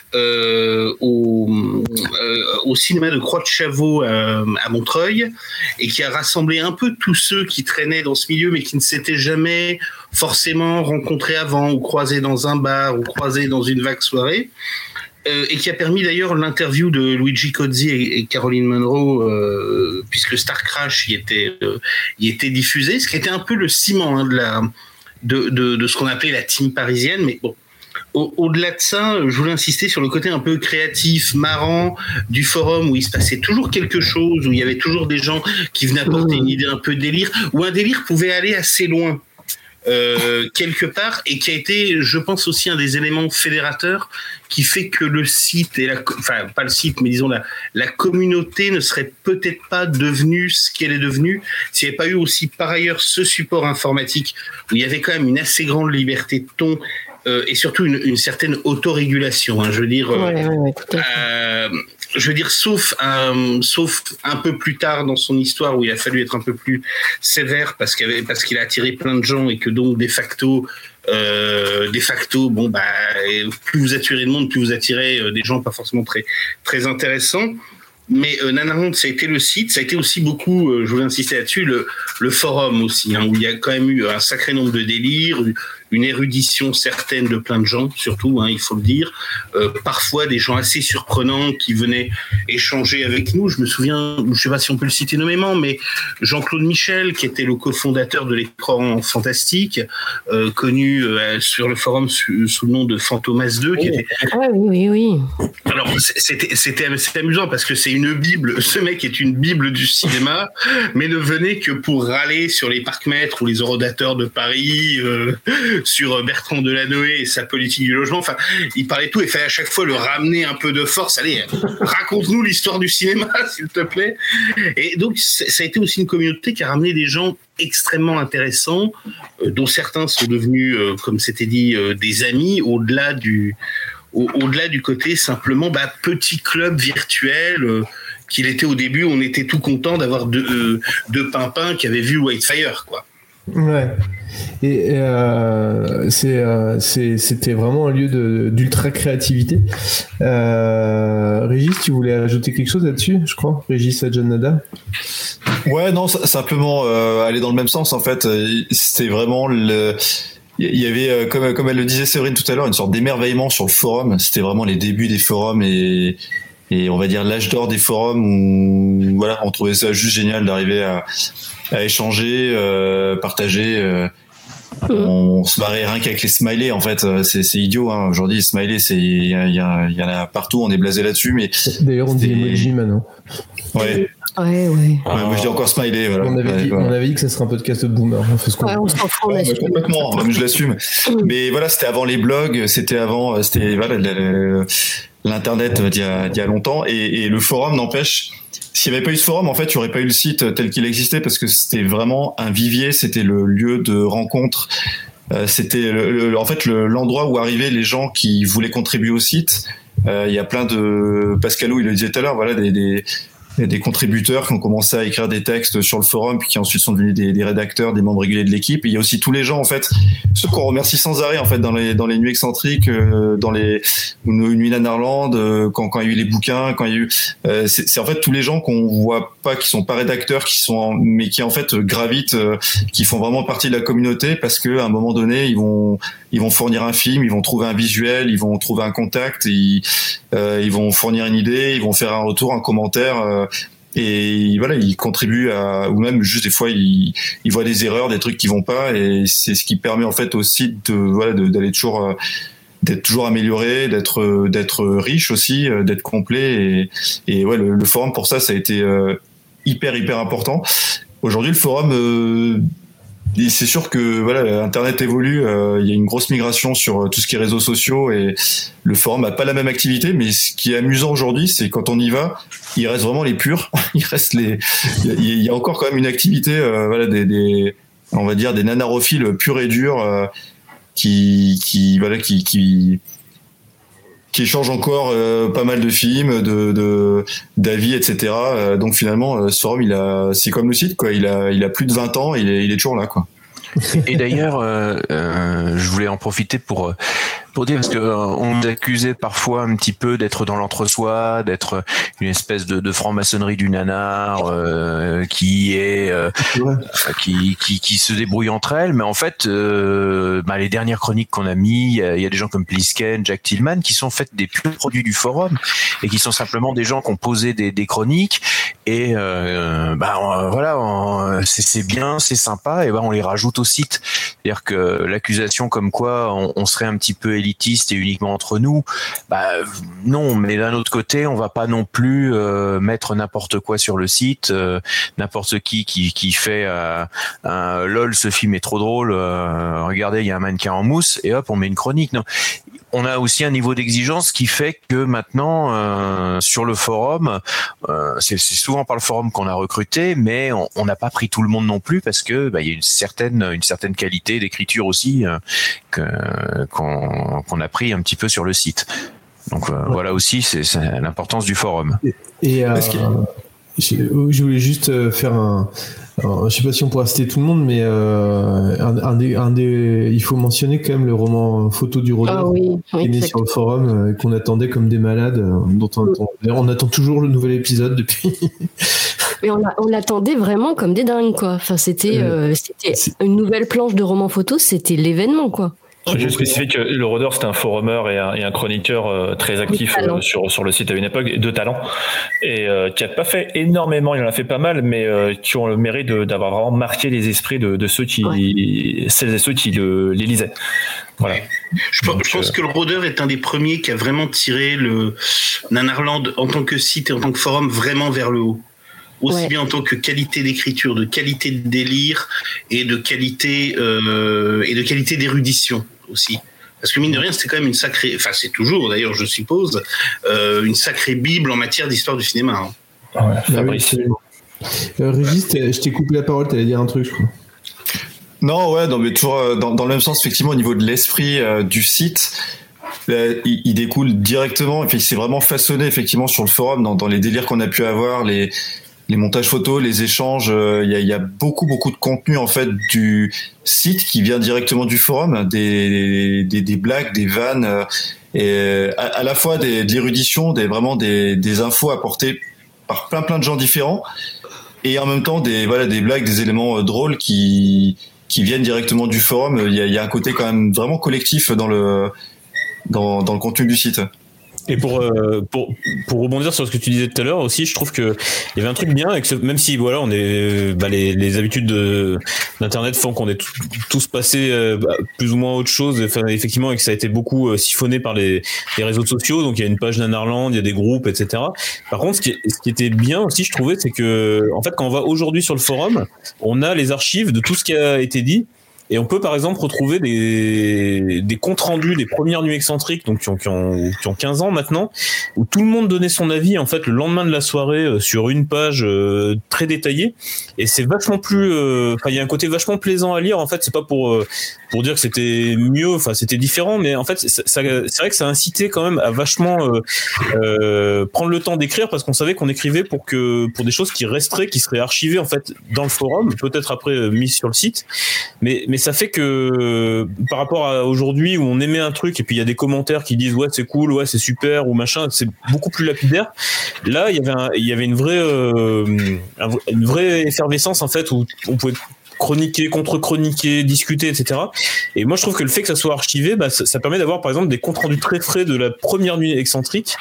euh, au, euh, au cinéma de Croix de Chavaux euh, à Montreuil, et qui a rassemblé un peu tous ceux qui traînaient dans ce milieu mais qui ne s'étaient jamais forcément rencontrés avant ou croisés dans un bar ou croisés dans une vague soirée. Euh, et qui a permis d'ailleurs l'interview de Luigi Cozzi et, et Caroline Munro, euh, puisque Star Crash y était, euh, y était diffusé, ce qui était un peu le ciment hein, de, la, de, de, de ce qu'on appelait la team parisienne. Mais bon, au, au-delà de ça, je voulais insister sur le côté un peu créatif, marrant du forum, où il se passait toujours quelque chose, où il y avait toujours des gens qui venaient apporter une idée un peu délire, où un délire pouvait aller assez loin. Euh, quelque part, et qui a été, je pense, aussi un des éléments fédérateurs qui fait que le site et la, enfin pas le site, mais disons la, la communauté ne serait peut-être pas devenue ce qu'elle est devenue s'il n'y avait pas eu aussi par ailleurs ce support informatique où il y avait quand même une assez grande liberté de ton euh, et surtout une, une certaine autorégulation. Hein, je veux dire, euh, ouais, ouais, ouais, euh, je veux dire, sauf un, sauf un peu plus tard dans son histoire où il a fallu être un peu plus sévère parce qu'il avait, parce qu'il a attiré plein de gens et que donc de facto, euh, de facto, bon bah, plus vous attirez de monde, plus vous attirez des gens pas forcément très très intéressants. Mais euh, Nanarland, ça a été le site, ça a été aussi beaucoup, euh, je voulais insister là-dessus, le, le forum aussi, hein, où il y a quand même eu un sacré nombre de délires, une érudition certaine de plein de gens, surtout, hein, il faut le dire. Euh, parfois des gens assez surprenants qui venaient échanger avec nous. Je me souviens, je ne sais pas si on peut le citer nommément, mais Jean-Claude Michel, qui était le cofondateur de l'écran fantastique, euh, connu euh, sur le forum sous, sous le nom de Fantomas deux, qui était... Ah oui, oui, oui. Alors, c'était, c'était assez amusant parce que c'est une bible. Ce mec est une bible du cinéma, mais ne venait que pour râler sur les parcs-mètres ou les orodateurs de Paris, euh, sur Bertrand Delanoë et sa politique du logement. Enfin, il parlait tout et fallait à chaque fois le ramener un peu de force. Allez, raconte-nous l'histoire du cinéma, s'il te plaît. Et donc, ça a été aussi une communauté qui a ramené des gens extrêmement intéressants, euh, dont certains sont devenus, euh, comme c'était dit, euh, des amis, au-delà du, au, au-delà du côté simplement bah, petit club virtuel euh, qu'il était au début. On était tout content d'avoir deux, euh, deux pimpins qui avaient vu Whitefire, quoi. Ouais. Et euh, c'est, euh, c'est, c'était vraiment un lieu de, d'ultra créativité. Euh, Régis, tu voulais ajouter quelque chose là-dessus, je crois. Régis Adjanada. Ouais, non, simplement euh, aller dans le même sens. En fait, c'était vraiment le. Il y avait, comme comme elle le disait Séverine tout à l'heure, une sorte d'émerveillement sur le forum. C'était vraiment les débuts des forums et et on va dire l'âge d'or des forums où voilà, on trouvait ça juste génial d'arriver à à échanger, euh, partager. Euh, mmh. On se marrait rien qu'avec les smileys, en fait. C'est, c'est idiot, hein. Aujourd'hui, les smileys, c'est, il y, y, y en a partout, on est blasé là-dessus, mais. D'ailleurs, on dit emoji maintenant. Ouais. Ouais, ouais. Ouais, moi, je dis encore smiley, voilà. On avait, ouais, dit, voilà. on avait dit que ça serait un podcast de boomer. On fait ce qu'on ouais, on s'en fout, on ouais, complètement, mais je l'assume. Mais voilà, c'était avant les blogs, c'était avant, c'était, voilà, l'internet d'il y a, d'il y a longtemps, et, et le forum n'empêche. S'il n'y avait pas eu ce forum, en fait, il n'y aurait pas eu le site tel qu'il existait parce que c'était vraiment un vivier, c'était le lieu de rencontre, euh, c'était le, le, en fait le, l'endroit où arrivaient les gens qui voulaient contribuer au site. Euh, il y a plein de Pascalou, il le disait tout à l'heure, voilà, des, des des contributeurs qui ont commencé à écrire des textes sur le forum puis qui ensuite sont devenus des, des rédacteurs, des membres réguliers de l'équipe. Et il y a aussi tous les gens en fait, ceux qu'on remercie sans arrêt en fait dans les dans les nuits excentriques, euh, dans les une nuit Nanarland, euh, quand quand il y a eu les bouquins, quand il y a eu euh, c'est, c'est en fait tous les gens qu'on voit pas, qui sont pas rédacteurs, qui sont en, mais qui en fait gravitent, euh, qui font vraiment partie de la communauté parce que à un moment donné ils vont ils vont fournir un film, ils vont trouver un visuel, ils vont trouver un contact, ils, euh, ils vont fournir une idée, ils vont faire un retour, un commentaire, euh, et voilà, ils contribuent à, ou même juste des fois ils, ils voient des erreurs, des trucs qui vont pas, et c'est ce qui permet en fait au site de, voilà, de, d'aller toujours, euh, d'être toujours amélioré, d'être, d'être riche aussi, euh, d'être complet, et, et ouais, le, le forum pour ça, ça a été euh, hyper hyper important. Aujourd'hui, le forum euh, et c'est sûr que voilà, Internet évolue, euh, il y a une grosse migration sur euh, tout ce qui est réseaux sociaux et le forum a pas la même activité, mais ce qui est amusant aujourd'hui, c'est quand on y va, il reste vraiment les purs, il reste les, il y, y a encore quand même une activité, euh, voilà, des, des, on va dire des nanarophiles purs et durs euh, qui, qui, voilà, qui, qui qui échange encore euh, pas mal de films, de, de d'avis, et cetera. Euh, donc finalement, ce forum, il a, c'est comme le site, quoi. Il a, il a plus de vingt ans, il est, il est toujours là, quoi. Et d'ailleurs, euh, euh, je voulais en profiter pour pour dire, parce que euh, on nous accusait parfois un petit peu d'être dans l'entre-soi, d'être une espèce de, de franc-maçonnerie du nanar euh, qui est euh, qui, qui qui se débrouille entre elles, mais en fait, euh, bah, les dernières chroniques qu'on a mis, il y a, y a des gens comme Plisken, Jack Tillman, qui sont faits des purs produits du forum et qui sont simplement des gens qui ont posé des, des chroniques et euh, bah on, voilà, on, c'est, c'est bien, c'est sympa, et ben bah, on les rajoute au site. C'est-à-dire que l'accusation comme quoi on, on serait un petit peu élitiste et uniquement entre nous, bah non, mais d'un autre côté, on va pas non plus euh, mettre n'importe quoi sur le site, euh, n'importe qui qui qui fait euh, un lol, ce film est trop drôle, euh, regardez, il y a un mannequin en mousse et hop, on met une chronique. Non. On a aussi un niveau d'exigence qui fait que maintenant euh, sur le forum, euh, c'est, c'est souvent par le forum qu'on a recruté, mais on n'a pas pris tout le monde non plus parce que bah, il y a une certaine une certaine qualité d'écriture aussi euh, que, qu'on qu'on a pris un petit peu sur le site. Donc euh, ouais. Voilà aussi, c'est, c'est l'importance du forum. Et, et euh, je, je voulais juste faire un. Alors, je sais pas si on pourra citer tout le monde, mais euh, un, un, des, un des, il faut mentionner quand même le roman Photo du rôdeur, ah oui, qui est né sur le forum, euh, qu'on attendait comme des malades, euh, dont on, on, on attend toujours le nouvel épisode depuis. Mais on, a, on l'attendait vraiment comme des dingues, quoi. Enfin, c'était, euh, c'était une nouvelle planche de roman photo, c'était l'événement, quoi. Je spécifie que le Rôdeur, c'était un forumeur et un, et un chroniqueur euh, très actif euh, sur, sur le site à une époque, de talent, et euh, qui a pas fait énormément, il en a fait pas mal, mais euh, qui ont le mérite de, d'avoir vraiment marqué les esprits de, de ceux qui, ouais. celles et ceux qui le, les lisaient. Voilà. Je, Donc, je pense euh... que le Rôdeur est un des premiers qui a vraiment tiré le Nanarland en tant que site et en tant que forum vraiment vers le haut. Aussi ouais. bien en tant que qualité d'écriture, de qualité de délire et de qualité euh, et de qualité d'érudition aussi. Parce que mine de rien, c'était quand même une sacrée, enfin c'est toujours d'ailleurs, je suppose, euh, une sacrée bible en matière d'histoire du cinéma. Hein. Ouais, Fabrice. Euh, Régis, je t'ai coupé la parole, t'allais dire un truc, je crois. Non, ouais, non, mais toujours dans, dans le même sens, effectivement, au niveau de l'esprit euh, du site. Là, il, il découle directement, et c'est vraiment façonné effectivement sur le forum, dans, dans les délires qu'on a pu avoir, les les montages photos, les échanges, il euh, y, a, y a beaucoup beaucoup de contenu en fait du site qui vient directement du forum, des des, des blagues, des vannes, euh, et à, à la fois des, de l'érudition, des vraiment des des infos apportées par plein plein de gens différents, et en même temps des voilà des blagues, des éléments euh, drôles qui qui viennent directement du forum. Il y a, y a un côté quand même vraiment collectif dans le dans dans le contenu du site. Et pour, euh, pour pour rebondir sur ce que tu disais tout à l'heure aussi, je trouve que il y avait un truc bien avec ce, même si voilà on est bah, les les habitudes de d'internet font qu'on est tout, tous passés euh, bah, plus ou moins à autre chose, enfin, effectivement, et que ça a été beaucoup euh, siphonné par les les réseaux sociaux. Donc il y a une page Nanarland, il y a des groupes, et cetera. Par contre, ce qui ce qui était bien aussi, je trouvais, c'est que en fait quand on va aujourd'hui sur le forum, on a les archives de tout ce qui a été dit. Et on peut par exemple retrouver des, des comptes rendus des premières nuits excentriques, donc qui ont, qui ont, qui ont quinze ans maintenant, où tout le monde donnait son avis en fait le lendemain de la soirée euh, sur une page euh, très détaillée. Et c'est vachement plus, enfin euh, il y a un côté vachement plaisant à lire. En fait, c'est pas pour euh, pour dire que c'était mieux, enfin c'était différent, mais en fait ça, ça, c'est vrai que ça a incité quand même à vachement euh, euh, prendre le temps d'écrire, parce qu'on savait qu'on écrivait pour que pour des choses qui resteraient, qui seraient archivées en fait dans le forum, peut-être après euh, mises sur le site, mais mais ça fait que par rapport à aujourd'hui où on aimait un truc et puis il y a des commentaires qui disent ouais c'est cool, ouais c'est super ou machin, c'est beaucoup plus lapidaire. Là il y avait un, il y avait une vraie euh, une vraie effervescence en fait, où on pouvait chroniquer, contre-chroniquer, discuter, et cetera. Et moi je trouve que le fait que ça soit archivé, bah, ça, ça permet d'avoir par exemple des comptes rendus très frais de la première nuit excentrique.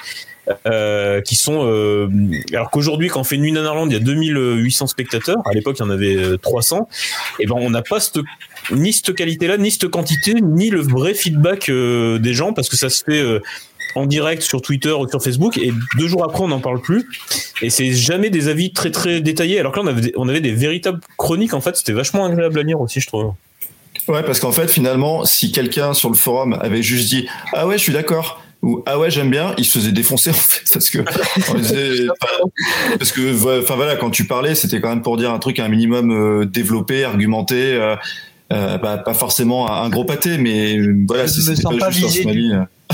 Euh, qui sont euh, alors qu'aujourd'hui quand on fait Nuit Nanarland il y a deux mille huit cents spectateurs, à l'époque il y en avait trois cents, et ben on n'a pas cette, ni cette qualité là ni cette quantité ni le vrai feedback euh, des gens, parce que ça se fait euh, en direct sur Twitter ou sur Facebook, et deux jours après on n'en parle plus, et c'est jamais des avis très très détaillés, alors que là on avait des, on avait des véritables chroniques. En fait c'était vachement agréable à lire aussi, je trouve. Ouais, parce qu'en fait finalement si quelqu'un sur le forum avait juste dit ah ouais je suis d'accord ou ah ouais j'aime bien, il se faisait défoncer en fait, parce que on disait, parce que enfin voilà, quand tu parlais c'était quand même pour dire un truc un minimum euh, développé, argumenté, euh, euh, bah, pas forcément un gros pâté, mais voilà, c'est, c'est pas, pas juste sur Smiley.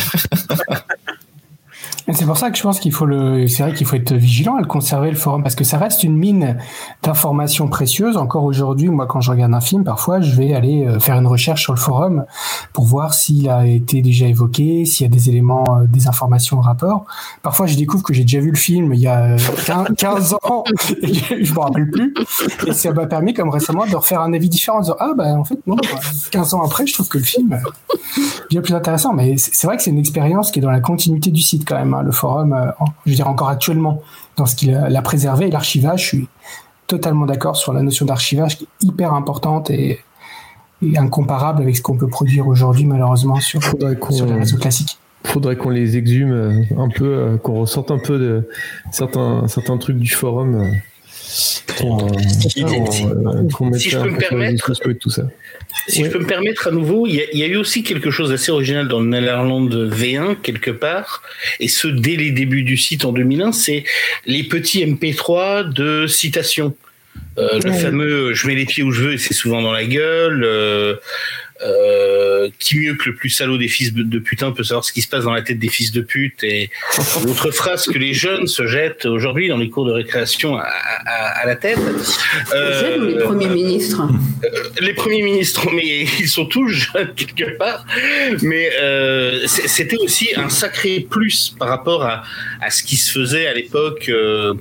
C'est pour ça que je pense qu'il faut le, c'est vrai qu'il faut être vigilant à le conserver, le forum, parce que ça reste une mine d'informations précieuses. Encore aujourd'hui, moi, quand je regarde un film, parfois, je vais aller faire une recherche sur le forum pour voir s'il a été déjà évoqué, s'il y a des éléments, des informations en rapport. Parfois, je découvre que j'ai déjà vu le film il y a quinze ans et je me rappelle plus. Et ça m'a permis, comme récemment, de refaire un avis différent en disant, ah, bah, en fait, non, quinze ans après, je trouve que le film est bien plus intéressant. Mais c'est vrai que c'est une expérience qui est dans la continuité du site, quand même. Le forum, euh, je veux dire encore actuellement, dans ce qu'il a, l'a préservé, et l'archivage, je suis totalement d'accord sur la notion d'archivage qui est hyper importante et, et incomparable avec ce qu'on peut produire aujourd'hui malheureusement sur, sur les réseaux classiques. Faudrait qu'on les exhume un peu, euh, qu'on ressorte un peu de certains, certains trucs du forum. Euh, pour, euh, si, euh, si, qu'on si je peux me permettre, tout ça. Si ouais. je peux me permettre à nouveau, il y, y a eu aussi quelque chose d'assez original dans le Nanarland V un quelque part, et ce dès les débuts du site en deux mille un, c'est les petits M P trois de citations. Euh, le ouais. fameux « je mets les pieds où je veux et c'est souvent dans la gueule euh, ». Euh, qui mieux que le plus salaud des fils de putain peut savoir ce qui se passe dans la tête des fils de pute, et l'autre phrase que les jeunes se jettent aujourd'hui dans les cours de récréation à, à, à la tête. Euh, ou les premiers ministres euh, Les premiers ministres, mais ils sont tous jeunes quelque part. Mais euh, c'était aussi un sacré plus par rapport à, à ce qui se faisait à l'époque. Euh,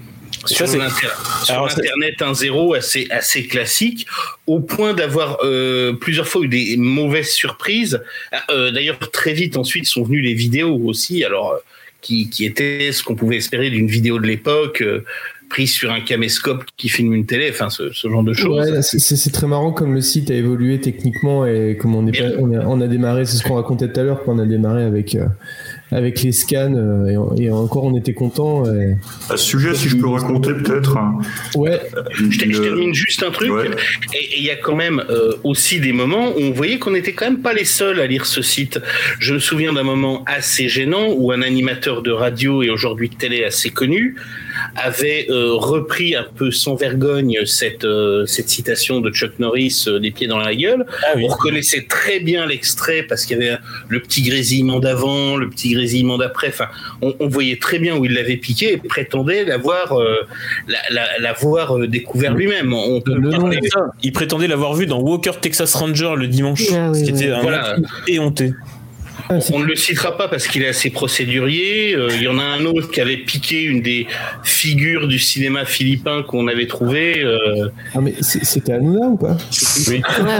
sur, ça, l'inter... sur Alors, l'internet un zéro assez assez classique, au point d'avoir euh, plusieurs fois eu des mauvaises surprises. Euh, d'ailleurs, très vite ensuite sont venues les vidéos aussi. Alors, qui qui étaient ce qu'on pouvait espérer d'une vidéo de l'époque. Euh, prise sur un caméscope qui filme une télé, enfin ce, ce genre de choses. Ouais, c'est, c'est très marrant comme le site a évolué techniquement et comme on, est pas, on, a, on a démarré, c'est ce qu'on racontait tout à l'heure, quand on a démarré avec euh, avec les scans euh, et, et encore on était content. Et... À ce sujet, si je peux raconter peut-être. Ouais. Je, je termine juste un truc. Ouais. Et il y a quand même euh, aussi des moments où on voyait qu'on n'était quand même pas les seuls à lire ce site. Je me souviens d'un moment assez gênant où un animateur de radio et aujourd'hui de télé assez connu avait euh, repris un peu sans vergogne cette euh, cette citation de Chuck Norris, euh, les pieds dans la gueule. Ah oui. On reconnaissait très bien l'extrait parce qu'il y avait le petit grésillement d'avant, le petit grésillement d'après. Enfin, on, on voyait très bien où il l'avait piqué et prétendait l'avoir euh, la, la, l'avoir euh, découvert lui-même. On peut le parler de ça. Il prétendait l'avoir vu dans Walker Texas Ranger le dimanche, ah oui, ce qui oui. était un voilà. éhonté. On ne le citera pas parce qu'il est assez procédurier. Il euh, y en a un autre qui avait piqué une des figures du cinéma philippin qu'on avait trouvé. Euh... Ah mais c'était Hanouna ou pas? Oui.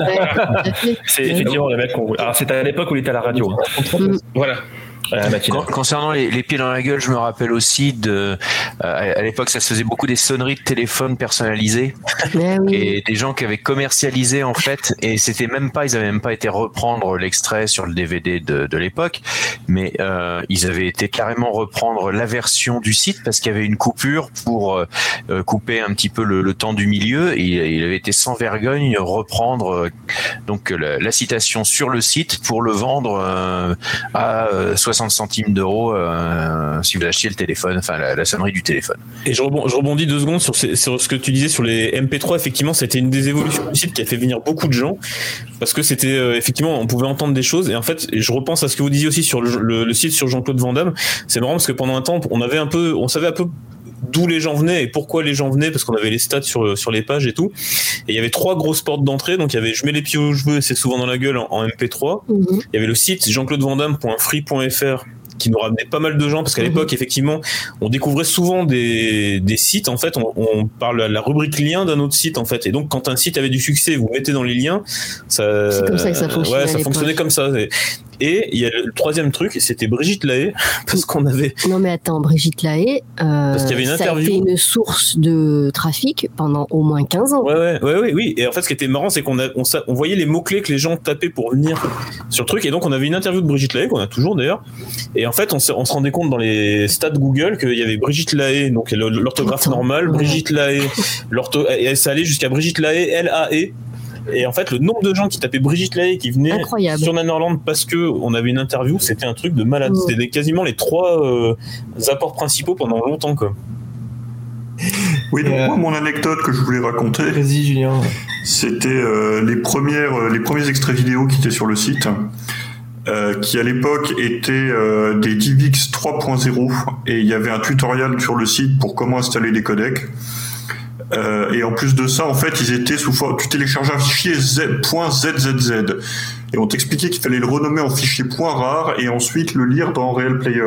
C'est effectivement le mec qu'on voulait. Alors c'était à l'époque où il était à la radio. Hein. Voilà. Con- concernant les, les pieds dans la gueule, je me rappelle aussi de euh, à l'époque ça se faisait beaucoup des sonneries de téléphone personnalisées oui. et des gens qui avaient commercialisé en fait, et c'était même pas, ils avaient même pas été reprendre l'extrait sur le D V D de, de l'époque, mais euh, ils avaient été carrément reprendre la version du site parce qu'il y avait une coupure pour euh, couper un petit peu le, le temps du milieu, et il, il avait été sans vergogne reprendre euh, donc la, la citation sur le site pour le vendre euh, à euh, soixante centimes d'euros euh, si vous achetiez le téléphone, enfin la, la sonnerie du téléphone. Et je rebondis, je rebondis deux secondes sur, ces, sur ce que tu disais sur les M P trois. Effectivement, c'était une des évolutions du site qui a fait venir beaucoup de gens parce que c'était euh, effectivement on pouvait entendre des choses, et en fait je repense à ce que vous disiez aussi sur le, le, le site sur Jean-Claude Van Damme. C'est marrant parce que pendant un temps on avait un peu, on savait un peu d'où les gens venaient et pourquoi les gens venaient, parce qu'on avait les stats sur sur les pages et tout, et il y avait trois grosses portes d'entrée. Donc il y avait je mets les pieds où je veux et c'est souvent dans la gueule en, en M P trois. Mmh. Il y avait le site jean claude van damme point free point f r qui nous ramenait pas mal de gens parce qu'à l'époque mmh. effectivement on découvrait souvent des des sites, en fait on, on parle à la rubrique lien d'un autre site en fait, et donc quand un site avait du succès vous mettez dans les liens, ça c'est comme ça que ça fonctionnait. Ouais, ça fonctionnait comme ça. Et, et il y a le troisième truc, c'était Brigitte Lahaye, parce qu'on avait. Non mais attends, Brigitte Lahaye, euh, parce qu'il y avait une interview. Ça a été une source de trafic pendant au moins quinze ans. Ouais, ouais, ouais, ouais, oui. Et en fait, ce qui était marrant, c'est qu'on a, on, on voyait les mots clés que les gens tapaient pour venir sur le truc, et donc on avait une interview de Brigitte Lahaye qu'on a toujours d'ailleurs. Et en fait, on, on se rendait compte dans les stats Google qu'il y avait Brigitte Lahaye, donc l'orthographe normale, ouais. Brigitte Lahaye, l'ortho, et ça allait jusqu'à Brigitte Lahaye, L A E. Et en fait, le nombre de gens qui tapaient Brigitte Lahaye qui venaient Incroyable. Sur Nanarland parce que on avait une interview, c'était un truc de malade. Mmh. C'était quasiment les trois euh, apports principaux pendant longtemps, quoi. Oui, donc euh... moi, mon anecdote que je voulais raconter, vas-y, Julien. C'était euh, les premières, euh, les premiers extraits vidéo qui étaient sur le site, euh, qui à l'époque étaient euh, des D V X trois point zéro, et il y avait un tutoriel sur le site pour comment installer les codecs. Euh, et en plus de ça, en fait, ils étaient sous forme. Tu téléchargeais un fichier .zzz et on t'expliquait qu'il fallait le renommer en fichier .rar et ensuite le lire dans Real Player.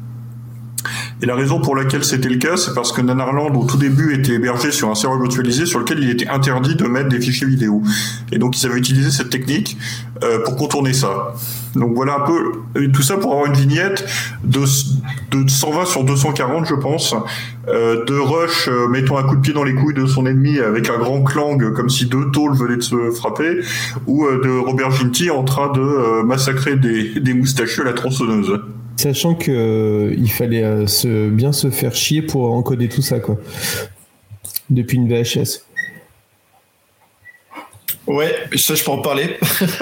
Et la raison pour laquelle c'était le cas, c'est parce que Nanarland, au tout début, était hébergé sur un serveur virtualisé sur lequel il était interdit de mettre des fichiers vidéo. Et donc, ils avaient utilisé cette technique euh, pour contourner ça. Donc voilà un peu tout ça pour avoir une vignette de, de cent vingt sur deux cent quarante, je pense, euh, de Rush euh, mettant un coup de pied dans les couilles de son ennemi avec un grand clang comme si deux tôles venaient de se frapper, ou euh, de Robert Ginty en train de euh, massacrer des, des moustachus à la tronçonneuse. Sachant que euh, il fallait euh, se, bien se faire chier pour encoder tout ça, quoi. Depuis une V H S. Ouais, ça je peux en parler.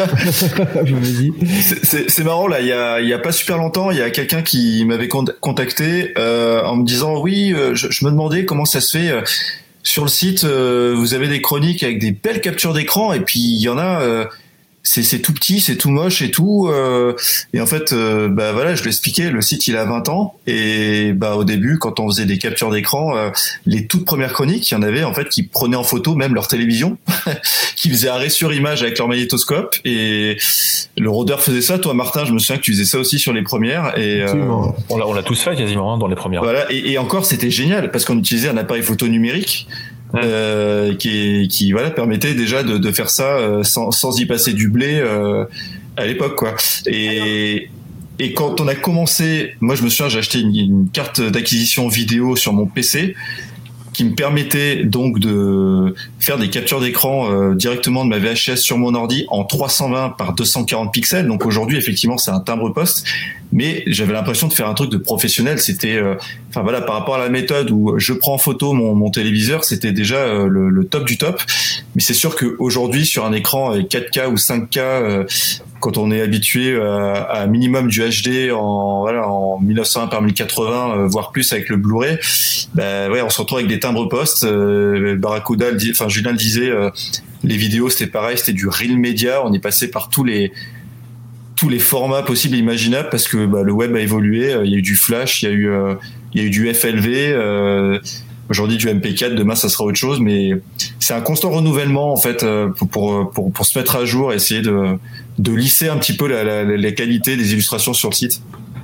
c'est, c'est, c'est marrant là, il y a, il y a pas super longtemps, il y a quelqu'un qui m'avait contacté euh, en me disant oui, euh, je, je me demandais comment ça se fait euh, sur le site. Euh, vous avez des chroniques avec des belles captures d'écran et puis il y en a. Euh, c'est c'est tout petit, c'est tout moche et tout. Euh, et en fait, euh, bah voilà, je lui expliquais, le site il a vingt ans et bah au début, quand on faisait des captures d'écran, euh, les toutes premières chroniques, il y en avait en fait qui prenaient en photo même leur télévision, qui faisaient arrêt sur image avec leur magnétoscope. Et le rôdeur faisait ça. Toi, Martin, je me souviens que tu faisais ça aussi sur les premières. Et euh, on l'a on l'a tous fait quasiment hein, dans les premières. Voilà. Et, et encore, c'était génial parce qu'on utilisait un appareil photo numérique. Euh, qui, qui voilà permettait déjà de, de faire ça euh, sans, sans y passer du blé euh, à l'époque quoi. Et et quand on a commencé, moi je me souviens, j'ai acheté une, une carte d'acquisition vidéo sur mon P C qui me permettait donc de faire des captures d'écran euh, directement de ma V H S sur mon ordi en trois cent vingt par deux cent quarante pixels. Donc aujourd'hui, effectivement, c'est un timbre-poste, mais j'avais l'impression de faire un truc de professionnel. C'était, euh, enfin voilà, par rapport à la méthode où je prends en photo mon, mon téléviseur, c'était déjà euh, le, le top du top. Mais c'est sûr qu'aujourd'hui, sur un écran quatre K ou cinq K, euh, quand on est habitué à, à un minimum du H D en voilà en mille neuf cent un par mille quatre-vingts, euh, voire plus avec le Blu-ray, bah ouais, on se retrouve avec des timbres postes. Euh, Barracuda, le dit, enfin Julien le disait, euh, les vidéos c'était pareil, c'était du real media. On est passé par tous les tous les formats possibles et imaginables parce que bah, le web a évolué. Il y a eu du flash, il y a eu euh, il y a eu du F L V. Euh, Aujourd'hui du M P quatre, demain ça sera autre chose, mais c'est un constant renouvellement en fait pour pour pour, pour se mettre à jour et essayer de de lisser un petit peu la, la, la qualité des illustrations sur le site.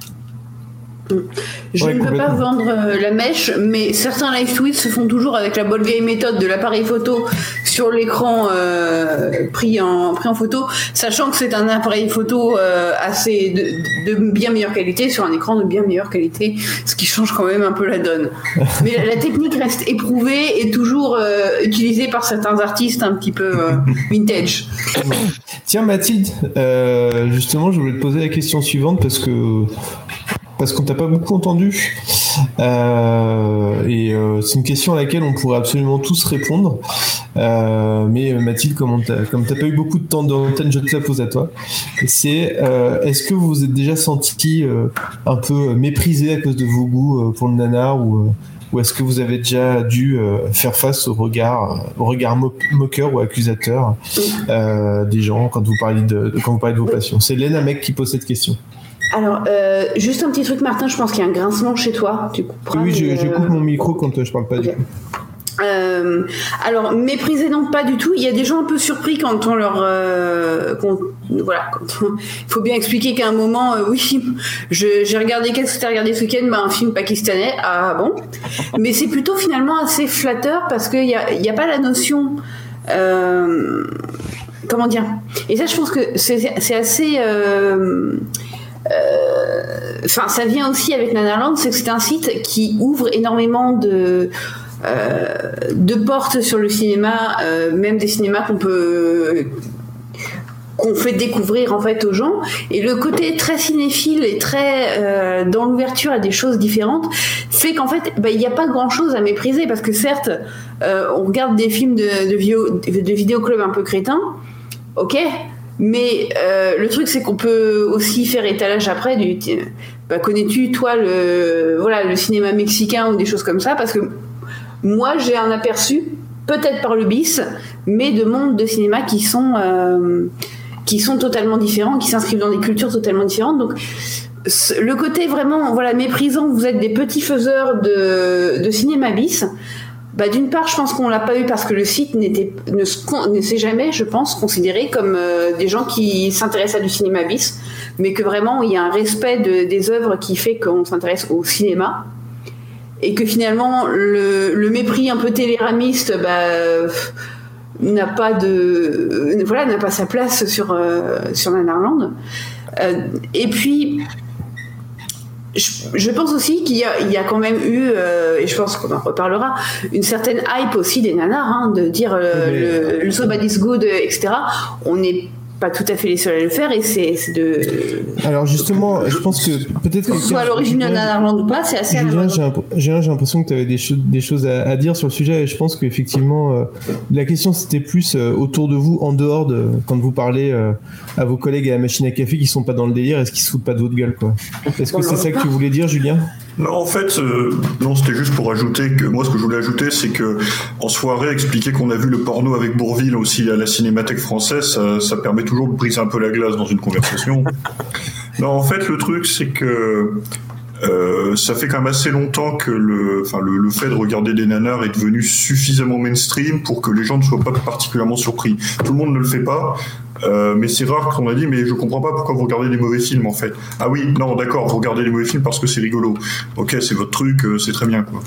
Je Ouais, ne veux pas vendre euh, la mèche, mais certains live tweets se font toujours avec la bonne vieille méthode de l'appareil photo sur l'écran euh, pris en pris en photo, sachant que c'est un appareil photo euh, assez de, de bien meilleure qualité sur un écran de bien meilleure qualité, ce qui change quand même un peu la donne. Mais la, la technique reste éprouvée et toujours euh, utilisée par certains artistes un petit peu euh, vintage. Tiens Mathilde, euh, justement, je voulais te poser la question suivante parce que parce qu'on t'a pas beaucoup entendu euh, et euh, c'est une question à laquelle on pourrait absolument tous répondre. Euh, mais Mathilde, comme t'as, comme t'as pas eu beaucoup de temps d'antenne, je te la pose à toi. C'est euh, est-ce que vous vous êtes déjà senti euh, un peu méprisé à cause de vos goûts euh, pour le nanar ou euh, ou est-ce que vous avez déjà dû euh, faire face au regard, au regard mo- moqueur ou accusateur euh, des gens quand vous parlez de, de quand vous parlez de vos passions? C'est Léna Mec qui pose cette question. Alors, euh, juste un petit truc, Martin, je pense qu'il y a un grincement chez toi. Tu couperas. Oui, je, mais, je coupe euh... mon micro quand euh, je parle pas okay. du coup. Euh, alors méprisé donc pas du tout. Il y a des gens un peu surpris quand on leur euh, quand, voilà quand on, il faut bien expliquer qu'à un moment euh, oui je, j'ai regardé qu'est-ce que t'as regardé ce week-end, bah, un film pakistanais. Ah bon, mais c'est plutôt finalement assez flatteur parce qu'il y a, il y a pas la notion euh, comment dire, et ça je pense que c'est, c'est assez euh, enfin euh, ça vient aussi avec Nanarland, c'est que c'est un site qui ouvre énormément de Euh, de portes sur le cinéma, euh, même des cinémas qu'on peut qu'on fait découvrir en fait aux gens, et le côté très cinéphile et très euh, dans l'ouverture à des choses différentes fait qu'en fait bah, il n'y a pas grand chose à mépriser parce que certes euh, on regarde des films de, de, vidéo, de vidéoclub un peu crétins, ok, mais euh, le truc c'est qu'on peut aussi faire étalage après du bah, connais-tu toi le voilà le cinéma mexicain ou des choses comme ça, parce que moi, j'ai un aperçu, peut-être par le bis, mais de mondes de cinéma qui sont, euh, qui sont totalement différents, qui s'inscrivent dans des cultures totalement différentes. Donc, le côté vraiment voilà, méprisant, vous êtes des petits faiseurs de, de cinéma bis, bah, d'une part, je pense qu'on l'a pas eu parce que le site n'était, ne, ne s'est jamais, je pense, considéré comme euh, des gens qui s'intéressent à du cinéma bis, mais que vraiment, il y a un respect de, des œuvres qui fait qu'on s'intéresse au cinéma. Et que finalement le, le mépris un peu téléramiste bah, n'a pas de voilà n'a pas sa place sur euh, sur Nanarland. Euh, et puis je, je pense aussi qu'il y a il y a quand même eu euh, et je pense qu'on en reparlera, une certaine hype aussi des nanars, hein, de dire euh, mais... le, le So Bad Is Good, et cetera. On n'est pas tout à fait les seuls à le faire, et c'est, c'est de. Alors justement, je pense que peut-être que. Que ce soit à l'origine de Nanarland ou pas, c'est assez. Julien, j'ai, imp- j'ai, j'ai l'impression que tu avais des, cho- des choses à, à dire sur le sujet, et je pense qu'effectivement, euh, la question c'était plus euh, autour de vous, en dehors de. Quand vous parlez euh, à vos collègues à la machine à café qui sont pas dans le délire, est-ce qu'ils se foutent pas de votre gueule, quoi? Est-ce que c'est ça que tu voulais dire, Julien? Non, en fait, euh, non, c'était juste pour ajouter que moi, ce que je voulais ajouter, c'est que en soirée, expliquer qu'on a vu le porno avec Bourvil aussi à la Cinémathèque française, ça, ça permet toujours de briser un peu la glace dans une conversation. Non, en fait, le truc, c'est que euh, ça fait quand même assez longtemps que le, enfin, le, le fait de regarder des nanars est devenu suffisamment mainstream pour que les gens ne soient pas particulièrement surpris. Tout le monde ne le fait pas. Euh, mais c'est rare qu'on a dit mais je comprends pas pourquoi vous regardez des mauvais films en fait. Ah oui, non d'accord, vous regardez des mauvais films parce que c'est rigolo. Ok, c'est votre truc, euh, c'est très bien quoi.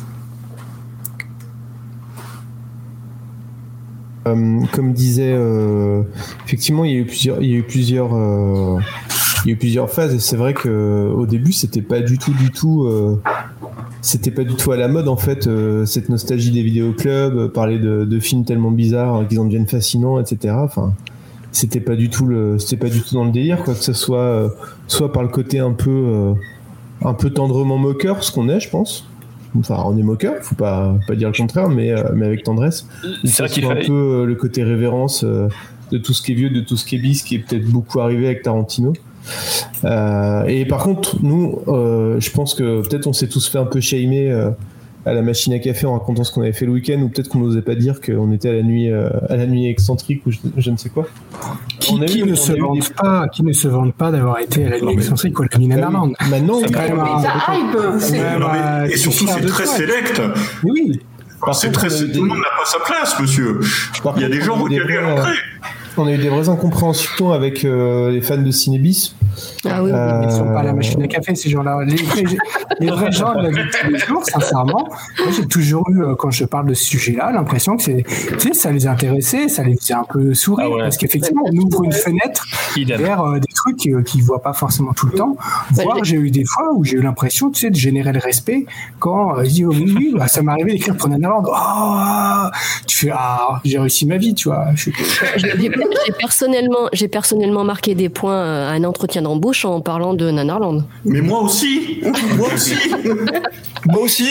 Euh, comme disait, euh, effectivement, il y a eu plusieurs, il y a eu plusieurs, euh, il y a eu plusieurs phases et c'est vrai que au début c'était pas du tout, du tout, euh, c'était pas du tout à la mode en fait euh, cette nostalgie des vidéoclubs, euh, parler de, de films tellement bizarres euh, qu'ils en deviennent fascinants, et cetera. Enfin. C'était pas du tout le, c'était pas du tout dans le délire, quoi que ce soit, euh, soit par le côté un peu, euh, un peu tendrement moqueur, ce qu'on est, je pense. Enfin, on est moqueur, faut pas, pas dire le contraire, mais, euh, mais avec tendresse. C'est vrai qu'il fallait un peu euh, le côté révérence euh, de tout ce qui est vieux, de tout ce qui est bis, qui est peut-être beaucoup arrivé avec Tarantino. Euh, et par contre, nous, euh, je pense que peut-être on s'est tous fait un peu shamer. Euh, à la machine à café en racontant ce qu'on avait fait le week-end, ou peut-être qu'on n'osait pas dire qu'on était à la nuit euh, à la nuit excentrique ou je, je ne sais quoi. Qui, qui, eu, ne se vendent pas, qui ne se vendent pas d'avoir été à la nuit excentrique ou à la nuit nanarland. Maintenant, c'est quand même un... ça hype. C'est non, mais, et surtout, c'est très sélect. Oui. Enfin, c'est très, tout le monde n'a pas sa place, monsieur. Il y a des gens où il y a rien à l'entrée. On a eu des vraies incompréhensions avec euh, les fans de Cinébis. Ah oui, euh... ils ne sont pas à la machine à café, ces gens-là. Les vrais, les vrais gens de la vie de tous les jours, sincèrement, moi j'ai toujours eu, quand je parle de ce sujet-là, l'impression que c'est, tu sais, ça les intéressait, ça les faisait un peu sourire, ah ouais. Parce qu'effectivement, on ouvre une fenêtre vers euh, des trucs euh, qu'ils ne voient pas forcément tout le temps. Voire, j'ai eu des fois où j'ai eu l'impression, tu sais, de générer le respect quand euh, je dis, oh, oui, oui, bah, ça m'est arrivé d'écrire pour Nanarland. Oh, tu fais, ah, j'ai réussi ma vie, tu vois. Je suis... J'ai personnellement, j'ai personnellement marqué des points à un entretien d'embauche en parlant de Nanarland. Mais moi aussi, moi aussi, moi aussi.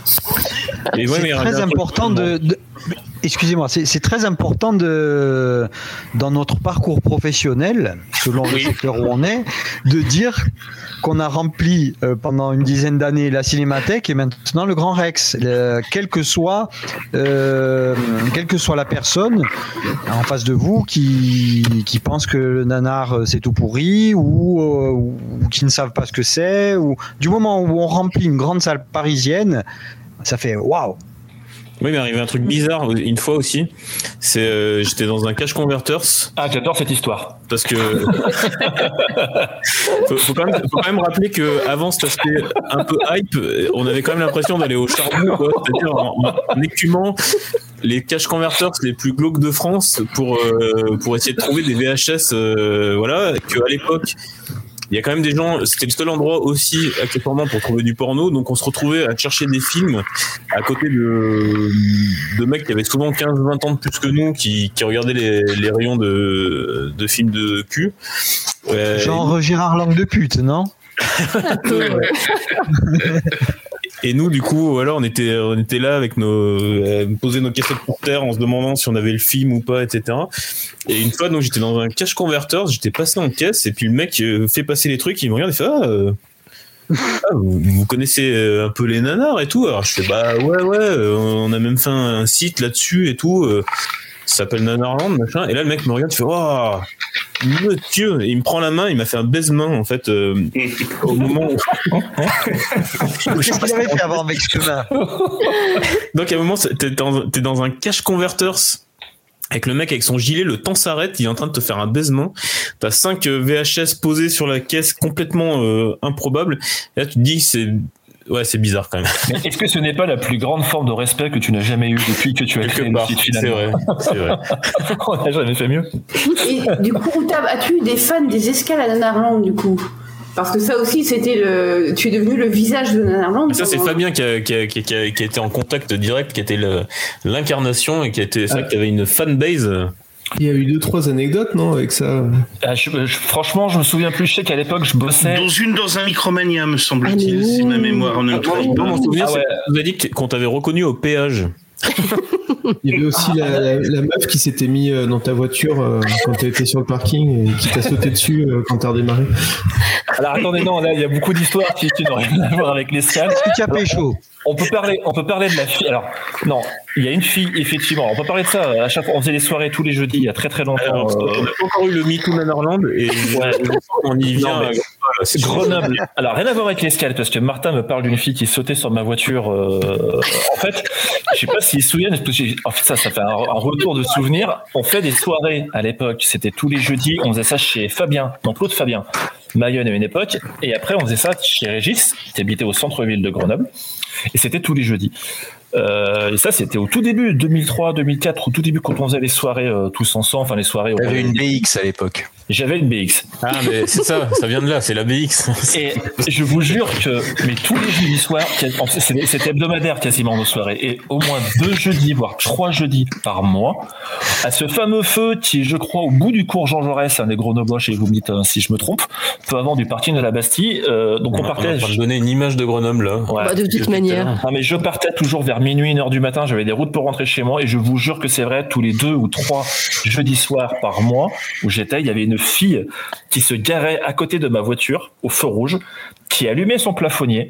Et ouais, c'est très important de, de... Excusez-moi, c'est, c'est très important de, dans notre parcours professionnel, selon le secteur où on est, de dire qu'on a rempli euh, pendant une dizaine d'années la Cinémathèque et maintenant le Grand Rex. Le, quelle que soit, euh, quelle que soit la personne en face de vous qui, qui pense que le nanar c'est tout pourri ou, euh, ou qui ne savent pas ce que c'est, ou du moment où on remplit une grande salle parisienne, ça fait waouh. Oui, mais arrivé un truc bizarre une fois aussi. C'est, euh, j'étais dans un cash converters. Ah, j'adore cette histoire. Parce que faut, faut, quand même, faut quand même rappeler que avant cet aspect un peu hype, on avait quand même l'impression d'aller au charbon, quoi. C'est-à-dire en, en écumant les cash converters les plus glauques de France pour euh, pour essayer de trouver des V H S, euh, voilà, que à l'époque. Il y a quand même des gens, c'était le seul endroit aussi accessoirement pour trouver du porno, donc on se retrouvait à chercher des films à côté de, de mecs qui avaient souvent quinze vingt ans de plus que nous, qui, qui regardaient les, les rayons de, de films de cul. Ouais. Genre Gérard Langue de pute, non? Et nous, du coup, voilà, on était, on était là avec nos, euh, poser nos cassettes pour terre en se demandant si on avait le film ou pas, et cetera. Et une fois, donc, j'étais dans un cash converter, j'étais passé en caisse, et puis le mec euh, fait passer les trucs, il me regarde, il fait ah, euh, ah vous, vous connaissez un peu les nanars et tout. Alors je fais bah ouais ouais, euh, on a même fait un, un site là-dessus et tout. Euh, ça s'appelle Nanarland, machin. Et là, le mec me regarde, il fait oh, monsieur, et il me prend la main, il m'a fait un baise-main en fait euh, au moment où. Qu'est-ce qu'il avait fait avant avec ce main? Donc à un moment, t'es dans, t'es dans un cash converters avec le mec avec son gilet, le temps s'arrête, il est en train de te faire un baisement. T'as cinq V H S posés sur la caisse, complètement euh, improbable. Et là, tu te dis que c'est ouais, c'est bizarre quand même. Mais est-ce que ce n'est pas la plus grande forme de respect que tu n'as jamais eu depuis que tu as créé le site finalement? C'est vrai, c'est vrai. On n'a jamais fait mieux. Et du coup, Routab, as-tu eu des fans des escales à Nanarland du coup? Parce que ça aussi, c'était le. Tu es devenu le visage de Nanarland. Ça, c'est Fabien qui a, qui, a, qui, a, qui a été en contact direct, qui était le, l'incarnation et qui a été. C'est vrai qu'il y avait une fanbase. Il y a eu deux trois anecdotes, non, avec ça. Ah, je, je, franchement, je me souviens plus. Je sais qu'à l'époque, je bossais. Dans une dans un Micromania, me semble-t-il, si ma mémoire ne me trompe pas. Mon souvenir, c'est qu'on nous a dit qu'on t'avait reconnu au péage. Il y avait aussi la, la, la meuf qui s'était mis dans ta voiture euh, quand tu étais sur le parking et qui t'a sauté dessus euh, quand t'as redémarré. Alors attendez, non, là il y a beaucoup d'histoires qui, qui n'ont rien à voir avec l'escale. Est-ce que tu as pécho ? On peut parler, on peut parler de la fille. Alors non, il y a une fille effectivement. On peut parler de ça. À chaque fois, on faisait des soirées tous les jeudis, il y a très très longtemps. Alors, euh, on n'a pas encore eu le MeToo Nanarland et ouais, on y vient. Non, mais, Grenoble. Alors rien à voir avec l'escale parce que Martin me parle d'une fille qui sautait sur ma voiture. Euh, en fait, je sais pas s'ils se souviennent. Parce que en fait, ça, ça fait un, un retour de souvenir. On fait des soirées à l'époque. C'était tous les jeudis. On faisait ça chez Fabien, donc Claude Fabien. Mayonne à une époque, et après on faisait ça chez Régis, qui habitait au centre-ville de Grenoble, et c'était tous les jeudis. Euh, et ça, c'était au tout début, deux mille trois, deux mille quatre, au tout début, quand on faisait les soirées euh, tous ensemble, enfin les soirées. J'avais une B X à l'époque. J'avais une B X. Ah, mais c'est ça, ça vient de là, c'est la B X. Et je vous jure que, mais tous les jeudis soirs, c'était hebdomadaire quasiment nos soirées, et au moins deux jeudis, voire trois jeudis par mois, à ce fameux feu qui, je crois, au bout du cours Jean Jaurès, un des Grenoblois, et vous me dites si je me trompe, peu avant du parking de la Bastille. Euh, donc on, on partait. On va donner une image de Grenoble là. Ouais, bah, de toute manière. Ah, mais je partais toujours vers minuit, une heure du matin. J'avais des routes pour rentrer chez moi, et je vous jure que c'est vrai. Tous les deux ou trois jeudis soirs par mois où j'étais, il y avait une fille qui se garait à côté de ma voiture au feu rouge, qui allumait son plafonnier.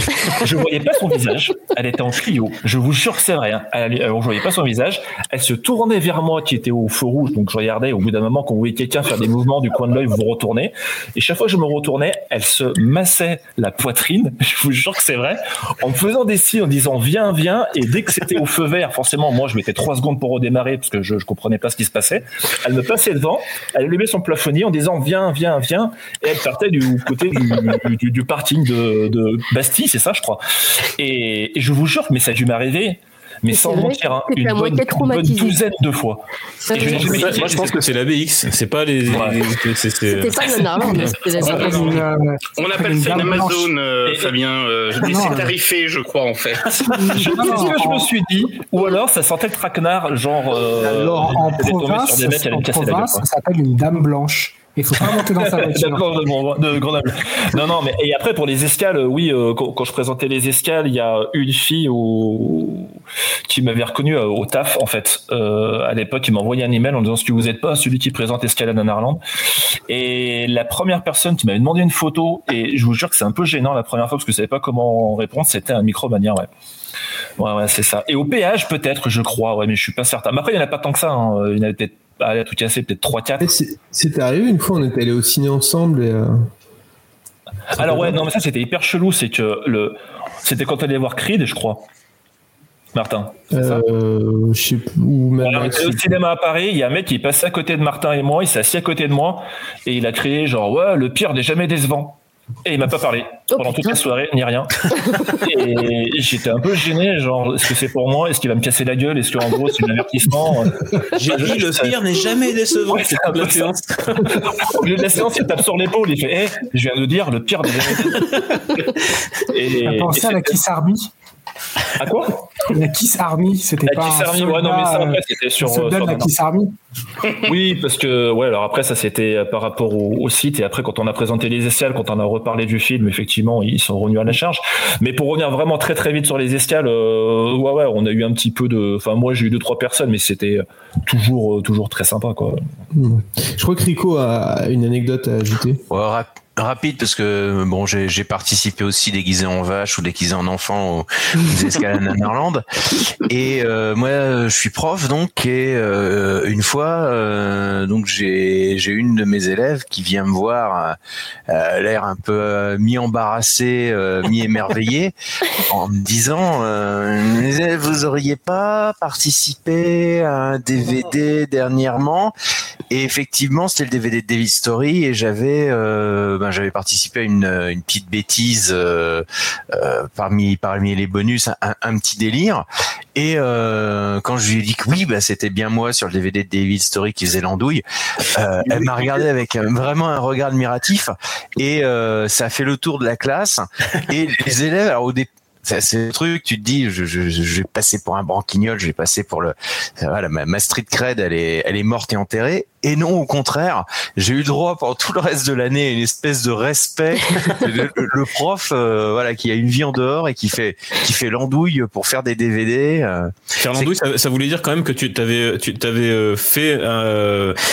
Je voyais pas son visage, elle était en Clio, je vous jure que c'est vrai, hein. Elle, alors, je voyais pas son visage, elle se tournait vers moi qui était au feu rouge, donc je regardais, au bout d'un moment quand vous voyez quelqu'un faire des mouvements du coin de l'œil, vous vous retournez, et chaque fois que je me retournais, elle se massait la poitrine, je vous jure que c'est vrai, en me faisant des signes, en disant viens, viens, et dès que c'était au feu vert, forcément moi je mettais trois secondes pour redémarrer parce que je, je comprenais pas ce qui se passait, elle me passait devant, elle allumait son plafonnier en disant viens, viens, viens, et elle partait du côté du, du, du parking de, de Bastille, c'est ça je crois, et, et je vous jure mais ça a dû m'arriver mais sans mentir hein, une, bonne, une bonne douzaine de fois. Et je, je, moi, moi je pense que c'est la B X, c'est pas les, ouais. les c'est, c'est... c'était pas le Nanarland, c'était la B X. On appelle ça une Amazon, euh, Fabien, euh, c'est tarifé je crois en fait. Je sais ce que je me suis dit, ou alors ça sentait le traquenard genre euh, alors en province, sur des mecs, en province ça s'appelle une dame blanche. Il faut pas monter dans sa voiture. de, de Grenoble. Non, non, mais et après pour les escales, oui, euh, quand, quand je présentais les escales, il y a une fille au... qui m'avait reconnu euh, au taf en fait. Euh, à l'époque, il m'a envoyé un email en disant est-ce que vous êtes pas celui qui présente Escalade Nanarland. Et la première personne qui m'avait demandé une photo, et je vous jure que c'est un peu gênant la première fois parce que je savais pas comment répondre, c'était un Micromania, ouais. Ouais, ouais, c'est ça. Et au péage peut-être, je crois, ouais, mais je suis pas certain. Mais après, il y en a pas tant que ça. Hein. Il y en avait peut-être allez, à tout casser, peut-être trois quatre. C'est, c'est arrivé une fois, on était allé au ciné ensemble et. Euh... Alors ouais, non mais ça c'était hyper chelou, c'est que le, c'était quand on allait voir Creed, je crois. Martin. C'est ça euh, je sais plus où même. Alors, au cinéma à Paris, il y a un mec qui est passé à côté de Martin et moi, il s'est assis à côté de moi et il a crié genre ouais le pire n'est jamais décevant. Et il m'a pas parlé oh, pendant toute la soirée, ni rien. Et j'étais un peu gêné, genre, est-ce que c'est pour moi? Est-ce qu'il va me casser la gueule? Est-ce qu'en gros, c'est un avertissement? J'ai dit, le pire n'est jamais décevant. Ouais, c'est un peu ça. Au lieu de la séance, il tape sur l'épaule, il fait, hé, hey, je viens de dire, le pire n'est jamais décevant. Et t'as pensé à la Kiss Army? À quoi? La Kiss Army, c'était la pas Kiss un Army, soldat, ouais, non, mais ça, après, c'était sur, sur la Kiss Army. Oui, parce que, ouais, alors après, ça, c'était par rapport au, au site, et après, quand on a présenté les escales, quand on a reparlé du film, effectivement, ils sont revenus à la charge. Mais pour revenir vraiment très, très vite sur les escales, euh, ouais, ouais, on a eu un petit peu de, enfin, moi, j'ai eu deux, trois personnes, mais c'était toujours, toujours très sympa, quoi. Je crois que Rico a une anecdote à ajouter. Ouais, rap- rapide, parce que bon, j'ai, j'ai participé aussi déguisé en vache ou déguisé en enfant aux, aux escalades Nanarland. Et euh, moi, je suis prof, donc, et euh, une fois, euh, donc j'ai j'ai une de mes élèves qui vient me voir, euh, l'air un peu euh, mi-embarrassé, euh, mi-émerveillé, en me disant, euh, vous auriez pas participé à un D V D dernièrement? Et effectivement, c'était le D V D de Devil Story, et j'avais euh, ben, j'avais participé à une, une petite bêtise euh, euh, parmi parmi les bonus, un, un petit délire. Et euh, quand je lui ai dit que oui, bah c'était bien moi sur le D V D de Devil Story qui faisait l'andouille, euh, elle m'a regardé avec vraiment un regard admiratif, et euh, ça a fait le tour de la classe. Et les élèves, alors au départ, c'est, c'est le truc, tu te dis, je, je, je vais passer pour un branquignol, je vais passer pour le, voilà, ma, ma street cred, elle est, elle est morte et enterrée. Et non, au contraire, j'ai eu droit pendant tout le reste de l'année à une espèce de respect. le, le prof, euh, voilà, qui a une vie en dehors et qui fait, qui fait l'andouille pour faire des D V D. Euh, faire l'andouille, ça, ça voulait dire quand même que tu t'avais, tu t'avais fait, euh,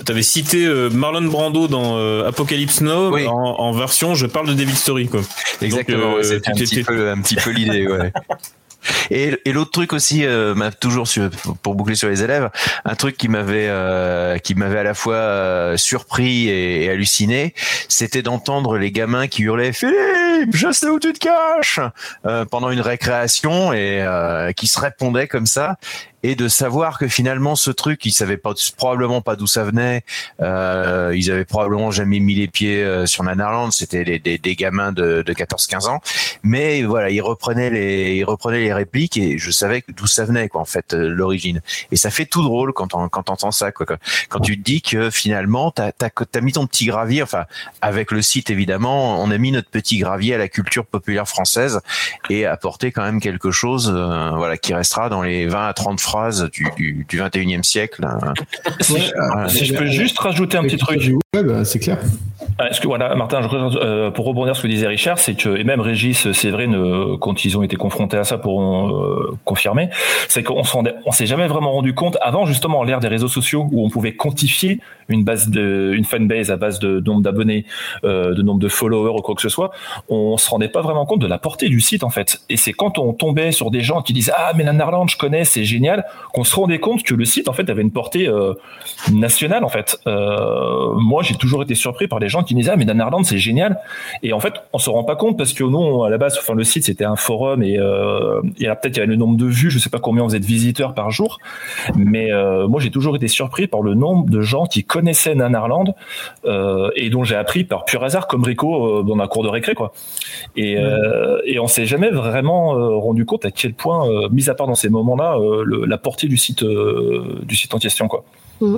t'avais cité euh, Marlon Brando dans euh, Apocalypse Now oui. en, en version je parle de Devil Story quoi. Exactement, Donc, euh, c'était un petit peu un petit peu l'idée ouais. Et, et l'autre truc aussi, euh, m'a toujours sur, pour boucler sur les élèves, un truc qui m'avait euh, qui m'avait à la fois euh, surpris et, et halluciné, c'était d'entendre les gamins qui hurlaient Philippe, je sais où tu te caches euh, pendant une récréation et euh, qui se répondaient comme ça. Et de savoir que finalement ce truc, ils savaient pas, probablement pas d'où ça venait. Euh, ils avaient probablement jamais mis les pieds euh, sur Nanarland. C'était des, des, des gamins de, de quatorze quinze ans. Mais voilà, ils reprenaient les, ils reprenaient les répliques et je savais d'où ça venait quoi en fait euh, l'origine. Et ça fait tout drôle quand on quand t'entends ça quoi. Quand tu te dis que finalement t'as t'as t'as mis ton petit gravier. Enfin avec le site évidemment, on a mis notre petit gravier à la culture populaire française et apporté quand même quelque chose euh, voilà qui restera dans les vingt à trente phrases Du, du, du vingt et unième siècle. Si, ouais, euh, si je peux juste rajouter un petit truc. Ouais, bah, c'est clair. Est-ce que voilà, Martin, je, euh, pour rebondir sur ce que disait Richard, c'est que et même Régis, Séverine, euh, quand ils ont été confrontés à ça, pourront euh, confirmer, c'est qu'on s'en, on s'est jamais vraiment rendu compte avant justement l'ère des réseaux sociaux où on pouvait quantifier une base de, une fanbase à base de nombre d'abonnés, euh, de nombre de followers ou quoi que ce soit, on se rendait pas vraiment compte de la portée du site en fait. Et c'est quand on tombait sur des gens qui disaient ah mais Nanarland je connais, c'est génial, qu'on se rendait compte que le site en fait avait une portée euh, nationale en fait. Euh, moi j'ai toujours été surpris par les gens qui me disaient ah mais Nanarland c'est génial. Et en fait on se rend pas compte parce que nous à la base, enfin le site c'était un forum et euh, il y a peut-être il y avait le nombre de vues, je sais pas combien on faisait de visiteurs par jour, mais euh, moi j'ai toujours été surpris par le nombre de gens qui connaissaient Nanarland euh, et dont j'ai appris par pur hasard comme Rico euh, dans la cour de récré quoi. Et, euh, et on s'est jamais vraiment euh, rendu compte à quel point, euh, mis à part dans ces moments-là, euh, le, la portée du site euh, du site en question quoi.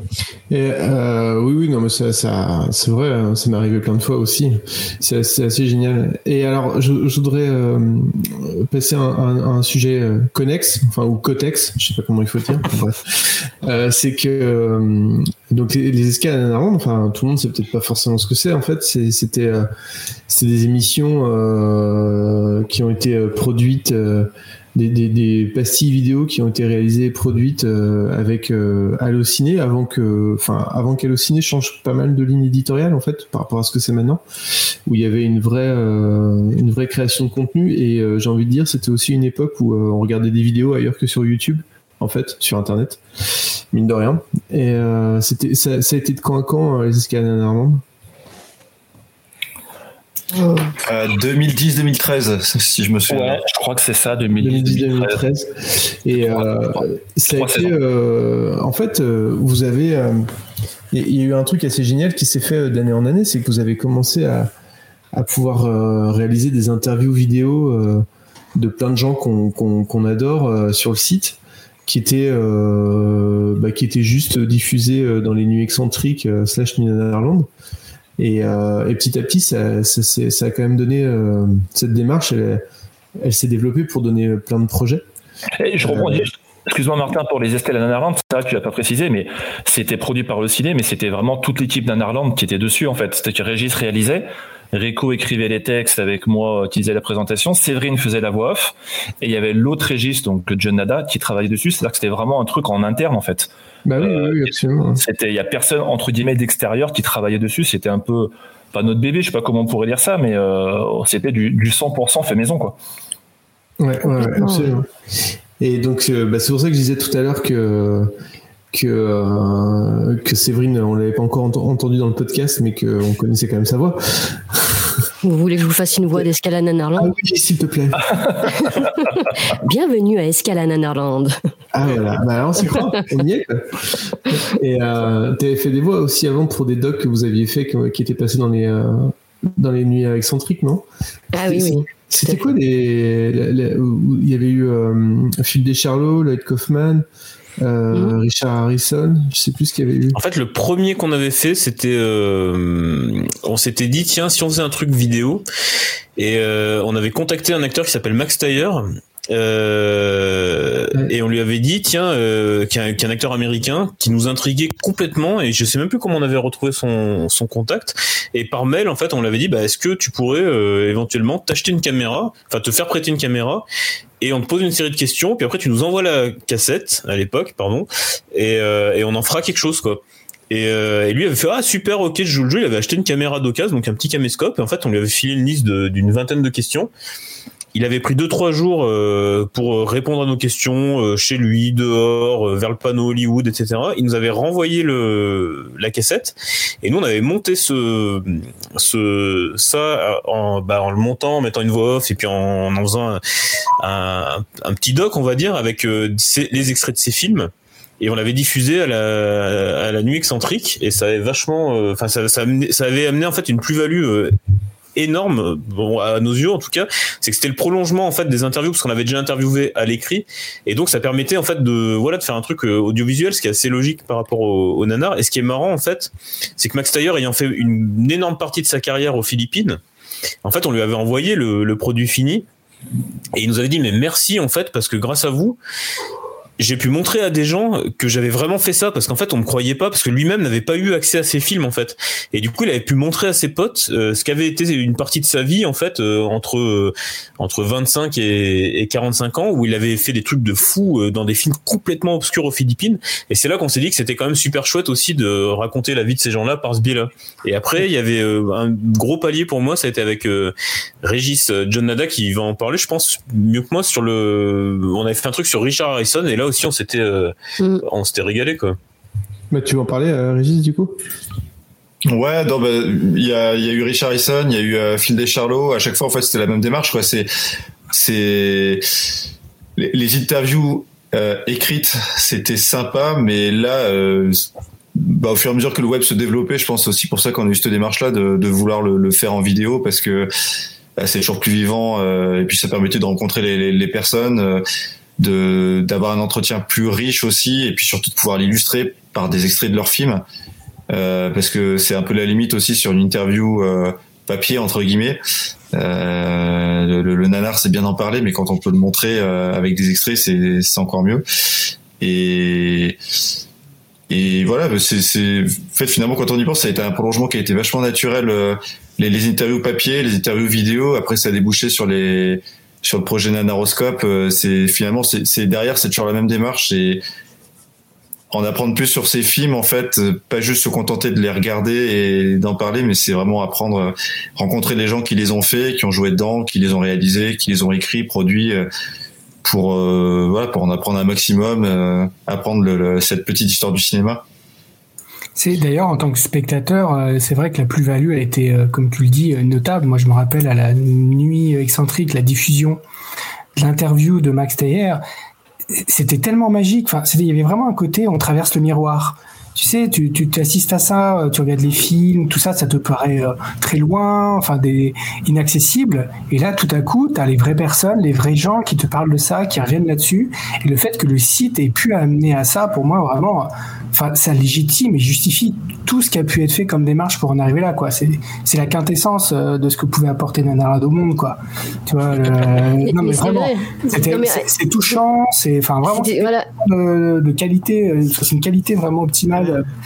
Et euh, oui, oui, non, mais ça, ça, c'est vrai, hein, ça m'est arrivé plein de fois aussi. C'est, c'est assez génial. Et alors, je, je voudrais euh, passer à un, un, un sujet euh, connexe, enfin ou cotex, je sais pas comment il faut dire. Bref, euh, c'est que euh, donc les, les escales à Nanarland, enfin tout le monde sait peut-être pas forcément ce que c'est. En fait, c'est, c'était, euh, c'est des émissions euh, qui ont été produites. Euh, Des, des, des pastilles vidéo qui ont été réalisées et produites euh, avec euh, Allociné avant que, enfin, avant qu'Allociné change pas mal de lignes éditoriales en fait par rapport à ce que c'est maintenant, où il y avait une vraie, euh, une vraie création de contenu et euh, j'ai envie de dire c'était aussi une époque où euh, on regardait des vidéos ailleurs que sur YouTube en fait, sur internet, mine de rien. Et euh, c'était, ça, ça a été de quand à quand les escales à Nanarland? Euh, deux mille dix deux mille treize si je me souviens. Ouais, je crois que c'est ça, deux mille dix deux mille treize. Et euh, ça a été, euh, en fait, euh, vous avez, il euh, y a eu un truc assez génial qui s'est fait d'année en année, c'est que vous avez commencé à, à pouvoir euh, réaliser des interviews vidéo euh, de plein de gens qu'on, qu'on, qu'on adore euh, sur le site, qui étaient, euh, bah, qui étaient juste diffusés dans les nuits excentriques euh, slash Nanarland. Et, euh, et petit à petit, ça, ça, ça, ça a quand même donné euh, cette démarche. Elle, elle s'est développée pour donner plein de projets. Et je rebondis. Euh, Excuse-moi Martin pour les escales à Nanarland, c'est vrai que tu l'as pas précisé, mais c'était produit par le ciné, mais c'était vraiment toute l'équipe Nanarland qui était dessus en fait. C'était que Régis réalisait, Rico écrivait les textes avec moi qui faisait la présentation, Séverine faisait la voix off, et il y avait l'autre Régis, donc John Nada, qui travaillait dessus. C'est-à-dire que c'était vraiment un truc en interne en fait. Bah oui, euh, oui, absolument. C'était, il y a personne entre guillemets d'extérieur qui travaillait dessus. C'était un peu pas notre bébé, je sais pas comment on pourrait dire ça, mais euh, c'était du, du cent pour cent fait maison quoi. Ouais, ouais, ouais absolument. Et donc euh, bah, c'est pour ça que je disais tout à l'heure que que euh, que Séverine, on l'avait pas encore ent- entendu dans le podcast, mais qu'on connaissait quand même sa voix. Vous voulez que je vous fasse une voix d'Escale à Nanarland? Ah oui, s'il te plaît. Bienvenue à Escale à Nanarland. Ah voilà, bah alors c'est quoi? On y est. Et euh, tu avais fait des voix aussi avant pour des docs que vous aviez fait qui étaient passés dans les euh, dans les nuits excentriques, non? Ah oui, oui. C'était quoi les, les, les il y avait eu euh, Phil Descharlot, Lloyd Kaufman, euh, mmh. Richard Harrison, je sais plus ce qu'il y avait eu. En fait, le premier qu'on avait fait, c'était, euh, on s'était dit tiens, si on faisait un truc vidéo, et euh, on avait contacté un acteur qui s'appelle Max Tyer. Euh, ouais. Et on lui avait dit tiens euh, qu'il y a un acteur américain qui nous intriguait complètement et je sais même plus comment on avait retrouvé son son contact et par mail en fait on l'avait dit bah est-ce que tu pourrais euh, éventuellement t'acheter une caméra, enfin te faire prêter une caméra et on te pose une série de questions puis après tu nous envoies la cassette à l'époque pardon et euh, et on en fera quelque chose quoi. Et, euh, et lui avait fait ah super, ok, je joue le jeu. Il avait acheté une caméra d'occasion, donc un petit caméscope. Et en fait, on lui avait filé une liste de, d'une vingtaine de questions. Il avait pris deux trois jours euh, pour répondre à nos questions euh, chez lui, dehors, euh, vers le panneau Hollywood, et cetera. Il nous avait renvoyé le la cassette et nous on avait monté ce ce ça en bah en le montant, en mettant une voix off et puis en, en faisant un, un, un petit doc, on va dire, avec euh, les extraits de ces films. Et on l'avait diffusé à la à la nuit excentrique et ça avait vachement, enfin euh, ça ça, ça avait amené en fait une plus-value euh, énorme, bon, à nos yeux en tout cas, c'est que c'était le prolongement en fait des interviews parce qu'on avait déjà interviewé à l'écrit et donc ça permettait en fait de voilà de faire un truc audiovisuel, ce qui est assez logique par rapport au, au nanar. Et ce qui est marrant en fait, c'est que Max Taylor ayant fait une, une énorme partie de sa carrière aux Philippines, en fait on lui avait envoyé le, le produit fini et il nous avait dit mais merci en fait parce que grâce à vous j'ai pu montrer à des gens que j'avais vraiment fait ça parce qu'en fait on me croyait pas parce que lui-même n'avait pas eu accès à ces films en fait et du coup il avait pu montrer à ses potes euh, ce qu'avait été une partie de sa vie en fait euh, entre euh, entre vingt-cinq et, et quarante-cinq ans où il avait fait des trucs de fou euh, dans des films complètement obscurs aux Philippines et c'est là qu'on s'est dit que c'était quand même super chouette aussi de raconter la vie de ces gens-là par ce biais-là. Et après il y avait euh, un gros palier pour moi, ça a été avec euh, Régis John Nada qui va en parler je pense mieux que moi sur le on avait fait un truc sur Richard Harrison et là aussi on s'était euh, mm. on s'était régalé quoi. Bah, tu veux en parler euh, Régis du coup? Ouais, non, bah, il y a, il y a eu Richard Harrison, il y a eu euh, Phil Descharlot. À chaque fois, en fait, c'était la même démarche, quoi. C'est, c'est les, les interviews euh, écrites, c'était sympa, mais là, euh, bah, au fur et à mesure que le web se développait, je pense aussi pour ça qu'on a eu cette démarche-là de, de vouloir le, le faire en vidéo, parce que bah, c'est toujours plus vivant, euh, et puis ça permettait de rencontrer les, les, les personnes. Euh, de d'avoir un entretien plus riche aussi et puis surtout de pouvoir l'illustrer par des extraits de leurs films euh, parce que c'est un peu la limite aussi sur une interview euh, papier entre guillemets euh, le, le nanar c'est bien d'en parler mais quand on peut le montrer euh, avec des extraits c'est c'est encore mieux et et voilà c'est c'est en fait finalement quand on y pense ça a été un prolongement qui a été vachement naturel euh, les les interviews papier les interviews vidéo après ça a débouché sur les sur le projet Nanaroscope, c'est finalement c'est, c'est derrière c'est toujours la même démarche, c'est en apprendre plus sur ces films en fait, pas juste se contenter de les regarder et d'en parler, mais c'est vraiment apprendre, rencontrer des gens qui les ont fait, qui ont joué dedans, qui les ont réalisés, qui les ont écrits, produits, pour euh, voilà pour en apprendre un maximum, euh, apprendre le, le, cette petite histoire du cinéma. C'est d'ailleurs en tant que spectateur, c'est vrai que la plus-value a été, comme tu le dis, notable. Moi, je me rappelle à la nuit excentrique, la diffusion de l'interview de Max Taylor, c'était tellement magique. Enfin, c'était, il y avait vraiment un côté, on traverse le miroir. Tu sais, tu, tu t'assistes à ça, tu regardes les films, tout ça, ça te paraît euh, très loin, enfin des inaccessible. Et là, tout à coup, t'as les vraies personnes, les vrais gens qui te parlent de ça, qui reviennent là-dessus. Et le fait que le site ait pu amener à ça, pour moi, vraiment, enfin, ça légitime et justifie tout ce qui a pu être fait comme démarche pour en arriver là, quoi. C'est, c'est la quintessence de ce que pouvait apporter Nanarland au monde, quoi. Tu vois, le... non, mais, mais vraiment, c'était, non, mais... C'est, c'est touchant, c'est, enfin, vraiment, c'est voilà. de, de qualité, c'est une qualité vraiment optimale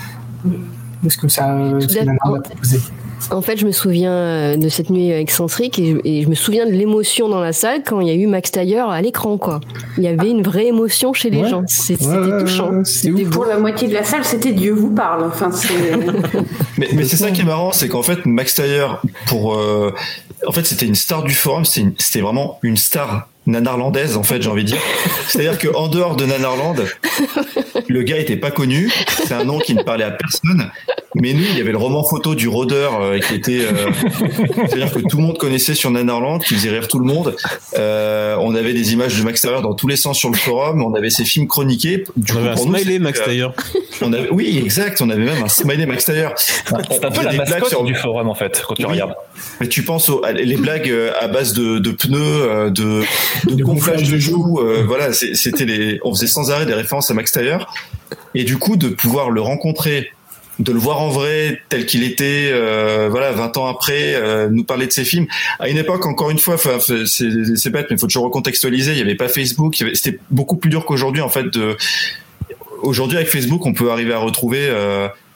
de ce que ça, ce que Nanarland a proposé. En fait, je me souviens de cette nuit excentrique et, et je me souviens de l'émotion dans la salle quand il y a eu Max Taylor à l'écran, quoi. Il y avait une vraie émotion chez les ouais. gens. C'est, c'était ouais, touchant. Ouais, c'était pour la moitié de la salle, c'était Dieu vous parle. Enfin, c'est... mais, mais c'est ça qui est marrant, c'est qu'en fait, Max Taylor, pour, euh, en fait, c'était une star du forum. C'était, une, c'était vraiment une star nanarlandaise, en fait, j'ai envie de dire. C'est-à-dire qu'en dehors de Nanarland, le gars était pas connu. C'est un nom qui ne parlait à personne. Mais nous, il y avait le roman photo du rôdeur euh, qui était, euh, c'est-à-dire que tout le monde connaissait sur Nanarland, qui faisait rire tout le monde. Euh, on avait des images de Max Taylor dans tous les sens sur le forum. On avait ses films chroniqués. Du on coup, avait un smiley nous, Max Taylor. On avait, oui, exact. On avait même un smiley Max Taylor. C'est un peu la mascotte sur... du forum en fait quand tu oui. regardes. Mais tu penses aux les blagues à base de, de pneus, de, de, de gonflage de joues. Euh, voilà, c'était les. On faisait sans arrêt des références à Max Taylor. Et du coup, de pouvoir le rencontrer, de le voir en vrai tel qu'il était, euh, voilà, vingt ans après, euh, nous parler de ses films. À une époque, encore une fois, c'est, c'est bête, mais il faut toujours recontextualiser. Il n'y avait pas Facebook, il y avait, c'était beaucoup plus dur qu'aujourd'hui, en fait. De, aujourd'hui, avec Facebook, on peut arriver à retrouver euh,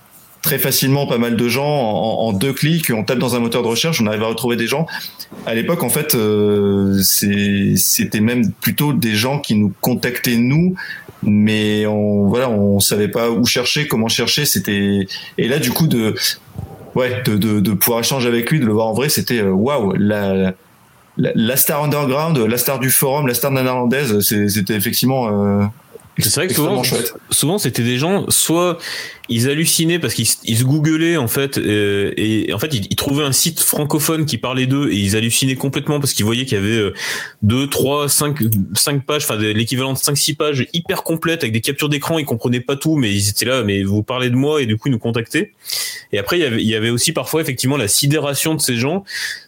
très facilement pas mal de gens en, en deux clics. On tape dans un moteur de recherche, on arrive à retrouver des gens. À l'époque, en fait, euh, c'est, c'était même plutôt des gens qui nous contactaient nous, mais on voilà, on savait pas où chercher, comment chercher. C'était et là du coup de ouais de de, de pouvoir échanger avec lui, de le voir en vrai, c'était waouh wow, la La, la star underground, la star du forum, la star néerlandaise, c'est, c'était effectivement euh, c'est vrai que souvent, souvent c'était des gens, soit ils hallucinaient parce qu'ils ils se googlaient en fait, euh, et, et en fait ils, ils trouvaient un site francophone qui parlait d'eux et ils hallucinaient complètement parce qu'ils voyaient qu'il y avait deux, trois, cinq, cinq pages, enfin l'équivalent de cinq, six pages hyper complètes avec des captures d'écran, ils comprenaient pas tout, mais ils étaient là, mais vous parlez de moi, et du coup ils nous contactaient. Et après il y avait, il y avait aussi parfois effectivement la sidération de ces gens.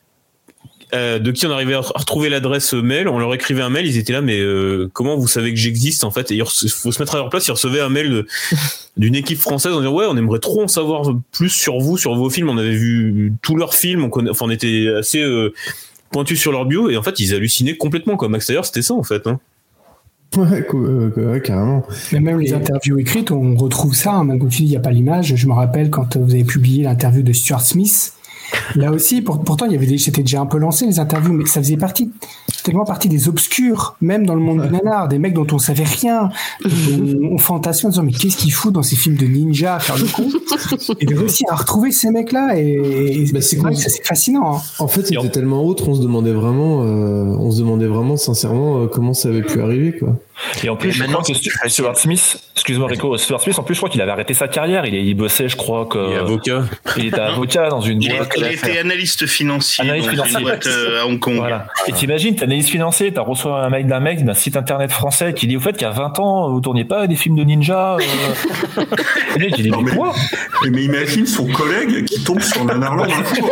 Euh, de qui on arrivait à retrouver l'adresse mail, on leur écrivait un mail, ils étaient là, mais euh, comment vous savez que j'existe en fait? Et il faut se mettre à leur place, ils recevaient un mail de, d'une équipe française en disant ouais, on aimerait trop en savoir plus sur vous, sur vos films, on avait vu tous leurs films, on, connaît, enfin, on était assez euh, pointus sur leur bio, et en fait ils hallucinaient complètement quoi. Max Taylor, c'était ça en fait. Hein. Ouais, euh, ouais, carrément. Mais même les interviews écrites, on retrouve ça, hein, même quand tu dis il n'y a pas l'image. Je me rappelle quand vous avez publié l'interview de Stuart Smith. Là aussi, pour, pourtant, il y avait des, c'était déjà un peu lancé les interviews, mais ça faisait partie, tellement partie des obscurs, même dans le monde du nanar, des mecs dont on savait rien. On, on fantasmait en disant mais qu'est-ce qu'ils foutent dans ces films de ninja à faire le con. Et de réussir à retrouver ces mecs-là, et, et bah, c'est, vrai que c'est fascinant. Hein. En fait, c'était tellement autre, on se demandait vraiment, euh, on se demandait vraiment sincèrement euh, comment ça avait pu arriver, quoi. Et en plus, et je crois que Stuart Smith, excuse-moi Rico, Stuart Smith, en plus, je crois qu'il avait arrêté sa carrière. Il, il bossait, je crois que. Il est avocat. Il était avocat dans une il boîte. Il était analyste financier analyste dans financier, une boîte euh, à Hong Kong. Voilà. Et t'imagines, t'es analyste financier, t'as reçu un mail d'un mec d'un site internet français qui dit au fait qu'il y a vingt ans, vous tourniez pas des films de ninja. Euh... Et mec, il dit, non, mais, mais quoi mais, mais imagine son collègue qui tombe sur Nanarland un jour.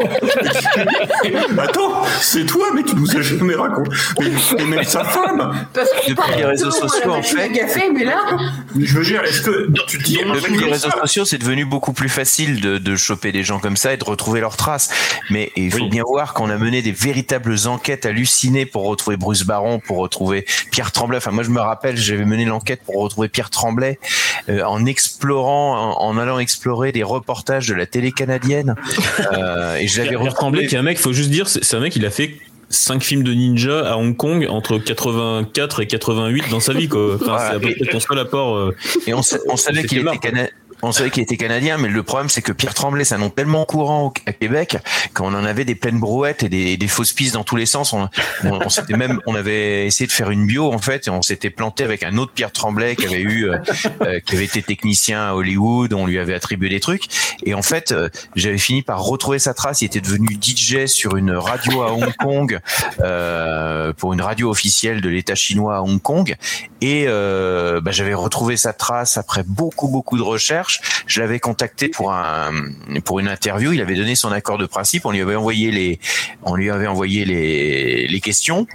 Attends, c'est toi, mais tu nous as jamais raconté. Mais, mais même sa femme. Parce que depuis les réseaux sociaux, en fait. Café, mais là... Je veux dire, est-ce que tu dis depuis les réseaux sociaux, c'est devenu beaucoup plus facile de, de choper des gens comme ça et de retrouver leurs traces. Mais il faut oui. bien voir qu'on a mené des véritables enquêtes hallucinées pour retrouver Bruce Baron, pour retrouver Pierre Tremblay. Enfin, moi, je me rappelle, j'avais mené l'enquête pour retrouver Pierre Tremblay euh, en explorant, en, en allant explorer des reportages de la télé canadienne. Euh, et je l'avais Pierre, retrouvé. Pierre Tremblay, qui est un mec, faut juste dire, c'est, c'est un mec, il a fait cinq films de ninja à Hong Kong entre quatre-vingt-quatre et quatre-vingt-huit dans sa vie, quoi. Enfin, ouais, c'est à peu près ton seul apport. Euh, et on, sa- on savait qu'il était canadien. On savait qu'il était canadien, mais le problème, c'est que Pierre Tremblay, c'est un nom tellement courant à Québec qu'on en avait des pleines brouettes et des, des fausses pistes dans tous les sens. On, on, on s'était même, on avait essayé de faire une bio, en fait, et on s'était planté avec un autre Pierre Tremblay qui avait eu, euh, euh, qui avait été technicien à Hollywood, on lui avait attribué des trucs. Et en fait, euh, j'avais fini par retrouver sa trace. Il était devenu D J sur une radio à Hong Kong, euh, pour une radio officielle de l'État chinois à Hong Kong. Et euh, bah, j'avais retrouvé sa trace après beaucoup, beaucoup de recherches. Je l'avais contacté pour un pour une interview. Il avait donné son accord de principe. On lui avait envoyé les on lui avait envoyé les les questions.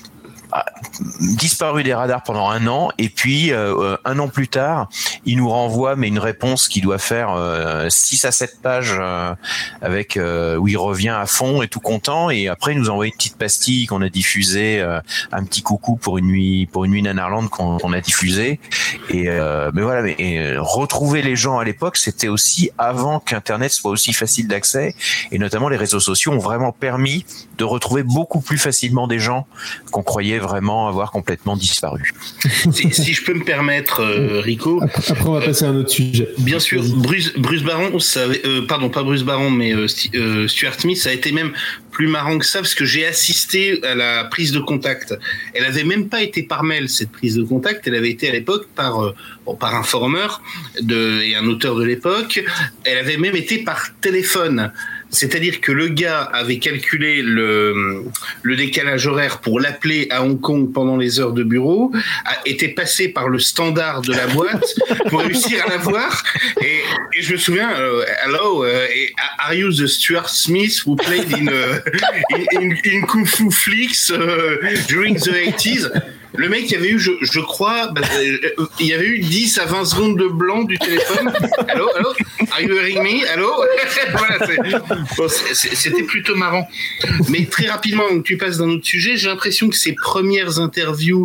Disparu des radars pendant un an, et puis euh, un an plus tard, il nous renvoie mais une réponse qui doit faire euh, six à sept pages euh, avec euh, où il revient à fond et tout content, et après il nous envoie une petite pastille qu'on a diffusée, euh, un petit coucou pour une nuit pour une nuit Nanarland qu'on, qu'on a diffusée. Et euh, mais voilà, mais et, euh, retrouver les gens à l'époque, c'était aussi avant qu'Internet soit aussi facile d'accès, et notamment les réseaux sociaux ont vraiment permis de retrouver beaucoup plus facilement des gens qu'on croyait vraiment avoir complètement disparu. Si, si je peux me permettre, euh, Rico. Après, après, on va passer à un autre sujet. Bien sûr, Bruce, Bruce Baron, ça avait, euh, pardon, pas Bruce Baron, mais euh, euh, Stuart Smith, ça a été même plus marrant que ça, parce que j'ai assisté à la prise de contact. Elle avait même pas été par mail, cette prise de contact. Elle avait été à l'époque par, euh, bon, par un forumer de, et un auteur de l'époque. Elle avait même été par téléphone. C'est-à-dire que le gars avait calculé le, le décalage horaire pour l'appeler à Hong Kong pendant les heures de bureau, a, était passé par le standard de la boîte pour réussir à la voir. Et, et je me souviens, uh, hello, uh, are you the Stuart Smith who played in, uh, in, in, in Kung Fu Flicks uh, during the eighties? Le mec, il y avait eu, je, je crois, bah, euh, il y avait eu dix à vingt secondes de blanc du téléphone. Allô, allô, are you hearing me? Allô? Voilà, c'est, bon, c'est, c'était plutôt marrant. Mais très rapidement, tu passes d'un autre sujet, j'ai l'impression que ces premières interviews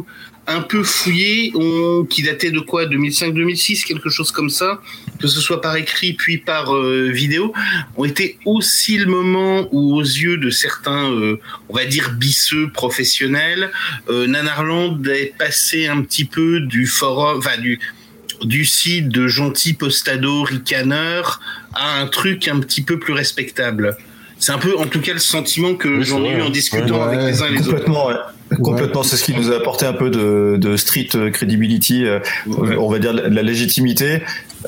un peu fouillés, on, qui dataient de quoi, deux mille cinq deux mille six, quelque chose comme ça, que ce soit par écrit puis par euh, vidéo, ont été aussi le moment où, aux yeux de certains, euh, on va dire, bisseux professionnels, euh, Nanarland est passé un petit peu du forum, enfin du, du site de gentils postados ricaneurs à un truc un petit peu plus respectable. C'est un peu, en tout cas, le sentiment que oui, j'en ai eu en discutant ouais, avec les uns et les complètement, autres. Ouais. Complètement, c'est ce qui nous a apporté un peu de, de street credibility, euh, ouais. on va dire de la légitimité.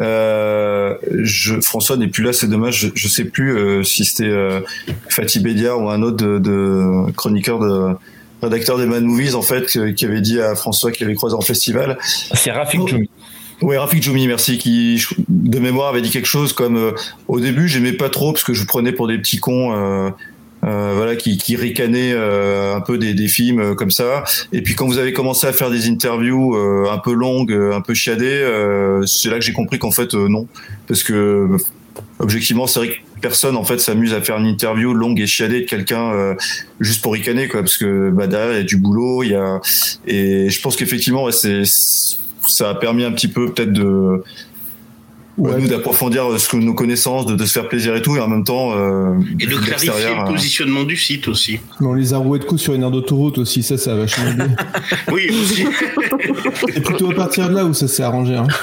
Euh, je, François n'est plus là, c'est dommage. Je, je sais plus euh, si c'était euh, Fatih Bédia ou un autre de, de chroniqueur de rédacteur des Mad Movies en fait qui avait dit à François qu'il avait croisé en festival. C'est Rafik Djoumi. Oui, Rafik Djoumi, merci, qui, de mémoire, avait dit quelque chose comme euh, au début, j'aimais pas trop parce que je vous prenais pour des petits cons, euh, euh, voilà, qui, qui ricanaient euh, un peu des, des films euh, comme ça. Et puis quand vous avez commencé à faire des interviews euh, un peu longues, un peu chiadées, euh, c'est là que j'ai compris qu'en fait euh, non, parce que objectivement, c'est vrai que personne en fait s'amuse à faire une interview longue et chiadée de quelqu'un euh, juste pour ricaner, quoi, parce que bah derrière il y a du boulot, il y a et je pense qu'effectivement, ouais, c'est ça a permis un petit peu peut-être de ouais, nous d'approfondir ce que nos connaissances, de, de se faire plaisir et tout, et en même temps euh, et de clarifier le positionnement euh... du site aussi. Mais on les a roués de coups sur une aire d'autoroute aussi, ça ça a vachement aidé. Oui aussi. C'est plutôt à partir de là où ça s'est arrangé. Hein.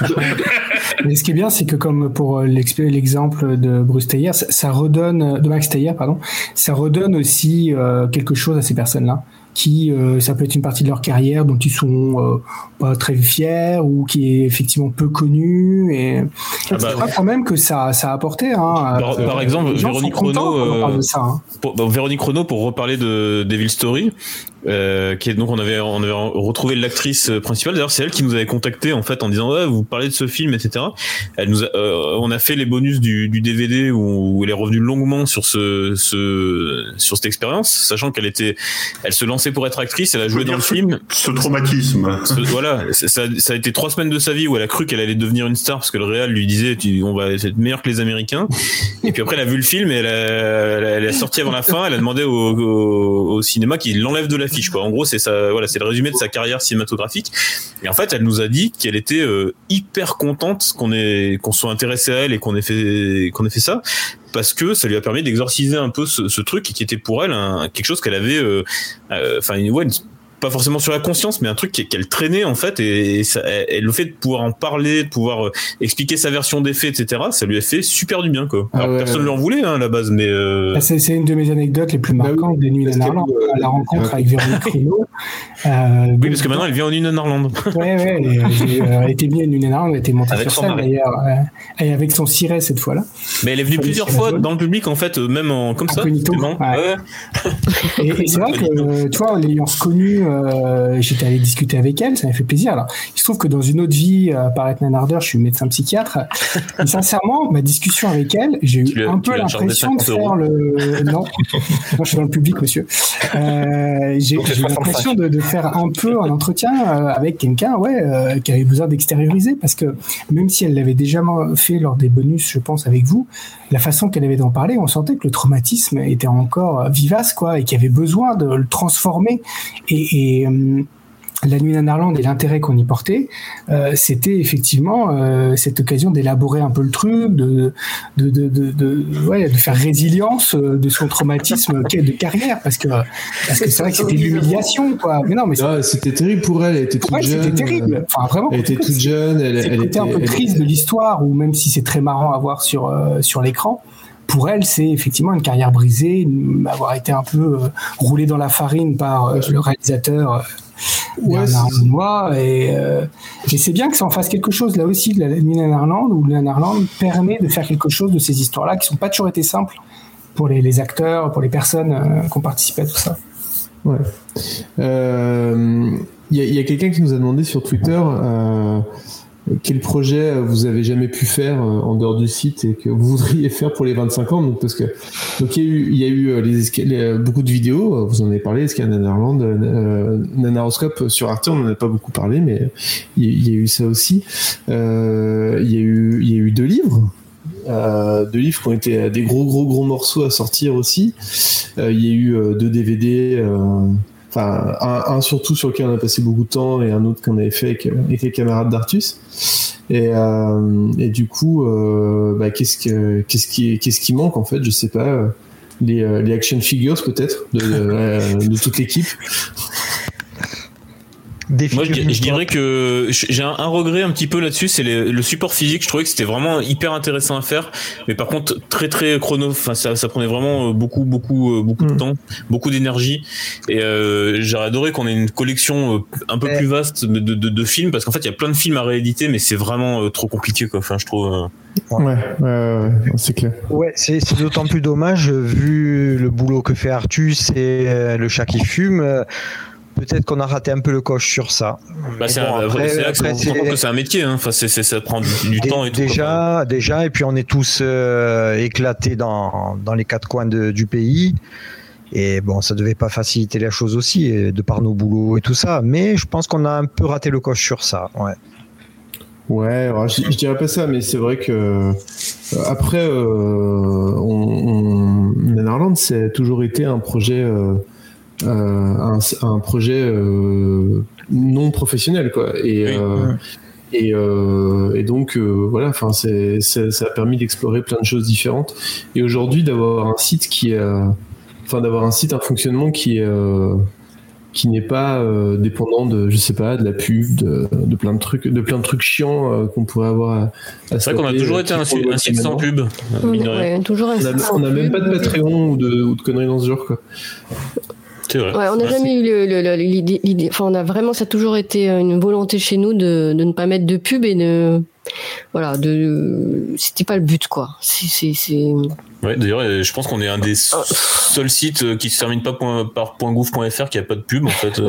Mais ce qui est bien, c'est que comme pour l'exemple de Bruce Teyer, ça, ça redonne, de Max Teyer, pardon, ça redonne aussi euh, quelque chose à ces personnes-là. Qui euh, ça peut être une partie de leur carrière dont ils sont euh, pas très fiers ou qui est effectivement peu connue et ah bah, c'est pas quand même que ça ça a apporté hein, par, euh, par exemple Véronique Renaud euh, hein. pour, bah, Véronique Renaud pour reparler de Devil Story euh, qui est donc on avait on avait retrouvé l'actrice principale, d'ailleurs c'est elle qui nous avait contacté en fait en disant ouais vous parlez de ce film etc. Elle nous a, euh, on a fait les bonus du, du D V D où, où elle est revenue longuement sur ce, ce sur cette expérience, sachant qu'elle était elle se lançait pour être actrice, elle a joué dans le film. Ce traumatisme. Ce, voilà, ça, ça a été trois semaines de sa vie où elle a cru qu'elle allait devenir une star parce que le réal lui disait tu, on va être meilleur que les Américains. Et puis après elle a vu le film et elle a, elle a sorti avant la fin, elle a demandé au, au, au cinéma qu'il l'enlève de l'affiche quoi. En gros c'est ça, voilà, c'est le résumé de sa carrière cinématographique. Et en fait elle nous a dit qu'elle était euh, hyper contente qu'on ait qu'on soit intéressé à elle et qu'on ait fait qu'on ait fait ça. Parce que ça lui a permis d'exorciser un peu ce, ce truc qui était pour elle un, quelque chose qu'elle avait, enfin, euh, euh, ouais, pas forcément sur la conscience, mais un truc qu'elle traînait en fait, et, et, ça, et le fait de pouvoir en parler, de pouvoir euh, expliquer sa version des faits, et cetera, ça lui a fait super du bien quoi. Alors ah ouais, personne ne ouais. lui en voulait hein, à la base, mais euh... ah, c'est, c'est une de mes anecdotes les plus marquantes bah, des Nuits Nanarland, euh, la rencontre avec Véronique Renaud. Euh, oui, parce que maintenant elle vient aux Nuits Nanarland. Ouais, ouais, et, j'ai, euh, elle était venue à Nuits Nanarland, elle était montée avec sur scène d'ailleurs, euh, et avec son ciré cette fois-là. Mais elle est venue plusieurs fois dans le public en fait, même en comme ça. Incognito. Ouais. Ouais. et, et c'est vrai que tu vois, en l'ayant connue. Euh, j'étais allé discuter avec elle, ça m'a fait plaisir. Alors, il se trouve que dans une autre vie, euh, par être nanardeur, je suis médecin psychiatre. Et sincèrement, ma discussion avec elle, j'ai eu un peu l'impression de faire le. Non, non, je suis dans le public, monsieur. Euh, j'ai, j'ai eu l'impression de, de faire un peu un entretien euh, avec quelqu'un, ouais, euh, qui avait besoin d'extérioriser, parce que même si elle l'avait déjà fait lors des bonus, je pense, avec vous, la façon qu'elle avait d'en parler, on sentait que le traumatisme était encore vivace, quoi, et qu'il y avait besoin de le transformer. Et, et la Nuit Nanarland et l'intérêt qu'on y portait, euh, c'était effectivement euh, cette occasion d'élaborer un peu le truc, de, de, de, de, de, ouais, de faire résilience de son traumatisme de carrière, parce que, parce que c'est vrai que c'était l'humiliation, quoi. Mais non, mais non, c'était terrible pour elle, elle était toute ouais, jeune. C'était terrible. Enfin, vraiment. Elle était toute jeune. Elle, c'est elle était un peu triste de l'histoire, ou même si c'est très marrant à voir sur, euh, sur l'écran. Pour elle, c'est effectivement une carrière brisée, avoir été un peu euh, roulée dans la farine par euh, le réalisateur euh, ouais, Bernard et, euh, et c'est bien que ça en fasse quelque chose là aussi, de la Nuit Nanarland, où Nanarland permet de faire quelque chose de ces histoires-là qui n'ont pas toujours été simples pour les, les acteurs, pour les personnes euh, qui ont participé à tout ça. Ouais. Il euh, y, y a quelqu'un qui nous a demandé sur Twitter euh, quel projet vous avez jamais pu faire en dehors du site et que vous voudriez faire pour les vingt-cinq ans, donc parce que donc il y a eu il y a eu les, les, beaucoup de vidéos, vous en avez parlé, Escape Nanarland, euh, Nanaroscope sur Arte, on n'en a pas beaucoup parlé, mais il y, il y a eu ça aussi. Euh, il y a eu il y a eu deux livres. Euh, deux livres qui ont été des gros gros gros morceaux à sortir aussi. Euh, il y a eu euh, deux D V D euh, enfin un, un surtout sur lequel on a passé beaucoup de temps et un autre qu'on avait fait avec, avec les camarades d'Artus. Et, euh, et du coup, euh, bah, qu'est-ce que qu'est-ce qui qu'est-ce qui manque en fait, je sais pas. Les, les action figures peut-être de, de, de toute l'équipe. Moi, je, je dirais que j'ai un, un regret un petit peu là-dessus, c'est les, le support physique. Je trouvais que c'était vraiment hyper intéressant à faire, mais par contre très très chrono. Enfin, ça, ça prenait vraiment beaucoup beaucoup beaucoup de temps, beaucoup d'énergie. Et euh, j'aurais adoré qu'on ait une collection un peu plus vaste de, de, de, de films, parce qu'en fait, il y a plein de films à rééditer, mais c'est vraiment euh, trop compliqué, quoi. Enfin, je trouve. Euh... Ouais, ouais, ouais, c'est clair. Ouais, c'est, c'est d'autant plus dommage vu le boulot que fait Artus et euh, le chat qui fume. Euh, Peut-être qu'on a raté un peu le coche sur ça. Bah c'est, bon, un, après, c'est là que, après, c'est... que c'est un métier, hein. Enfin, c'est, c'est, ça prend du, du Dé, temps et tout. Déjà, déjà, et puis on est tous euh, éclatés dans, dans les quatre coins de, du pays. Et bon, ça devait pas faciliter la chose aussi, de par nos boulots et tout ça. Mais je pense qu'on a un peu raté le coche sur ça. Ouais. Ouais, alors je, je dirais pas ça, mais c'est vrai que euh, après, euh, on, on, Nanarland, c'est toujours été un projet. Euh, Euh, un, un projet euh, non professionnel quoi et oui. euh, et, euh, et donc euh, voilà, enfin c'est, c'est ça a permis d'explorer plein de choses différentes, et aujourd'hui d'avoir un site qui est euh, enfin d'avoir un site un fonctionnement qui est euh, qui n'est pas euh, dépendant de je sais pas de la pub, de, de plein de trucs de plein de trucs chiants euh, qu'on pourrait avoir à, à c'est vrai qu'on a toujours été un, un site sans pub. Ouais, toujours un site sans pub. On n'a même pas de Patreon ou de, ou de conneries dans ce genre quoi. Ouais, on n'a jamais eu le, le, le, l'idée, l'idée. Enfin, on a vraiment, ça a toujours été une volonté chez nous de, de ne pas mettre de pub et de, voilà, de, c'était pas le but, quoi. C'est, c'est, c'est... Ouais, d'ailleurs, je pense qu'on est un des seuls sites qui se termine pas point, par .gouv.fr qui a pas de pub, en fait.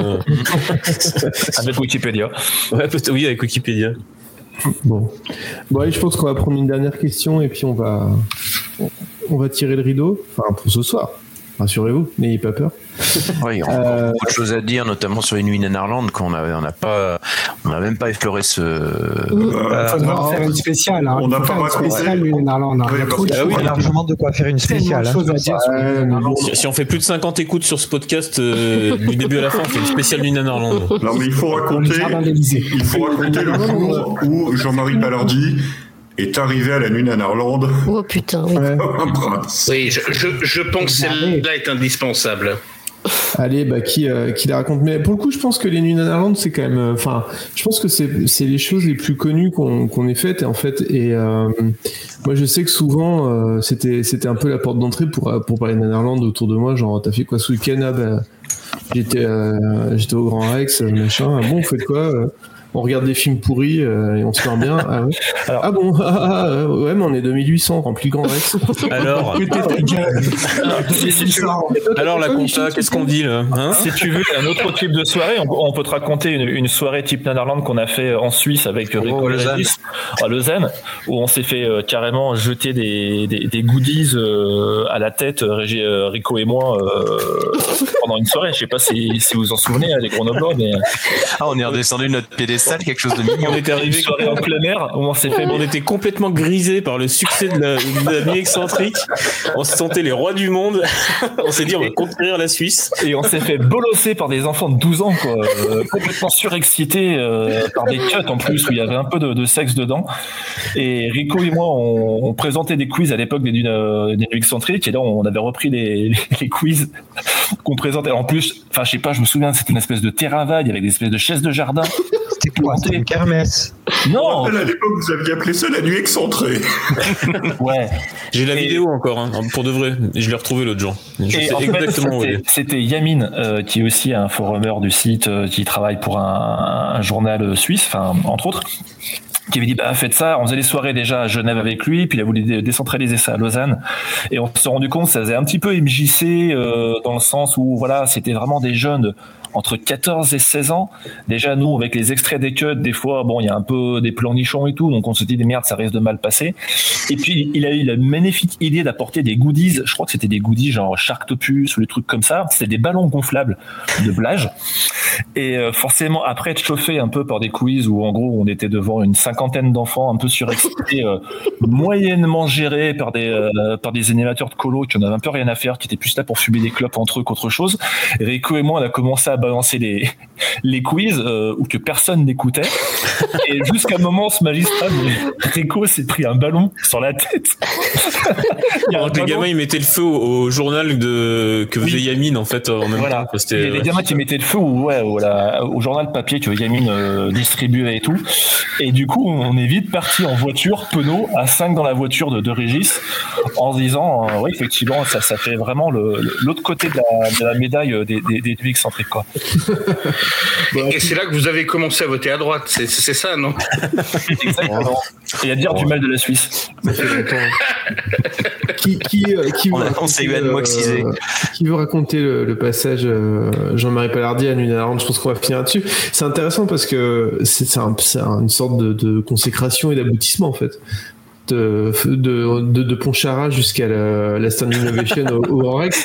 Avec Wikipédia. Ouais, oui, avec Wikipédia. Bon. Bon, allez, je pense qu'on va prendre une dernière question et puis on va, on va tirer le rideau. Enfin, pour ce soir. Rassurez-vous, n'ayez pas peur. Oui, on a euh... beaucoup de choses à dire, notamment sur les nuits Nanarland, qu'on a, on n'a pas, on n'a même pas effleuré ce. Il euh, faudra euh, faire une spéciale. Hein. On n'a pas une spéciale nuits Nanarland. Il y a trop de choses. Largement de quoi faire une spéciale. Hein. À dire euh, si, si on fait plus de cinquante écoutes sur ce podcast, euh, du début à la fin, on fait une spéciale nuits Nanarland. Non, mais il faut raconter. Il faut raconter le jour où Jean-Marie Palardi est arrivé à la nuit Nanarland. Oh putain, oui. Ouais. Oui, je, je, je pense que celle-là est indispensable. Allez, bah qui euh, qui la raconte. Mais pour le coup, je pense que les nuits Nanarland, c'est quand même. Enfin, euh, je pense que c'est c'est les choses les plus connues qu'on qu'on ait faites, et en fait. Et euh, moi, je sais que souvent, euh, c'était c'était un peu la porte d'entrée pour pour parler de Nanarland autour de moi. Genre, t'as fait quoi ce week-end? Ah, bah, j'étais euh, j'étais au Grand Rex, machin. Ah, bon, vous faites quoi? euh On regarde des films pourris euh, et on se marre bien. Ah, ouais. Alors, ah bon, ah, ah, ouais, mais on est deux mille huit cents, rempli Grand Rex. Alors, alors la compta, qu'est-ce qu'on dit là, hein? Si tu veux un autre type de soirée, on, on peut te raconter une, une soirée type Nanarland qu'on a fait en Suisse avec Rico oh, Lausanne. à Lausanne, où on s'est fait euh, carrément jeter des, des, des goodies euh, à la tête, Régi, euh, Rico et moi, euh, pendant une soirée. Je sais pas si, si vous vous en souvenez, les Grenoblois, mais ah, on est redescendu de notre piédestal, quelque chose de mignon. On était arrivé soirée en plein air, où on s'est fait, on était complètement grisé par le succès de la, de la nuit excentrique. On se sentait les rois du monde. On s'est dit on va conquérir la Suisse, et on s'est fait bolosser par des enfants de douze ans, quoi, euh, complètement surexcités euh, par des cuts en plus où il y avait un peu de, de sexe dedans. Et Rico et moi, on, on présentait des quiz à l'époque des, euh, des nuits excentriques, et là on avait repris les, les, les quiz qu'on présentait. En plus, enfin je sais pas, je me souviens, c'était une espèce de terrain vague avec des espèces de chaises de jardin. C'était quoi? C'était une kermesse. Non. À l'époque, vous aviez appelé ça la nuit excentrée. Ouais. J'ai la et... vidéo encore, hein, pour de vrai. Je l'ai retrouvé l'autre jour. Je sais exactement fait, c'était, c'était Yamin, euh, qui est aussi un forumeur du site, euh, qui travaille pour un, un journal suisse, enfin entre autres, qui avait dit bah faites ça. On faisait des soirées déjà à Genève avec lui, puis il a voulu décentraliser ça à Lausanne, et on s'est rendu compte que ça faisait un petit peu M J C euh, dans le sens où voilà, c'était vraiment des jeunes entre quatorze et seize ans. Déjà, nous, avec les extraits des cuts, des fois, bon, il y a un peu des plans nichons et tout, donc on se dit, des merdes, ça risque de mal passer. Et puis, il a eu la magnifique idée d'apporter des goodies. Je crois que c'était des goodies genre Sharktopus ou des trucs comme ça. C'était des ballons gonflables de plage. Et euh, forcément, après être chauffé un peu par des quiz où, en gros, on était devant une cinquantaine d'enfants un peu surexcités, euh, moyennement gérés par des, euh, par des animateurs de colo qui en avaient un peu rien à faire, qui étaient plus là pour fumer des clopes entre eux qu'autre chose. Et Rico et moi, on a commencé à balancer les, les quiz euh, où que personne n'écoutait. Et jusqu'à un moment, ce magistrat, Rico s'est pris un ballon sur la tête. Alors que les gamins, ils mettaient le feu au, au journal de, que faisait oui. Yamine, en fait, en même voilà. temps. C'était, et les gamins qui mettaient le feu au, ouais, au, la, au journal papier que Yamine euh, distribuait et tout. Et du coup, on est vite parti en voiture, penaud, à cinq dans la voiture de, de Régis, en se disant, euh, oui, effectivement, ça, ça fait vraiment le, l'autre côté de la, de la médaille des, des, des ducs excentriques, quoi. Et, et c'est là que vous avez commencé à voter à droite, c'est, c'est ça, non? Exactement. Et à dire du mal de la Suisse. Ça fait longtemps. qui, qui, euh, qui, veut raconter, euh, qui veut raconter le, le passage euh, Jean-Marie Palardi à Nunaland? Je pense qu'on va finir là-dessus. C'est intéressant parce que c'est, c'est, un, c'est une sorte de, de consécration et d'aboutissement, en fait. De, de, de, de Pontcharra jusqu'à la, la Standing Ovation au, au Grand Rex.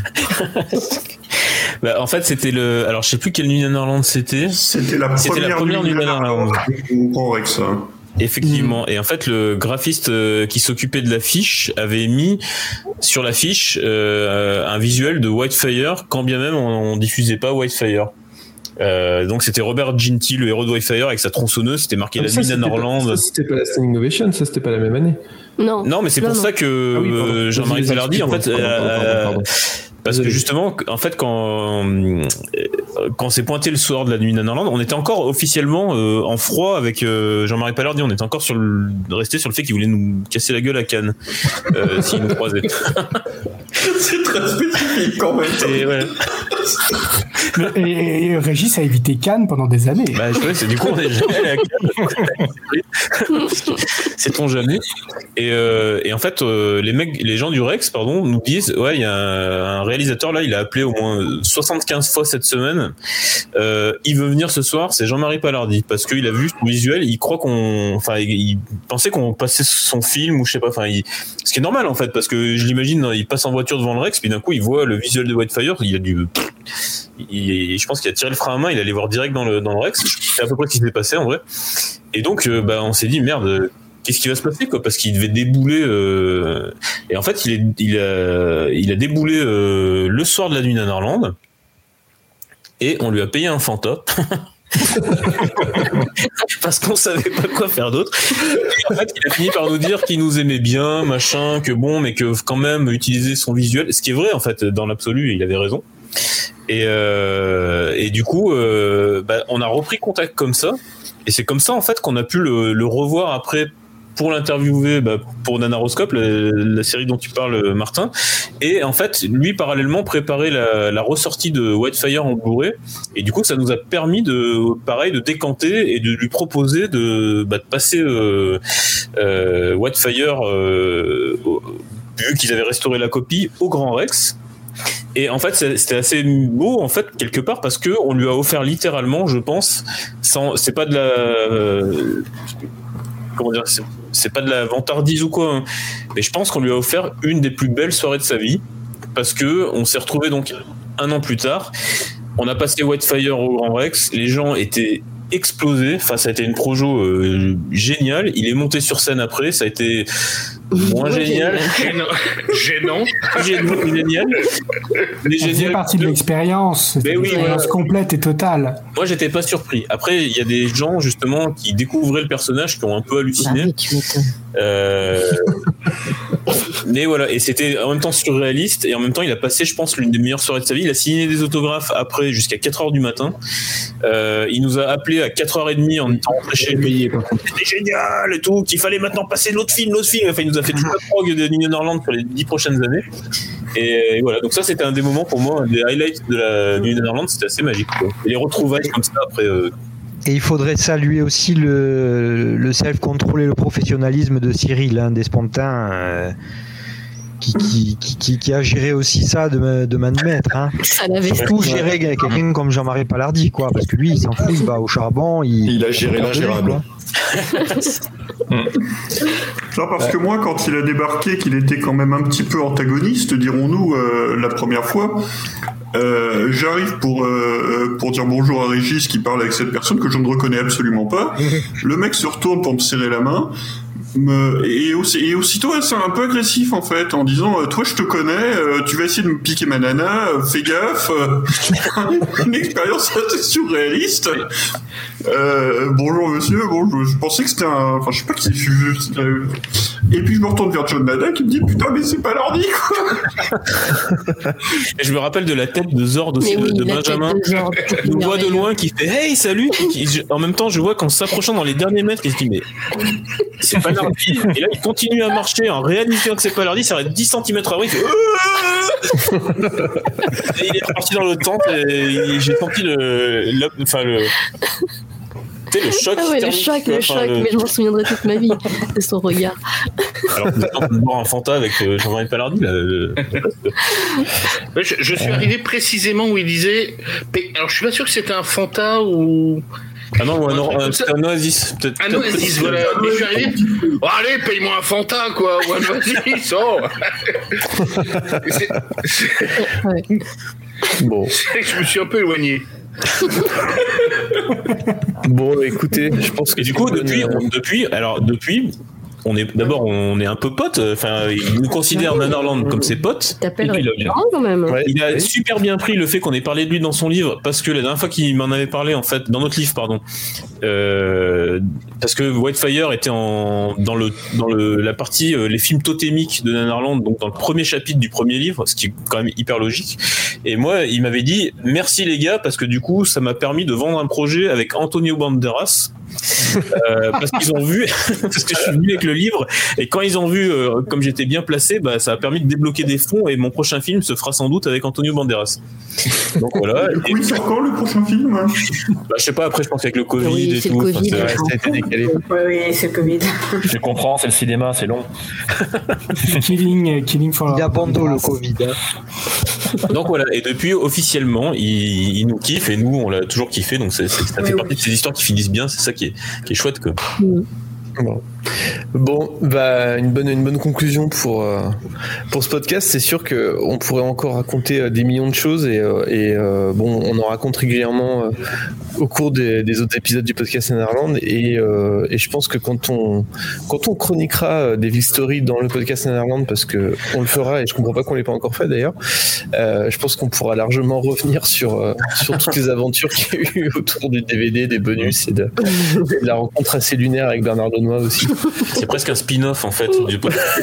Bah, en fait, c'était le. Alors, je sais plus quel Nunaland c'était. C'était la première, c'était la première Nunaland au Grand Rex. Hein. Effectivement. Mmh. Et en fait, le graphiste euh, qui s'occupait de l'affiche avait mis sur l'affiche euh, un visuel de Whitefire, quand bien même on, on diffusait pas Whitefire. Euh, donc c'était Robert Ginty, le héros de Whitefire, avec sa tronçonneuse. C'était marqué la nuit Orland. Ça, c'était pas la Standing Ovation, ça c'était pas la même année. Non. Non, mais c'est non, pour non. ça que ah oui, euh, Jean-Marie Palardi, en fait, pardon, pardon, pardon, pardon. parce Désolé. que justement, en fait, quand quand c'est pointé le soir de la nuit Orland, on était encore officiellement euh, en froid avec euh, Jean-Marie Palardi. On était encore sur le resté sur le fait qu'il voulait nous casser la gueule à Cannes euh, s'il nous croisait. C'est très spécifique quand même. Et, ouais. et, et, et Régis a évité Cannes pendant des années. Bah, je sais, c'est du coup on est jamais allé à Cannes. C'est-on jamais. Et, euh, et en fait, euh, les mecs, les gens du Rex, pardon, nous disent, ouais, il y a un, un réalisateur là, il a appelé au moins soixante-quinze fois cette semaine. Euh, il veut venir ce soir, c'est Jean-Marie Palardi, parce qu'il a vu son visuel, il croit qu'on, enfin, il, il pensait qu'on passait son film ou je sais pas, enfin, il, ce qui est normal en fait, parce que je l'imagine, il passe en voiture devant le Rex, puis d'un coup il voit le visuel de Whitefire, il a du, il, je pense qu'il a tiré le frein à main, il allait voir direct dans le dans le Rex. C'est à peu près ce qui s'est passé en vrai. Et donc, euh, bah, on s'est dit merde. Qu'est-ce qui va se passer quoi, parce qu'il devait débouler euh... et en fait il, est, il a il a déboulé euh, le soir de la nuit Orland et on lui a payé un Fanta parce qu'on savait pas quoi faire d'autre. Et en fait il a fini par nous dire qu'il nous aimait bien machin, que bon mais que quand même utiliser son visuel, ce qui est vrai en fait dans l'absolu, il avait raison. Et euh, et du coup euh, bah, on a repris contact comme ça, et c'est comme ça en fait qu'on a pu le, le revoir après pour l'interviewer, bah, pour Nanaroscope, la, la série dont tu parles, Martin. Et en fait, lui, parallèlement, préparait la, la ressortie de Whitefire en Blu-ray. Et du coup, ça nous a permis de, pareil, de décanter et de lui proposer de, bah, de passer euh, euh, Whitefire, euh, vu qu'ils avaient restauré la copie, au Grand Rex. Et en fait, c'était assez beau, en fait, quelque part, parce que on lui a offert littéralement, je pense, sans, c'est pas de la, euh, comment dire, c'est, c'est pas de la vantardise ou quoi, hein, mais je pense qu'on lui a offert une des plus belles soirées de sa vie, parce que on s'est retrouvé donc un an plus tard, on a passé Whitefire au Grand Rex, les gens étaient explosés, enfin ça a été une projo euh, géniale, il est monté sur scène après, ça a été moins génial, gênant, gênant, gênant, génial, mais ça faisait partie de l'expérience, mais une oui, expérience voilà. complète et totale. Moi j'étais pas surpris. Après il y a des gens justement qui découvraient le personnage qui ont un peu halluciné. Bah oui, tu m'étonnes. Euh... mais voilà, et c'était en même temps surréaliste, et en même temps il a passé, je pense, l'une des meilleures soirées de sa vie. Il a signé des autographes après jusqu'à quatre heures du matin. Euh, il nous a appelé à quatre heures trente en étant rentré chez lui. C'était génial et tout, qu'il fallait maintenant passer l'autre film, l'autre film. Enfin, il nous a fait toute la prog de New Orland pour les dix prochaines années. Et, et voilà, donc ça c'était un des moments pour moi, un des highlights de la New Orland, c'était assez magique, quoi. Et les retrouvailles comme ça après. Euh... Et il faudrait saluer aussi le, le self-control et le professionnalisme de Cyril, hein, Despentins. Euh, qui, qui, qui, qui, qui a géré aussi ça de, de main de maître. Hein. Ça l'avait Surtout gérer quelqu'un comme Jean-Marie Palardi, quoi, parce que lui, il s'en fout, il va au charbon. Il, il a géré l'ingérable. Non, parce que moi, quand il a débarqué, qu'il était quand même un petit peu antagoniste, dirons-nous, euh, la première fois, euh, j'arrive pour euh, pour dire bonjour à Régis qui parle avec cette personne que je ne reconnais absolument pas. Le mec se retourne pour me serrer la main. Me, et, aussi, et aussitôt c'est un peu agressif en fait en disant euh, toi je te connais, euh, tu vas essayer de me piquer ma nana, euh, fais gaffe. euh, une expérience assez surréaliste. Euh, bonjour monsieur, bon je, je pensais que c'était un, enfin je sais pas qui c'est. Euh, et puis je me retourne vers John Madden qui me dit putain mais c'est pas l'ordi quoi. Et je me rappelle de la tête de Zord aussi, oui, de Benjamin, qui nous voit de loin, qui fait hey salut. Qui, qui, en même temps je vois qu'en s'approchant dans les derniers mètres il se dit mais c'est pas l'ordi. Et là il continue à marcher en réalisant que c'est pas l'ordi, ça reste dix centimètres avant, il fait et il est reparti dans l'autre tente et j'ai senti le, le enfin le tu sais, le choc. Ah ouais, le choc, le choc, le... mais je m'en souviendrai toute ma vie de son regard. Alors que vous êtes en train de boire un Fanta avec euh, Jean-Marie Palardi, là. Le... Ouais, je, je suis arrivé précisément où il disait. Alors, je suis pas sûr que c'était un Fanta ou. Ah non, ou un, or... un, un Oasis, peut-être. Un Oasis, voilà. Mais je suis arrivé. Oh, allez, paye-moi un Fanta, quoi. Ou un Oasis, oh. c'est, c'est... Ouais. Bon. C'est que je me suis un peu éloigné. Bon, écoutez, je pense que et du coup, depuis, on, depuis, alors depuis, on est d'abord, on est un peu potes. Enfin, il nous considère Nanarland comme ses potes. T'appelles régulièrement quand même. Ouais, il a super bien pris le fait qu'on ait parlé de lui dans son livre, parce que la dernière fois qu'il m'en avait parlé, en fait, dans notre livre, pardon, euh, parce que Whitefire était en dans le dans le la partie euh, les films totémiques de Nanarland, donc dans le premier chapitre du premier livre, ce qui est quand même hyper logique. Et moi, il m'avait dit merci les gars, parce que du coup, ça m'a permis de vendre un projet avec Antonio Banderas. euh, parce qu'ils ont vu parce que je suis venu avec le livre et quand ils ont vu euh, comme j'étais bien placé, bah, ça a permis de débloquer des fonds et mon prochain film se fera sans doute avec Antonio Banderas. Donc voilà. Du coup, il sort quand le prochain film? Bah, je sais pas, après je pense avec le Covid oui, et c'est tout. Le COVID, enfin, ça a été décalé. Oui, oui, c'est le Covid. Je comprends, c'est le cinéma, c'est long. killing, killing for il y a Bando le Covid. Donc voilà, et depuis officiellement, il, il nous kiffe et nous on l'a toujours kiffé, donc c'est, c'est, ça fait oui, partie oui. de ces histoires qui finissent bien, c'est ça qui est, qui est chouette quoi. Mmh. Bon. Bon, bah une bonne une bonne conclusion pour euh, pour ce podcast. C'est sûr que on pourrait encore raconter euh, des millions de choses et euh, et euh, bon, on en raconte régulièrement euh, au cours des, des autres épisodes du podcast Nanarland et euh, et je pense que quand on quand on chroniquera des Devil Story dans le podcast Nanarland, parce que on le fera et je comprends pas qu'on l'ait pas encore fait d'ailleurs, euh, je pense qu'on pourra largement revenir sur euh, sur toutes les aventures qu'il y a eu autour du D V D, des bonus et de, de la rencontre assez lunaire avec Bernard Denois aussi. C'est presque un spin-off en fait du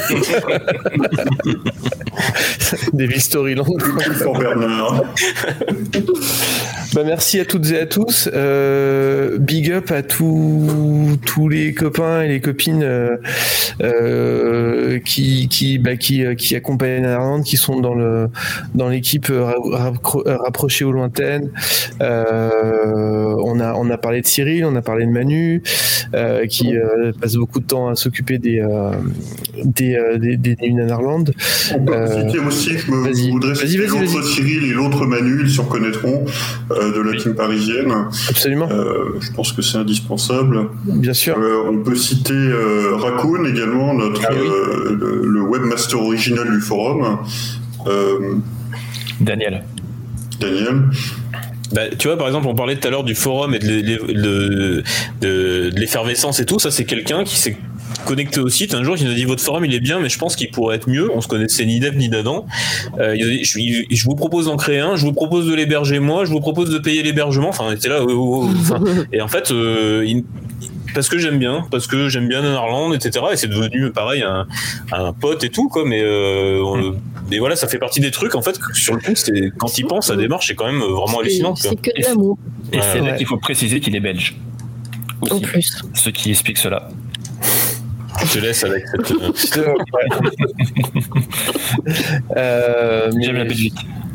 Devil Storyland. Pour Bernard. Bah merci à toutes et à tous. Euh, big up à tous tous les copains et les copines euh, euh, qui qui bah, qui qui accompagnent Nanarland, qui sont dans le dans l'équipe rappro- rapprochée ou lointaine. Euh, on a on a parlé de Cyril, on a parlé de Manu, euh, qui euh, passe beaucoup de temps à s'occuper des euh, des, euh, des des des Nanarland. On peut euh, citer aussi, je, me, vas-y, je voudrais vas-y, citer vas-y, l'autre vas-y. Cyril et l'autre Manu, ils se reconnaîtront, euh, de la oui. team parisienne. Absolument. Euh, je pense que c'est indispensable. Bien sûr. Euh, on peut citer euh, Raccoon également, notre ah, oui. euh, le, le webmaster original du forum. Euh, Daniel. Daniel. Bah, tu vois, par exemple, on parlait tout à l'heure du forum et de, de, de, de, de l'effervescence et tout. Ça, c'est quelqu'un qui s'est connecté au site un jour, qui nous a dit votre forum il est bien, mais je pense qu'il pourrait être mieux. On se connaissait ni d'Eve ni d'Adam. Euh, il a dit, je, je vous propose d'en créer un, je vous propose de l'héberger moi, je vous propose de payer l'hébergement. Enfin, on était là. Oh, oh, oh. Enfin, et en fait, euh, il, parce que j'aime bien, parce que j'aime bien Nanarland, et cetera. Et c'est devenu pareil un, un pote et tout, quoi. Mais euh, on, et voilà, ça fait partie des trucs en fait. Sur le coup, c'est quand il pense, sa démarche est quand même vraiment hallucinante. C'est que de l'amour. Et c'est ouais. là qu'il faut préciser qu'il est belge. Aussi. En plus. Ce qui explique cela. Je te laisse avec cette. euh, mais... J'aime la Belgique.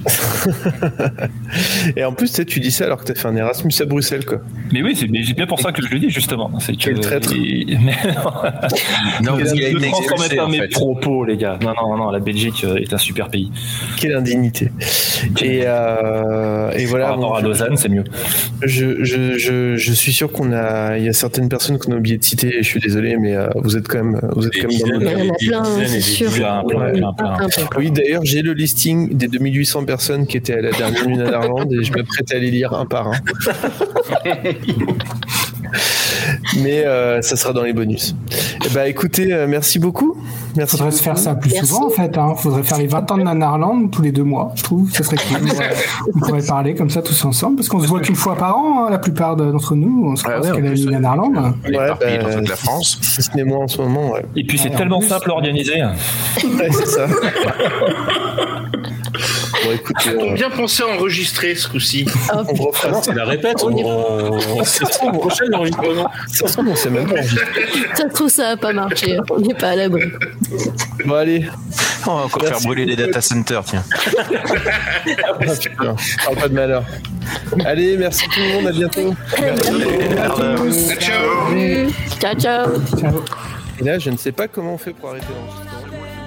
Et en plus, tu sais, tu dis ça alors que t'as fait un Erasmus à Bruxelles, quoi. Mais oui, c'est mais c'est bien pour ça que je le dis, justement. C'est que, Quel traître. il- mais non, Non, parce qu'il a ne été transformez expulsé, pas en mes fait. propos, les gars. Non, non, non, la Belgique euh, est un super pays. Quelle indignité. Et, euh, et voilà. Par rapport à Lausanne, c'est mieux. Je, je, je, je suis sûr qu'on a, il y a certaines personnes qu'on a oublié de citer, et je suis désolé, mais euh, vous êtes quand même, vous êtes Des quand même dans dizaines, le... Il y en a des plein, dizaines et c'est des sûr. dizaines. Plein, plein, plein, plein. Oui, d'ailleurs, j'ai le listing des deux mille huit cents personnes qui étaient à la dernière nuit Nanarland et je m'apprête à les lire un par un. Mais euh, ça sera dans les bonus. Eh ben, écoutez, euh, merci beaucoup. Merci. Faudrait se faire ça plus Merci. souvent en fait. Hein. Faudrait faire les vingt ans de Nanarland tous les deux mois. Je trouve ça serait cool. On pourrait parler comme ça tous ensemble parce qu'on se voit qu'une fois par an. Hein, la plupart de- d'entre nous, on se Ouais, croise ouais, qu'à en la plus, nuit ouais. Nanarland. On est Ouais, éparpillés bah, dans toute la France. Si ce n'est moi en ce moment, ouais. Et puis c'est Ouais, en tellement plus- simple à organiser. Ouais, c'est ça. Bon, écoute, On euh, bien pensé à enregistrer ce coup-ci. Ah, on refera Non, ça. c'est la répète. On, on, c'est ça, on prochaine l'enregistrement. Ça se trouve, on sait même pas enregistré. Ça se trouve, ça va pas marcher. On n'est pas à l'abri. Bon, allez. On va encore Merci. faire brûler les data centers, tiens. Ah, putain, parle pas de malheur. Allez, merci tout le monde, à bientôt. Ciao. Ciao, ciao. Ciao. Et là, je ne sais pas comment on fait pour arrêter l'enregistrement.